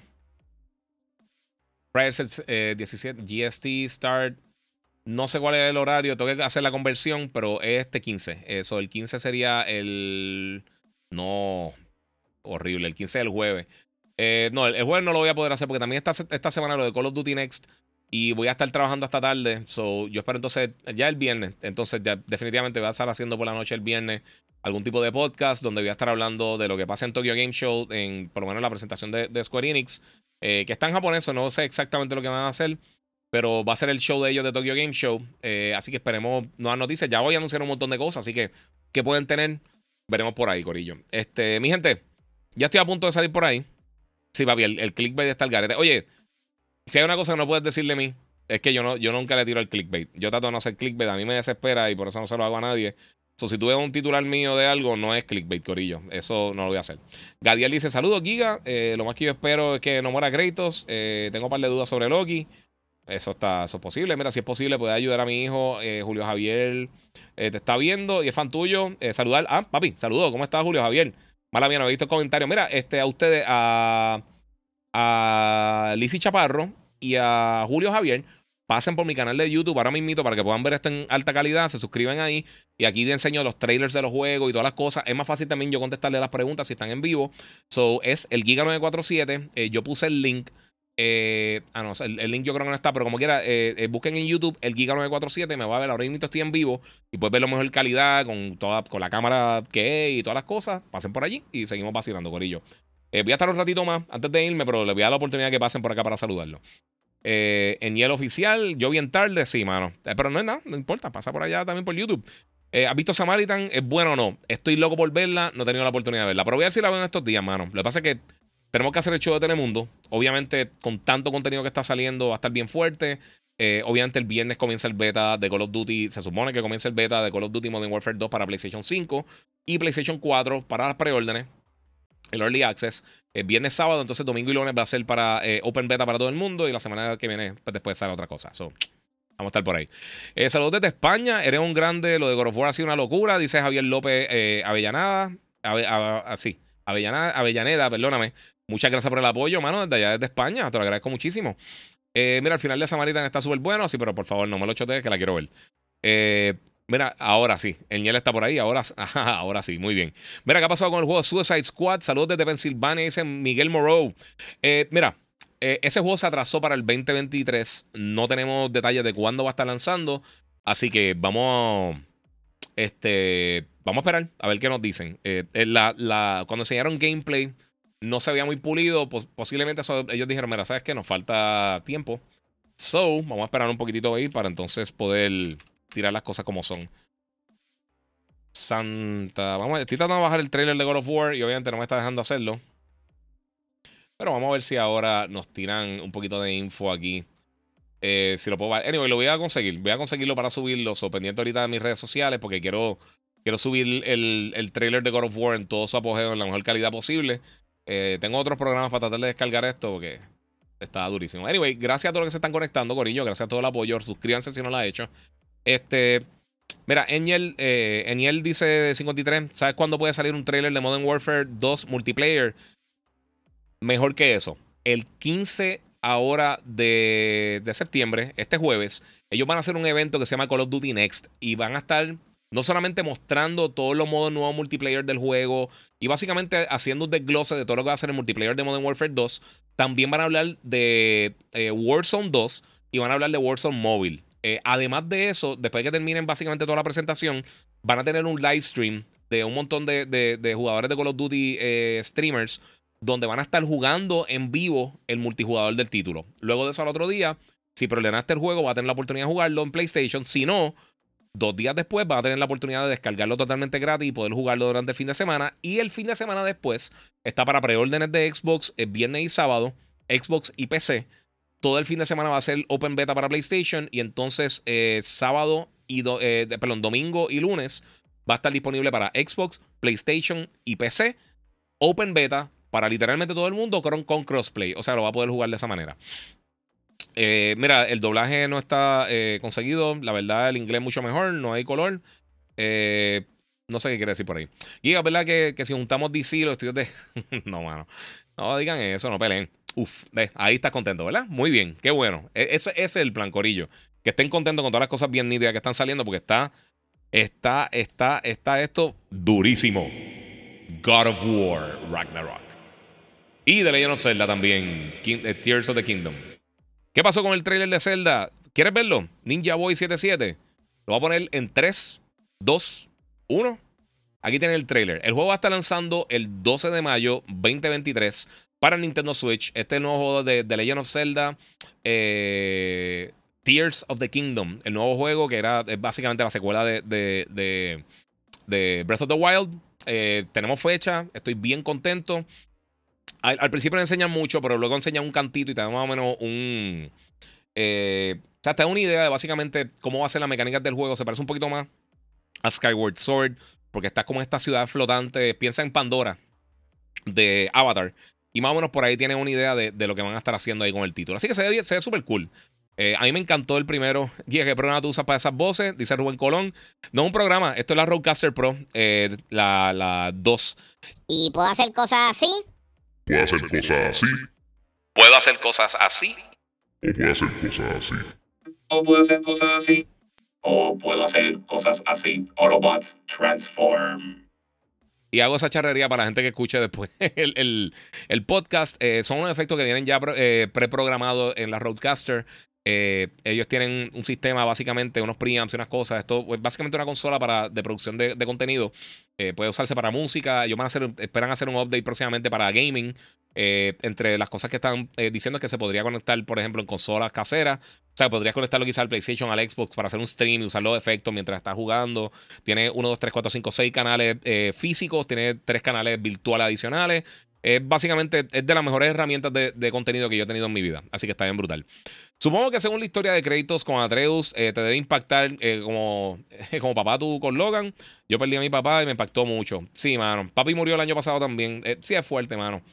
Prior 17 GST Start. No sé cuál es el horario. Tengo que hacer la conversión, pero es este 15. Eso, el 15 sería el... No, horrible. El 15 es el jueves. No, el jueves no lo voy a poder hacer porque también esta semana lo de Call of Duty Next. Y voy a estar trabajando hasta tarde. So, yo espero entonces ya el viernes. Entonces ya definitivamente voy a estar haciendo por la noche el viernes algún tipo de podcast donde voy a estar hablando de lo que pasa en Tokyo Game Show, por lo menos la presentación de Square Enix, que está en japonés, no sé exactamente lo que van a hacer, pero va a ser el show de ellos de Tokyo Game Show. Así que esperemos nuevas noticias. Ya voy a anunciar un montón de cosas, así que pueden tener, veremos por ahí, corillo. Mi gente, ya estoy a punto de salir por ahí. Sí, papi, el clickbait está al garete. Oye, si hay una cosa que no puedes decirle a mí, es que yo nunca le tiro el clickbait. Yo trato de no hacer clickbait, a mí me desespera y por eso no se lo hago a nadie. Si tú ves un titular mío de algo, no es clickbait, corillo. Eso no lo voy a hacer. Gadiel dice, saludos, Giga. Lo más que yo espero es que no muera Kratos. Tengo un par de dudas sobre Loki. Eso es posible. Mira, si es posible, puede ayudar a mi hijo, Julio Javier. Te está viendo y es fan tuyo. Saludar. Papi, saludos. ¿Cómo estás, Julio Javier? Mala mía, no he visto el comentario. Mira, a ustedes, a Lizzy Chaparro y a Julio Javier, pasen por mi canal de YouTube ahora mismito para que puedan ver esto en alta calidad. Se suscriben ahí y aquí te enseño los trailers de los juegos y todas las cosas. Es más fácil también yo contestarle las preguntas si están en vivo. Es el Giga947. Yo puse el link. No, el link yo creo que no está, pero como quiera, busquen en YouTube el Giga947. Me va a ver, ahora mismo estoy en vivo y puedes ver lo mejor calidad con la cámara que es y todas las cosas. Pasen por allí y seguimos vacilando, corillo. Voy a estar un ratito más antes de irme, pero les voy a dar la oportunidad que pasen por acá para saludarlo. En Yellow Oficial, yo bien tarde, sí, mano. Pero no es nada, no importa, pasa por allá también por YouTube. ¿Has visto Samaritan? ¿Es bueno o no? Estoy loco por verla, no he tenido la oportunidad de verla. Pero voy a ver si la veo en estos días, mano. Lo que pasa es que tenemos que hacer el show de Telemundo. Obviamente, con tanto contenido que está saliendo, va a estar bien fuerte. Obviamente, el viernes comienza el beta de Call of Duty. Se supone que comienza el beta de Call of Duty Modern Warfare 2 para PlayStation 5 y PlayStation 4 para las preórdenes. El Early Access, viernes, sábado, entonces domingo y lunes va a ser para Open Beta para todo el mundo y la semana que viene pues, después sale otra cosa. Vamos a estar por ahí. Saludos desde España, eres un grande, lo de God of War ha sido una locura, dice Javier López Avellaneda, Avellaneda, perdóname. Muchas gracias por el apoyo, mano, desde allá desde España, te lo agradezco muchísimo. Mira, al final de Samaritan está súper bueno, sí, pero por favor no me lo chotees que la quiero ver. Mira, ahora sí. El Niel está por ahí. Ahora sí. Muy bien. Mira, ¿qué ha pasado con el juego Suicide Squad? Saludos desde Pensilvania, dice Miguel Moreau. Mira, ese juego se atrasó para el 2023. No tenemos detalles de cuándo va a estar lanzando. Así que vamos a esperar a ver qué nos dicen. Cuando enseñaron gameplay, no se veía muy pulido. Posiblemente ellos dijeron, mira, ¿sabes qué? Nos falta tiempo. Vamos a esperar un poquitito ahí para entonces poder tirar las cosas como son. Estoy tratando de bajar el trailer de God of War y obviamente no me está dejando hacerlo. Pero vamos a ver si ahora nos tiran un poquito de info aquí. Si lo puedo... Anyway, lo voy a conseguir. Voy a conseguirlo para subirlo. Pendiente ahorita de mis redes sociales porque quiero subir el trailer de God of War en todo su apogeo, en la mejor calidad posible. Tengo otros programas para tratar de descargar esto porque está durísimo. Anyway, gracias a todos los que se están conectando, corillo. Gracias a todo el apoyo. Suscríbanse si no lo han hecho. Mira, Eniel dice 53, ¿sabes cuándo puede salir un trailer de Modern Warfare 2 multiplayer? Mejor que eso. El 15 ahora de septiembre, este jueves, ellos van a hacer un evento que se llama Call of Duty Next y van a estar no solamente mostrando todos los modos nuevos multiplayer del juego y básicamente haciendo un desglose de todo lo que va a ser el multiplayer de Modern Warfare 2, también van a hablar de Warzone 2 y van a hablar de Warzone Mobile. Además de eso, después de que terminen básicamente toda la presentación, van a tener un live stream de un montón de jugadores de Call of Duty streamers donde van a estar jugando en vivo el multijugador del título. Luego de eso, al otro día, si preordenaste el juego, vas a tener la oportunidad de jugarlo en PlayStation. Si no, 2 días después vas a tener la oportunidad de descargarlo totalmente gratis y poder jugarlo durante el fin de semana. Y el fin de semana después está para preórdenes de Xbox el viernes y sábado, Xbox y PC. Todo el fin de semana va a ser Open Beta para PlayStation. Y entonces domingo y lunes va a estar disponible para Xbox, PlayStation y PC. Open Beta para literalmente todo el mundo con crossplay. O sea, lo va a poder jugar de esa manera. Mira, el doblaje no está conseguido. La verdad, el inglés es mucho mejor. No hay color. No sé qué quiere decir por ahí. Y es verdad que si juntamos DC, los estudios de... No, mano. No digan eso, no peleen. Uf, ahí estás contento, ¿verdad? Muy bien, qué bueno. Ese es el plan, corillo. Que estén contentos con todas las cosas bien nítidas que están saliendo porque está esto durísimo. God of War, Ragnarok. Y The Legend of Zelda también, Tears of the Kingdom. ¿Qué pasó con el trailer de Zelda? ¿Quieres verlo? Ninja Boy 77. Lo voy a poner en 3, 2, 1. Aquí tienen el trailer. El juego va a estar lanzando el 12 de mayo 2023 para Nintendo Switch. Este es el nuevo juego de The Legend of Zelda. Tears of the Kingdom. El nuevo juego que es básicamente la secuela de Breath of the Wild. Tenemos fecha. Estoy bien contento. Al principio no enseñan mucho, pero luego enseñan un cantito y te dan más o menos un... o sea, te da una idea de básicamente cómo va a ser la mecánica del juego. Se parece un poquito más a Skyward Sword, porque estás como en esta ciudad flotante. Piensa en Pandora de Avatar. Y más o menos por ahí tienes una idea de lo que van a estar haciendo ahí con el título. Así que se ve súper cool. A mí me encantó el primero. Guía, ¿qué programa tú usas para esas voces? Dice Rubén Colón. No es un programa, esto es la Rodecaster Pro, la 2. ¿Y puedo hacer cosas así? Puedo hacer cosas así. ¿Puedo hacer cosas así? O puedo hacer cosas así. ¿O puedo hacer cosas así? ¿O puedo hacer cosas así? Autobot Transform. Y hago esa charrería para la gente que escuche después el podcast. Son unos efectos que vienen ya preprogramados en la Rodecaster. Ellos tienen un sistema, básicamente, unos preamps y unas cosas. Esto es básicamente una consola de producción de contenido. Puede usarse para música. Ellos esperan hacer un update próximamente para gaming. Entre las cosas que están diciendo es que se podría conectar, por ejemplo, en consolas caseras. O sea, podrías conectarlo quizá al PlayStation, al Xbox para hacer un stream y usar los efectos mientras estás jugando. Tiene 1, 2, 3, 4, 5, 6 canales físicos. Tiene 3 canales virtuales adicionales. Básicamente es de las mejores herramientas de contenido que yo he tenido en mi vida. Así que está bien brutal. Supongo que según la historia de créditos con Atreus, te debe impactar como papá tú con Logan. Yo perdí a mi papá y me impactó mucho. Sí, mano. Papi murió el año pasado también. Sí, es fuerte, mano.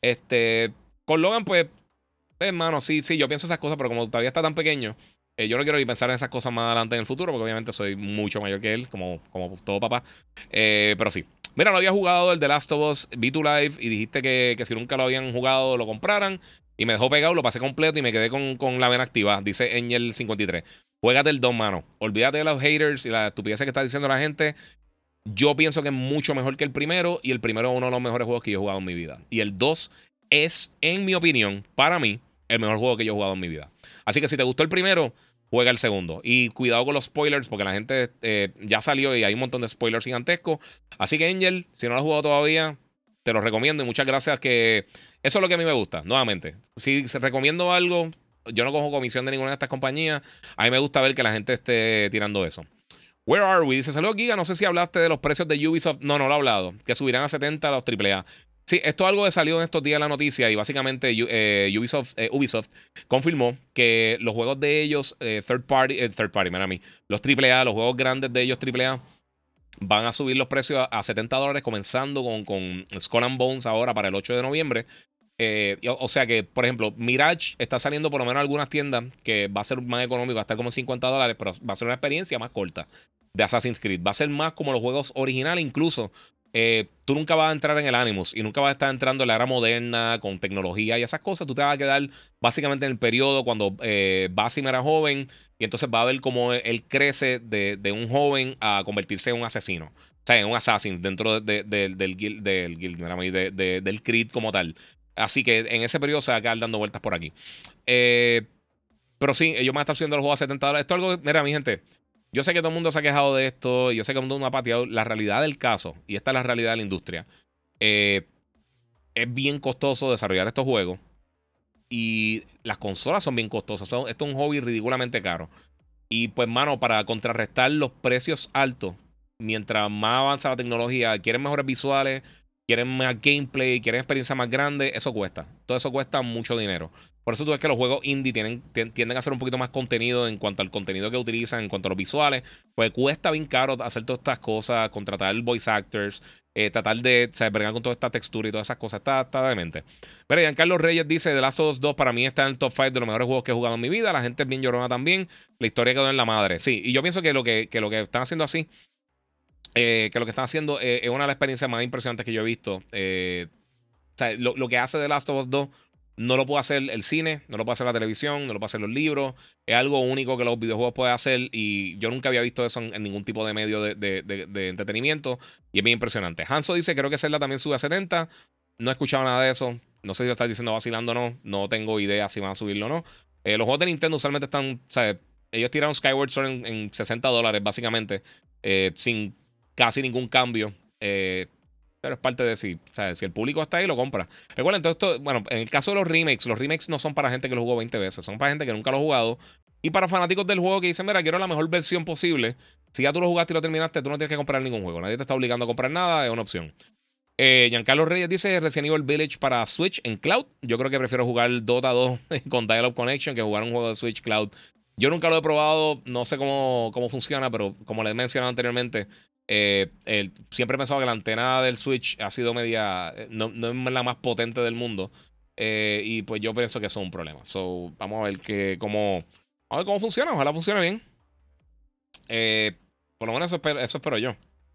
Con Logan, pues, mano, sí, yo pienso esas cosas, pero como todavía está tan pequeño, yo no quiero ni pensar en esas cosas más adelante en el futuro, porque obviamente soy mucho mayor que él, como todo papá. Pero sí. Mira, no había jugado el The Last of Us, vi tu live y dijiste que si nunca lo habían jugado, lo compraran. Y me dejó pegado, lo pasé completo y me quedé con la vena activada, dice Angel53. Juégate el 2, mano. Olvídate de los haters y la estupidez que está diciendo la gente. Yo pienso que es mucho mejor que el primero. Y el primero es uno de los mejores juegos que yo he jugado en mi vida. Y el 2 es, en mi opinión, para mí, el mejor juego que yo he jugado en mi vida. Así que si te gustó el primero, juega el segundo. Y cuidado con los spoilers, porque la gente ya salió y hay un montón de spoilers gigantescos. Así que, Angel, si no lo has jugado todavía, te lo recomiendo y muchas gracias. Que eso es lo que a mí me gusta, nuevamente. Si recomiendo algo, yo no cojo comisión de ninguna de estas compañías. A mí me gusta ver que la gente esté tirando eso. Where are we? Dice, saludos, Giga. No sé si hablaste de los precios de Ubisoft. No lo he hablado. Que subirán a 70 los AAA. Sí, esto es algo que salió en estos días en la noticia. Y básicamente Ubisoft confirmó que los juegos de ellos, third party, mira a mí, los AAA, los juegos grandes de ellos AAA, van a subir los precios a $70, comenzando con Skull and Bones ahora para el 8 de noviembre. O sea que, por ejemplo, Mirage está saliendo por lo menos en algunas tiendas que va a ser más económico, va a estar como $50, pero va a ser una experiencia más corta de Assassin's Creed. Va a ser más como los juegos originales, incluso tú nunca vas a entrar en el Animus y nunca vas a estar entrando en la era moderna con tecnología y esas cosas. Tú te vas a quedar básicamente en el periodo cuando Basim era joven y entonces va a ver cómo él crece de un joven a convertirse en un asesino. O sea, en un assassin dentro del guild, mira, del Creed como tal. Así que en ese periodo se va a quedar dando vueltas por aquí. Pero sí, ellos van a estar subiendo los juegos a $70. Esto es algo, mira, mi gente. Yo sé que todo el mundo se ha quejado de esto. Yo sé que todo el mundo me ha pateado. La realidad del caso, y esta es la realidad de la industria, es bien costoso desarrollar estos juegos. Y las consolas son bien costosas. Esto es un hobby ridículamente caro. Y pues, mano, para contrarrestar los precios altos, mientras más avanza la tecnología, quieren mejores visuales, quieren más gameplay, quieren experiencia más grande, eso cuesta. Todo eso cuesta mucho dinero. Por eso tú ves que los juegos indie tienden a ser un poquito más contenido en cuanto al contenido que utilizan, en cuanto a los visuales. Pues cuesta bien caro hacer todas estas cosas, contratar voice actors, tratar de, o sea, bregar con toda esta textura y todas esas cosas. Está demente. Pero Giancarlo Reyes dice: The Last of Us 2 para mí está en el top 5 de los mejores juegos que he jugado en mi vida. La gente es bien llorona también. La historia quedó en la madre. Sí, y yo pienso que lo que están haciendo así, que lo que están haciendo es una de las experiencias más impresionantes que yo he visto. O sea, lo que hace The Last of Us 2 no lo puede hacer el cine, no lo puede hacer la televisión, no lo puede hacer los libros. Es algo único que los videojuegos pueden hacer y yo nunca había visto eso en ningún tipo de medio de entretenimiento y es bien impresionante. Hanso dice: creo que Zelda también sube a 70. No he escuchado nada de eso. No sé si lo estás diciendo vacilando o no. No tengo idea si van a subirlo o no. Los juegos de Nintendo usualmente están, o sea, ellos tiraron Skyward Sword en $60 básicamente, sin casi ningún cambio. Pero es parte de sí. O sea, si el público está ahí, lo compra. Recuerden, entonces, bueno, en el caso de los remakes no son para gente que lo jugó 20 veces. Son para gente que nunca lo ha jugado. Y para fanáticos del juego que dicen: mira, quiero la mejor versión posible. Si ya tú lo jugaste y lo terminaste, tú no tienes que comprar ningún juego. Nadie te está obligando a comprar nada. Es una opción. Giancarlo Reyes dice: Resident Evil Village para Switch en Cloud. Yo creo que prefiero jugar Dota 2 con Dial-Up Connection que jugar un juego de Switch Cloud. Yo nunca lo he probado. No sé cómo funciona, pero como les he mencionado anteriormente, siempre he pensado que la antena del Switch ha sido media. No es la más potente del mundo. Y pues yo pienso que eso es un problema. So, vamos a ver cómo funciona. Ojalá funcione bien. Por lo menos eso espero yo.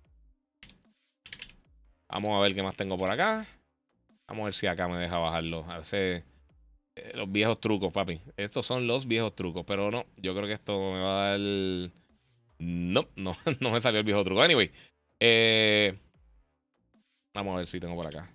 Vamos a ver qué más tengo por acá. Vamos a ver si acá me deja bajarlo. A veces los viejos trucos, papi. Estos son los viejos trucos. Pero no, yo creo que esto me va a dar. No me salió el viejo truco. Anyway, vamos a ver si tengo por acá.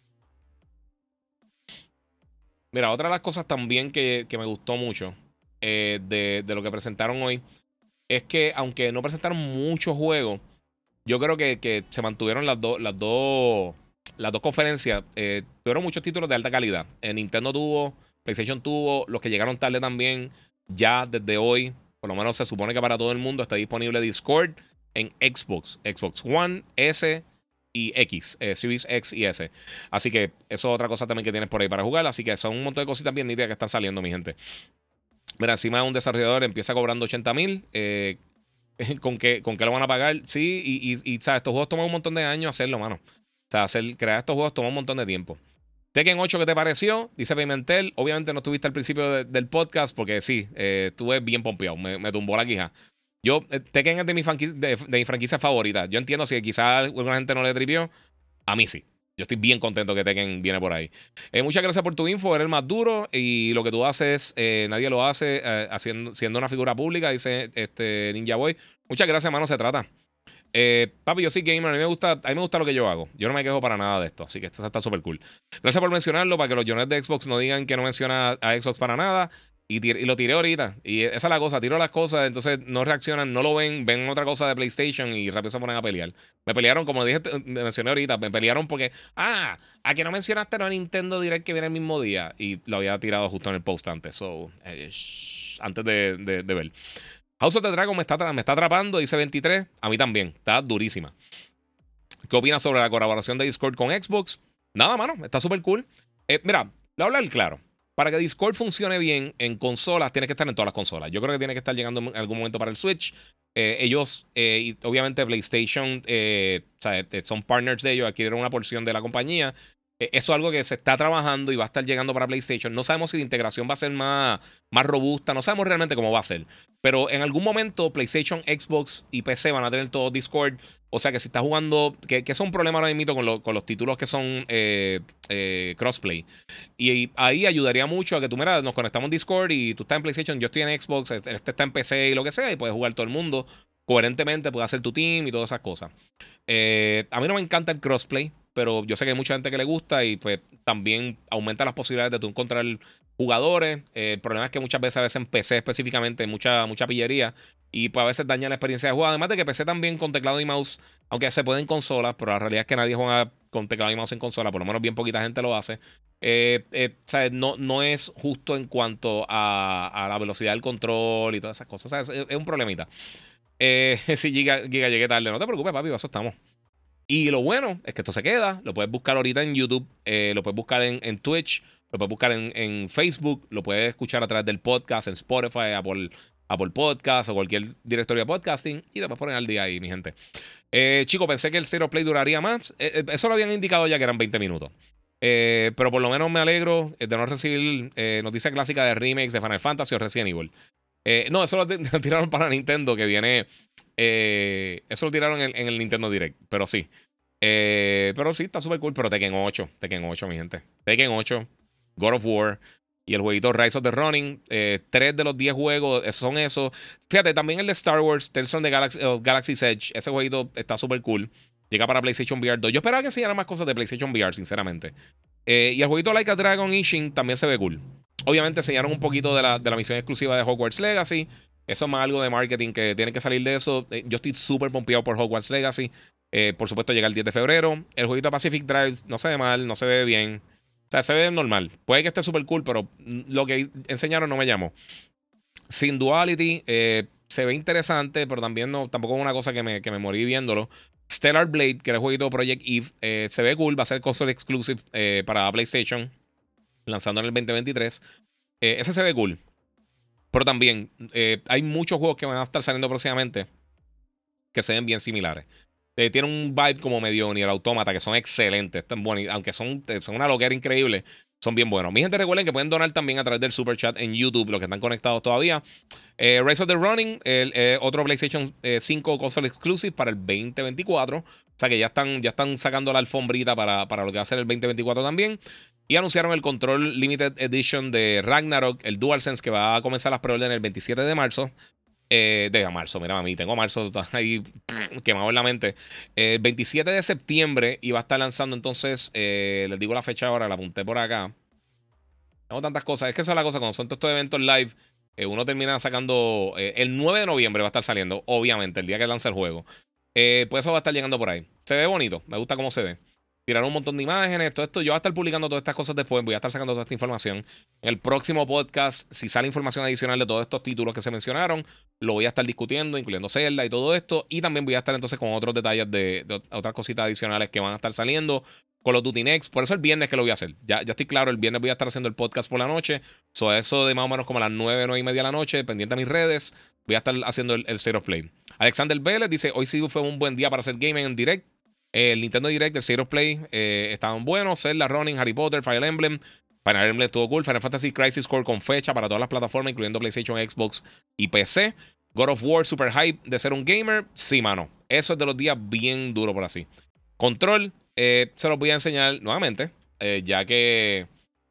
Mira, otra de las cosas también que me gustó mucho de lo que presentaron hoy es que, aunque no presentaron muchos juegos, yo creo que se mantuvieron las dos conferencias. Tuvieron muchos títulos de alta calidad. Nintendo tuvo, PlayStation tuvo, los que llegaron tarde también. Ya desde hoy, por lo menos se supone que para todo el mundo está disponible Discord en Xbox One, S y X, Series X y S. Así que eso es otra cosa también que tienes por ahí para jugar. Así que son un montón de cositas bien nítidas que están saliendo, mi gente. Mira, encima de un desarrollador empieza cobrando $80,000. ¿Con qué lo van a pagar? Sí, y ¿sabes? Estos juegos toman un montón de años hacerlo, mano. O sea, crear estos juegos toma un montón de tiempo. Tekken 8, ¿qué te pareció? Dice Pimentel. Obviamente no estuviste al principio del podcast porque sí, estuve bien pompeado. Me tumbó la quija. Tekken es de mi franquicia favorita. Yo entiendo si quizás alguna gente no le tripió. A mí sí. Yo estoy bien contento que Tekken viene por ahí. Muchas gracias por tu info. Eres el más duro y lo que tú haces, nadie lo hace siendo una figura pública, dice Ninja Boy. Muchas gracias, mano. Se trata. Papi, yo soy gamer. A mí me gusta lo que yo hago. Yo no me quejo para nada de esto. Así que esto está súper cool. Gracias por mencionarlo para que los Jones de Xbox no digan que no menciona a Xbox para nada. Y lo tiré ahorita. Y esa es la cosa. Tiro las cosas, entonces no reaccionan, no lo ven otra cosa de PlayStation y rápido se ponen a pelear. Me pelearon, como dije, mencioné ahorita. Me pelearon porque, a que no mencionaste a Nintendo Direct que viene el mismo día. Y lo había tirado justo en el post antes. So, antes de ver. House of the Dragon me está atrapando, dice 23. A mí también. Está durísima. ¿Qué opinas sobre la colaboración de Discord con Xbox? Nada, mano. Está súper cool. Mira, le voy a hablar claro. Para que Discord funcione bien en consolas, tiene que estar en todas las consolas. Yo creo que tiene que estar llegando en algún momento para el Switch. Ellos, y obviamente PlayStation, o sea, son partners de ellos, adquirieron una porción de la compañía. Eso es algo que se está trabajando y va a estar llegando para PlayStation. No sabemos si la integración va a ser más robusta. No sabemos realmente cómo va a ser. Pero en algún momento PlayStation, Xbox y PC van a tener todo Discord. O sea que si estás jugando... Que es un problema ahora mismo con los títulos que son crossplay. Y ahí ayudaría mucho a que tú, mira, nos conectamos en Discord y tú estás en PlayStation, yo estoy en Xbox, este está en PC y lo que sea. Y puedes jugar todo el mundo coherentemente. Puedes hacer tu team y todas esas cosas. A mí no me encanta el crossplay, pero yo sé que hay mucha gente que le gusta y pues también aumenta las posibilidades de tú encontrar jugadores. El problema es que muchas veces en PC específicamente hay mucha pillería y pues a veces daña la experiencia de juego. Además de que PC también con teclado y mouse, aunque se puede en consolas, pero la realidad es que nadie juega con teclado y mouse en consola, por lo menos bien poquita gente lo hace. ¿Sabes? No es justo en cuanto a la velocidad del control y todas esas cosas. ¿Sabes? Es un problemita. Si Giga llegué tarde, no te preocupes, papi, para eso estamos. Y lo bueno es que esto se queda. Lo puedes buscar ahorita en YouTube. Lo puedes buscar en Twitch. Lo puedes buscar en Facebook. Lo puedes escuchar a través del podcast en Spotify, Apple Podcast o cualquier directorio de podcasting. Y te puedes poner al día ahí, mi gente. Chicos, pensé que el Zero Play duraría más. Eso lo habían indicado ya que eran 20 minutos. Pero por lo menos me alegro de no recibir noticia clásica de remakes de Final Fantasy o Resident Evil. No, eso lo tiraron para Nintendo, que viene... eso lo tiraron en el Nintendo Direct, pero sí. Pero sí, está súper cool. Pero Tekken 8, mi gente. Tekken 8, God of War y el jueguito Rise of the Ronin. 3 de los 10 juegos son esos. Fíjate, también el de Star Wars, Tales of the Galaxy's Edge. Ese jueguito está súper cool. Llega para PlayStation VR 2. Yo esperaba que enseñaran más cosas de PlayStation VR, sinceramente. Y el jueguito Like a Dragon Ishin también se ve cool. Obviamente enseñaron un poquito de la misión exclusiva de Hogwarts Legacy. Eso es más algo de marketing que tiene que salir de eso. Yo estoy súper pompeado por Hogwarts Legacy. Por supuesto, llega el 10 de febrero. El jueguito Pacific Drive no se ve mal, no se ve bien. O sea, se ve normal. Puede que esté súper cool, pero lo que enseñaron no me llamó. Sin Duality, se ve interesante, pero también tampoco es una cosa que me morí viéndolo. Stellar Blade, que era el jueguito Project Eve, se ve cool. Va a ser console exclusive para PlayStation, lanzando en el 2023. Ese se ve cool. Pero también hay muchos juegos que van a estar saliendo próximamente que se ven bien similares. Tienen un vibe como medio Nier Automata, que son excelentes. Están buenos, aunque son una loquera increíble, son bien buenos. Mi gente, recuerden que pueden donar también a través del Super Chat en YouTube, los que están conectados todavía. Rise of the Ronin, otro PlayStation 5 console exclusive para el 2024. O sea que ya están sacando la alfombrita para lo que va a ser el 2024 también. Y anunciaron el Control Limited Edition de Ragnarok, el DualSense, que va a comenzar las preórdenes el 27 de marzo. De marzo, mira, mami, tengo marzo ahí quemado en la mente. El 27 de septiembre y va a estar lanzando entonces, les digo la fecha ahora, la apunté por acá. Tengo tantas cosas, es que esa es la cosa, cuando son todos estos eventos live, uno termina sacando, el 9 de noviembre va a estar saliendo, obviamente, el día que lanza el juego. Pues eso va a estar llegando por ahí. Se ve bonito, me gusta cómo se ve. Tiraron un montón de imágenes, todo esto. Yo voy a estar publicando todas estas cosas después. Voy a estar sacando toda esta información. En el próximo podcast, si sale información adicional de todos estos títulos que se mencionaron, lo voy a estar discutiendo, incluyendo Zelda y todo esto. Y también voy a estar entonces con otros detalles de otras cositas adicionales que van a estar saliendo. Call of Duty Next. Por eso el viernes que lo voy a hacer. Ya estoy claro, el viernes voy a estar haciendo el podcast por la noche. Eso de más o menos como a las 9 y media de la noche, pendiente a mis redes. Voy a estar haciendo el State of Play. Alexander Vélez dice, hoy sí fue un buen día para hacer gaming en direct. El Nintendo Direct, el State of Play estaban buenos. Zelda, Running, Harry Potter, Fire Emblem. Fire Emblem estuvo cool. Final Fantasy Crisis Core con fecha para todas las plataformas, incluyendo PlayStation, Xbox y PC. God of War, super hype de ser un gamer. Sí, mano. Eso es de los días bien duro por así. Control, se los voy a enseñar nuevamente. Ya que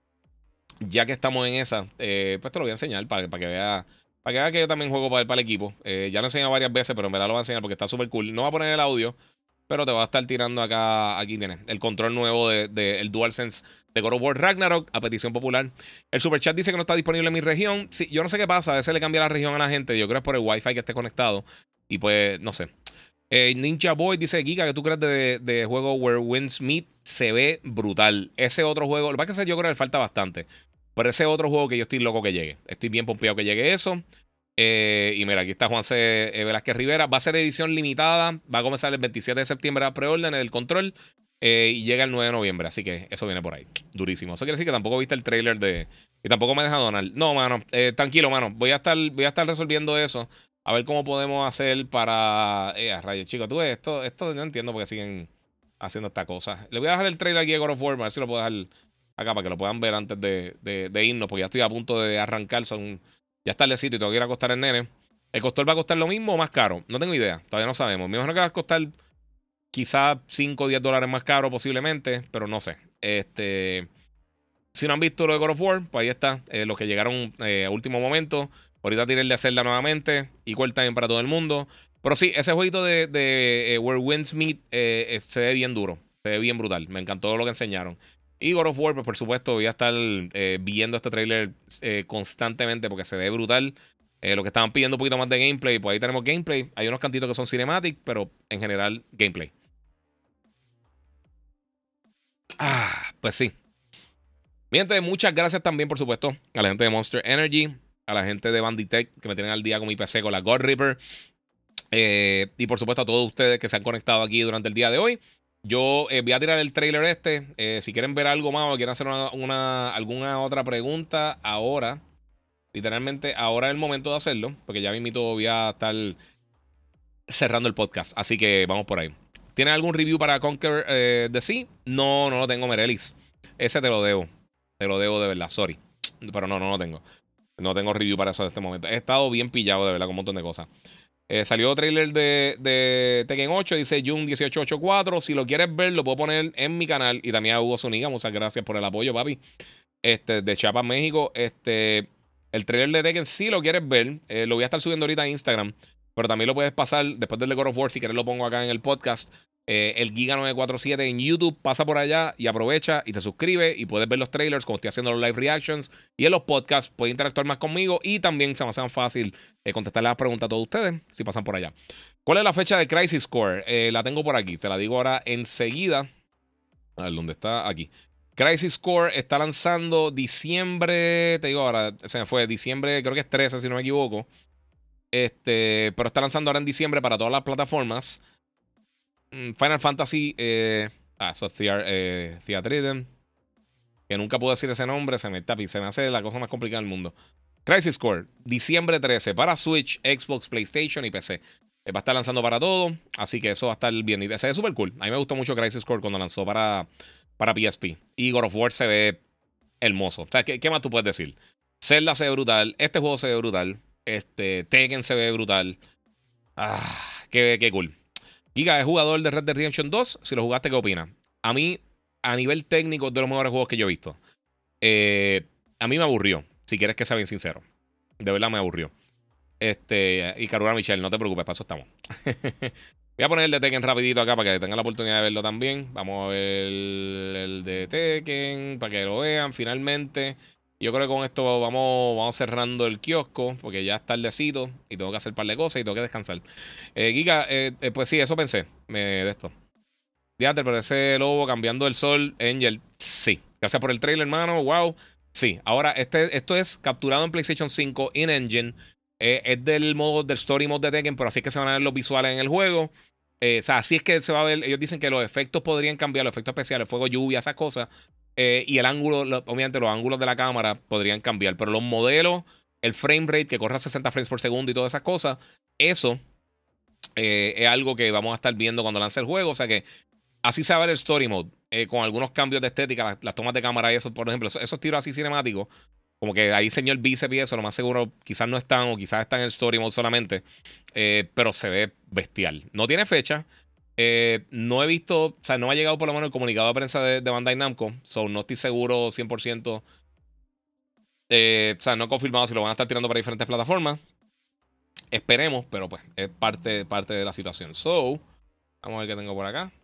estamos en esa, pues te lo voy a enseñar para que vea. Para que vea que yo también juego para el equipo. Ya lo he enseñado varias veces, pero en verdad lo voy a enseñar porque está súper cool. No voy a poner el audio, pero te voy a estar tirando acá. Aquí tienes el control nuevo del DualSense de God of War Ragnarok a petición popular. El Super Chat dice que no está disponible en mi región. Sí, yo no sé qué pasa. A veces le cambia la región a la gente. Yo creo que es por el Wi-Fi que esté conectado. Y pues, no sé. Ninja Boy dice, Giga, ¿qué tú crees de juego Where Winds Meet? Se ve brutal. Ese otro juego, lo que pasa es que yo creo que le falta bastante. Pero ese otro juego que yo estoy loco que llegue. Estoy bien pompeado que llegue eso. Y mira, aquí está Juanse Velázquez Rivera. Va a ser edición limitada. Va a comenzar el 27 de septiembre a preorden del control. Y llega el 9 de noviembre. Así que eso viene por ahí. Durísimo. Eso quiere decir que tampoco viste el trailer de... Y tampoco me deja donar. No, mano. Tranquilo, mano. Voy a estar resolviendo eso. A ver cómo podemos hacer para... rayos, chicos. Tú ves, esto no entiendo porque siguen haciendo esta cosa. Le voy a dejar el trailer aquí de God of War, a ver si lo puedo dejar acá para que lo puedan ver antes de irnos, porque ya estoy a punto de arrancar. Ya está tardecito y tengo que ir a acostar el nene. ¿El costor va a costar lo mismo o más caro? No tengo idea, todavía no sabemos. Me imagino que va a costar quizás 5 o 10 dólares más caro posiblemente, pero no sé. Si no han visto lo de God of War, pues ahí está. Los que llegaron a último momento. Ahorita tiré el de hacerla nuevamente. Equal time para todo el mundo. Pero sí, ese jueguito de Where Winds Meet se ve bien duro. Se ve bien brutal. Me encantó lo que enseñaron. Y God of War, pues por supuesto, voy a estar viendo este trailer constantemente porque se ve brutal. Lo que estaban pidiendo un poquito más de gameplay, pues ahí tenemos gameplay. Hay unos cantitos que son cinematic, pero en general, gameplay. Pues sí. Mi gente, muchas gracias también, por supuesto, a la gente de Monster Energy, a la gente de Banditech, que me tienen al día con mi PC con la God Reaper. Y por supuesto a todos ustedes que se han conectado aquí durante el día de hoy. Yo voy a tirar el trailer si quieren ver algo más o quieren hacer alguna otra pregunta ahora. Literalmente ahora es el momento de hacerlo, porque ya mismito voy a estar cerrando el podcast. Así que vamos por ahí. ¿Tienen algún review para Conquer the Sea? No lo tengo, Merelis. Ese te lo debo. Te lo debo de verdad, sorry. Pero no lo tengo. No tengo review para eso en este momento. He estado bien pillado de verdad con un montón de cosas. Salió trailer de Tekken 8. Dice June 1884. Si lo quieres ver, lo puedo poner en mi canal. Y también a Hugo Zuniga. Muchas gracias por el apoyo, papi. De Chiapas, México. El trailer de Tekken, si lo quieres ver, lo voy a estar subiendo ahorita en Instagram. Pero también lo puedes pasar después del de God of War. Si quieres, lo pongo acá en el podcast. El Giga 947 en YouTube. Pasa por allá y aprovecha y te suscribe. Y puedes ver los trailers como estoy haciendo los live reactions. Y en los podcasts puedes interactuar más conmigo. Y también se me hace fácil contestar las preguntas a todos ustedes si pasan por allá. ¿Cuál es la fecha de Crisis Core? La tengo por aquí. Te la digo ahora enseguida. A ver, ¿dónde está? Aquí. Crisis Core está lanzando diciembre. Te digo ahora, se me fue. Diciembre, creo que es 13, si no me equivoco. Pero está lanzando ahora en diciembre para todas las plataformas. Final Fantasy. Eso es Theatrhythm. Que nunca puedo decir ese nombre. Se me hace la cosa más complicada del mundo. Crisis Core, diciembre 13 para Switch, Xbox, PlayStation y PC. Va a estar lanzando para todo. Así que eso va a estar bien. Se ve súper cool. A mí me gustó mucho Crisis Core cuando lanzó para PSP. Y God of War se ve hermoso. O sea, ¿qué más tú puedes decir? Zelda se ve brutal. Este juego se ve brutal. Tekken se ve brutal. Qué cool. Giga es jugador de Red Dead Redemption 2. Si lo jugaste, ¿qué opinas? A mí, a nivel técnico, de los mejores juegos que yo he visto. A mí me aburrió. Si quieres que sea bien sincero. De verdad me aburrió. Y Karura Michelle, no te preocupes, para eso estamos. Voy a poner el de Tekken rapidito acá para que tengan la oportunidad de verlo también. Vamos a ver el de Tekken para que lo vean finalmente. Yo creo que con esto vamos cerrando el kiosco porque ya es tardecito y tengo que hacer un par de cosas y tengo que descansar. Giga, pues sí, eso pensé de esto. Diantre, pero ese lobo cambiando el sol, Angel, sí. Gracias por el trailer, hermano. Wow. Sí, ahora esto es capturado en PlayStation 5 in-engine. Es del story mode de Tekken, pero así es que se van a ver los visuales en el juego. O sea, así es que se va a ver. Ellos dicen que los efectos podrían cambiar, los efectos especiales, fuego, lluvia, esas cosas. Y el ángulo, obviamente los ángulos de la cámara podrían cambiar, pero los modelos, el frame rate que corre a 60 frames por segundo y todas esas cosas, eso es algo que vamos a estar viendo cuando lance el juego. O sea que así se va a ver el story mode, con algunos cambios de estética, las tomas de cámara y eso, por ejemplo, esos tiros así cinemáticos, como que ahí señor bíceps y eso, lo más seguro quizás no están o quizás están en el story mode solamente, pero se ve bestial. No tiene fecha. No he visto, o sea, no me ha llegado por lo menos el comunicado de prensa de Bandai Namco, so no estoy seguro 100%. O sea, no he confirmado si lo van a estar tirando para diferentes plataformas. Esperemos, pero pues es parte de la situación. So, vamos a ver qué tengo por acá.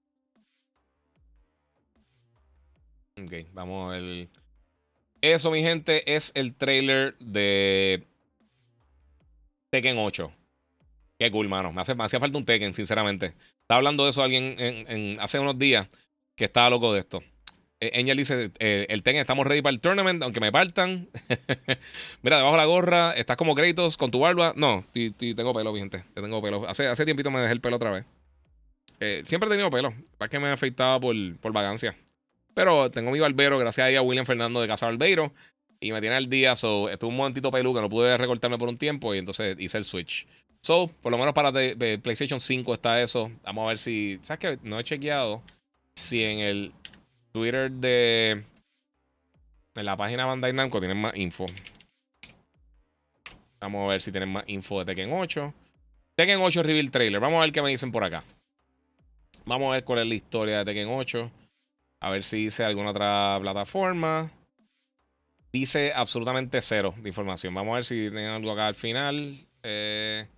Ok, vamos a ver. Eso, mi gente, es el trailer de Tekken 8. Qué cool, mano. Me hacía falta un Tekken, sinceramente. Estaba hablando de eso alguien hace unos días que estaba loco de esto. Angel dice, el Tekken, estamos ready para el tournament, aunque me partan. Mira, debajo de la gorra, estás como Kratos con tu barba. No, tengo pelo, mi gente. Tengo pelo. Hace tiempito me dejé el pelo otra vez. Siempre he tenido pelo. Es que me afeitaba por vagancia. Pero tengo mi barbero, gracias a William Fernando de Casa Barbeiro. Y me tiene al día. Estuve un momentito peludo que no pude recortarme por un tiempo. Y entonces hice el switch. So, por lo menos para PlayStation 5 está eso. Vamos a ver si... ¿Sabes qué? No he chequeado si en el Twitter de... En la página de Bandai Namco tienen más info. Vamos a ver si tienen más info de Tekken 8. Tekken 8 Reveal Trailer. Vamos a ver qué me dicen por acá. Vamos a ver cuál es la historia de Tekken 8. A ver si dice alguna otra plataforma. Dice absolutamente cero de información. Vamos a ver si tienen algo acá al final. En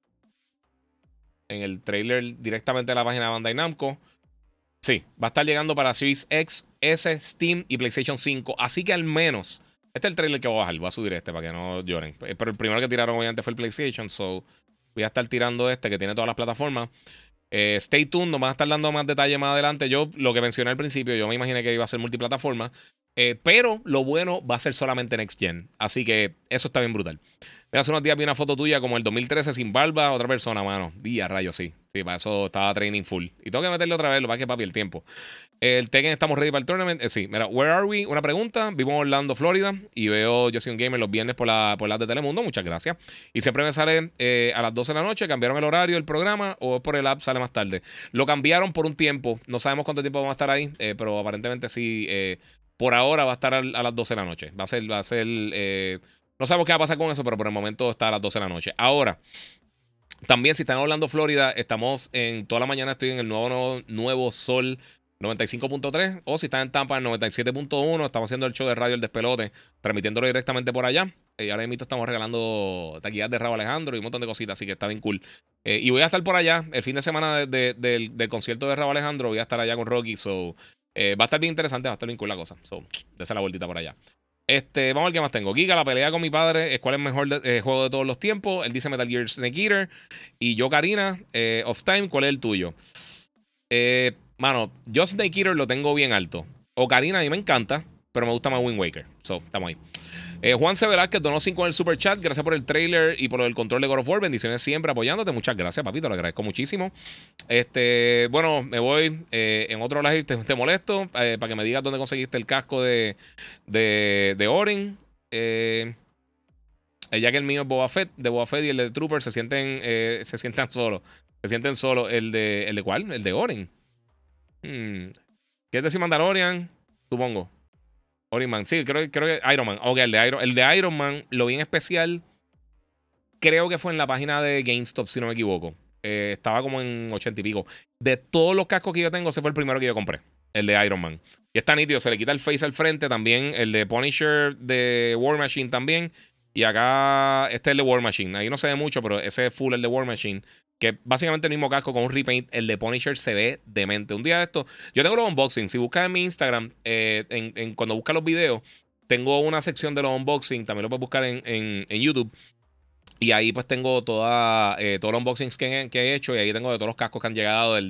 el trailer directamente de la página de Bandai Namco. Sí, va a estar llegando para Series X, S, Steam y PlayStation 5. Así que al menos, este es el trailer que voy a bajar. Voy a subir este para que no lloren. Pero el primero que tiraron obviamente fue el PlayStation. So voy a estar tirando este que tiene todas las plataformas. Stay tuned, nos van a estar dando más detalles más adelante. Yo, lo que mencioné al principio, yo me imaginé que iba a ser multiplataforma. Pero lo bueno va a ser solamente Next Gen. Así que eso está bien brutal. Hace unos días vi una foto tuya como el 2013 sin barba, otra persona, mano. Día, rayos, sí. Sí, para eso estaba training full. Y tengo que meterle otra vez, lo que pasa es que papi, el tiempo. El Tekken, ¿estamos ready para el tournament? Sí, mira, where are we? Una pregunta. Vivo en Orlando, Florida. Y veo Yo Soy un Gamer los viernes por las de Telemundo. Muchas gracias. Y siempre me sale a las 12 de la noche. ¿Cambiaron el horario del programa o por el app sale más tarde? Lo cambiaron por un tiempo. No sabemos cuánto tiempo vamos a estar ahí, pero aparentemente sí. Por ahora va a estar a las 12 de la noche. Va a ser no sabemos qué va a pasar con eso, pero por el momento está a las 12 de la noche. Ahora, también si están en Orlando, Florida, estamos en toda la mañana, estoy en el nuevo Sol 95.3. O si están en Tampa, en 97.1. Estamos haciendo el show de radio El Despelote, transmitiéndolo directamente por allá. Y ahora mismo estamos regalando taquillas de Rauw Alejandro y un montón de cositas, así que está bien cool. Y voy a estar por allá el fin de semana del concierto de Rauw Alejandro. Voy a estar allá con Rocky, so... va a estar bien interesante, va a estar bien cool la cosa. So, dése la vueltita por allá. Vamos a ver qué más tengo. Giga, la pelea con mi padre es cuál es el mejor juego de todos los tiempos. Él dice Metal Gear Snake Eater. Y yo, Karina, Off Time, ¿cuál es el tuyo? Mano, yo Snake Eater lo tengo bien alto. Ocarina a mí me encanta, pero me gusta más Wind Waker. So, estamos ahí. Juan C. Velázquez donó 5 en el super chat. Gracias por el trailer y por el control de God of War. Bendiciones siempre apoyándote. Muchas gracias, papito. Lo agradezco muchísimo. Bueno, me voy en otro live. Te molesto para que me digas dónde conseguiste el casco de Orin. Ya que el mío es de Boba Fett y el de Trooper se sienten solos. Se sienten solos. ¿El de cuál? El de Orin. ¿Quieres decir Mandalorian? Supongo. Orin Man. Sí, creo que Iron Man. Ok, el de Iron Man, lo vi en especial. Creo que fue en la página de GameStop, si no me equivoco. Estaba como en 80 y pico. De todos los cascos que yo tengo, ese fue el primero que yo compré. El de Iron Man. Y está nítido. Se le quita el face al frente. También el de Punisher de War Machine también. Y acá este es el de War Machine. Ahí no se ve mucho, pero ese es full el de War Machine. Que básicamente el mismo casco con un repaint. El de Punisher se ve demente. Un día de esto, yo tengo los unboxing. Si buscas en mi Instagram, cuando buscas los videos, tengo una sección de los unboxing. También lo puedes buscar en YouTube. Y ahí pues tengo todos los unboxings que he hecho. Y ahí tengo de todos los cascos que han llegado. El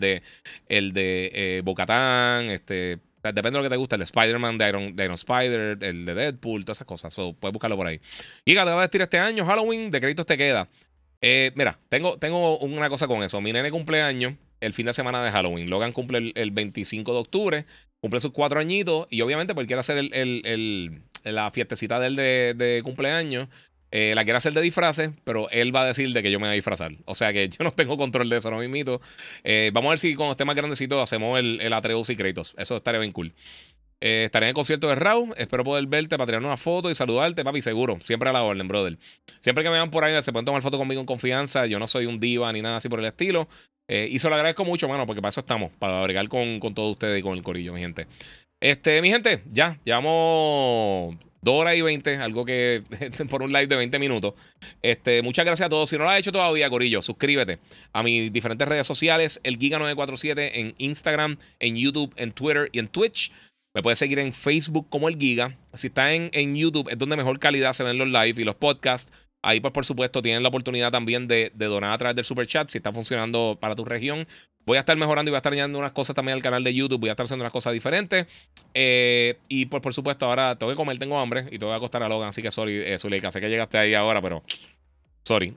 de Bo-Katan. Depende de lo que te gusta. El de Spider-Man, de Iron Spider. El de Deadpool. Todas esas cosas. So, puedes buscarlo por ahí. Y te va a vestir este año. Halloween. De créditos te queda. Mira, tengo una cosa con eso. Mi nene cumpleaños el fin de semana de Halloween. Logan cumple el 25 de octubre. Cumple sus 4 añitos. Y obviamente pues quiere hacer la fiestecita de él de cumpleaños. La quiere hacer de disfraces, pero él va a decir de que yo me voy a disfrazar. O sea que yo no tengo control de eso, no mismito. Vamos a ver si cuando esté más grandecito hacemos el Atreus y Kratos. Eso estaría bien cool. Estaré en el concierto de Rauw. Espero poder verte para tirar una foto y saludarte, papi, seguro. Siempre a la orden, brother. Siempre que me vean por ahí, se pueden tomar foto conmigo en confianza. Yo no soy un diva ni nada así por el estilo. Y se lo agradezco mucho, mano, porque para eso estamos. Para bregar con todos ustedes y con el corillo, mi gente. Mi gente, ya. Llevamos 2 horas y 20. Algo que por un live de 20 minutos. Muchas gracias a todos. Si no lo has hecho todavía, corillo, suscríbete a mis diferentes redes sociales. El Giga947 en Instagram, en YouTube, en Twitter y en Twitch. Me puedes seguir en Facebook como el Giga. Si está en YouTube, es donde mejor calidad se ven los live y los podcasts. Ahí, pues, por supuesto, tienen la oportunidad también de donar a través del Super Chat. Si está funcionando para tu región, voy a estar mejorando y voy a estar añadiendo unas cosas también al canal de YouTube. Voy a estar haciendo unas cosas diferentes. Y, pues, por supuesto, ahora tengo que comer, tengo hambre y te voy a acostar a Logan. Así que, sorry, Zuleika. Sé que llegaste ahí ahora, pero sorry.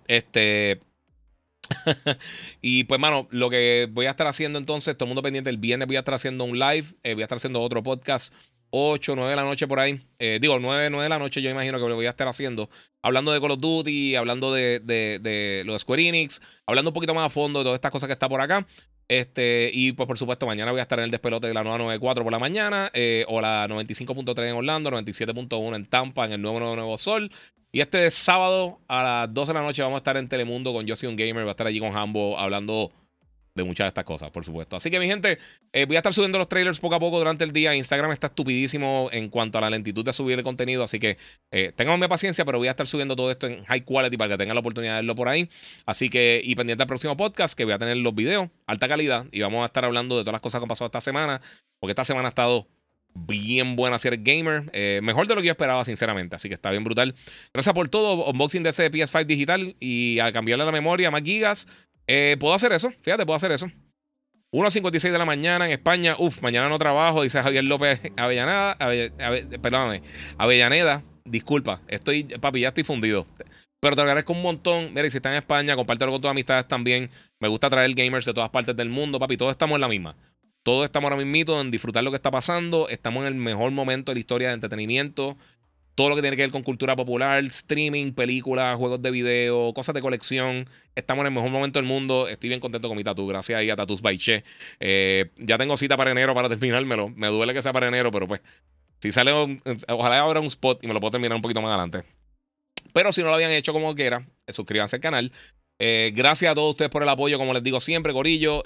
Y pues, mano, lo que voy a estar haciendo entonces, todo el mundo pendiente, el viernes voy a estar haciendo un live, voy a estar haciendo otro podcast 8, 9 de la noche por ahí. Digo, 9 de la noche yo imagino que lo voy a estar haciendo. Hablando de Call of Duty, hablando de los Square Enix, hablando un poquito más a fondo de todas estas cosas que está por acá. Y pues por supuesto mañana voy a estar en el despelote de la nueva 94 por la mañana, o la 95.3 en Orlando, 97.1 en Tampa, en el nuevo Sol. Y este sábado a las 12 de la noche vamos a estar en Telemundo con Yo Soy un Gamer. Va a estar allí con Hambo hablando de muchas de estas cosas, por supuesto. Así que mi gente, voy a estar subiendo los trailers poco a poco durante el día. Instagram está estupidísimo en cuanto a la lentitud de subir el contenido, así que tengamos paciencia, pero voy a estar subiendo todo esto en high quality para que tengan la oportunidad de verlo por ahí. Así que, y pendiente al próximo podcast, que voy a tener los videos, alta calidad, y vamos a estar hablando de todas las cosas que han pasado esta semana, porque esta semana ha estado bien buena si eres gamer, mejor de lo que yo esperaba, sinceramente, así que está bien brutal. Gracias por todo. Unboxing de ese PS5 digital, y al cambiarle la memoria, más gigas. Puedo hacer eso, fíjate, puedo hacer eso. 1:56 de la mañana en España. Mañana no trabajo, dice Javier López Avellaneda. Perdóname, Avellaneda. Disculpa, papi, ya estoy fundido. Pero te agradezco un montón. Mira, y si estás en España, compártelo con tus amistades también. Me gusta traer gamers de todas partes del mundo, papi. Todos estamos en la misma. Todos estamos ahora mismito en disfrutar lo que está pasando. Estamos en el mejor momento de la historia de entretenimiento. Todo lo que tiene que ver con cultura popular, streaming, películas, juegos de video, cosas de colección. Estamos en el mejor momento del mundo. Estoy bien contento con mi tatu. Gracias ahí a Tattoos by Che. Ya tengo cita para enero para terminármelo. Me duele que sea para enero, pero pues, si sale, ojalá abra un spot y me lo puedo terminar un poquito más adelante. Pero si no lo habían hecho como quiera, suscríbanse al canal. Gracias a todos ustedes por el apoyo, como les digo siempre, corillo.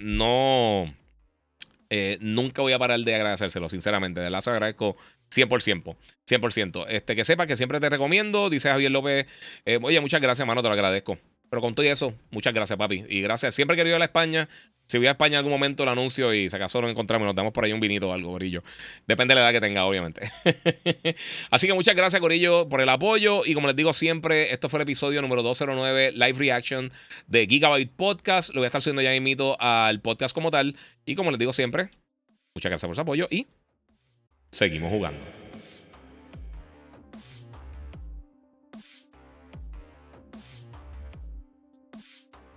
Nunca voy a parar de agradecérselo, sinceramente. De verdad, se agradezco 100%. 100%. Que sepa que siempre te recomiendo, dice Javier López. Oye, muchas gracias, mano, te lo agradezco. Pero con todo eso, muchas gracias, papi. Y gracias. Siempre he querido ir a España. Si voy a España en algún momento, lo anuncio y si acaso nos encontramos, nos damos por ahí un vinito o algo, Corillo. Depende de la edad que tenga, obviamente. Así que muchas gracias, Corillo, por el apoyo. Y como les digo siempre, esto fue el episodio número 209, Live Reaction de Gigabyte Podcast. Lo voy a estar subiendo ya invito al podcast como tal. Y como les digo siempre, muchas gracias por su apoyo y seguimos jugando.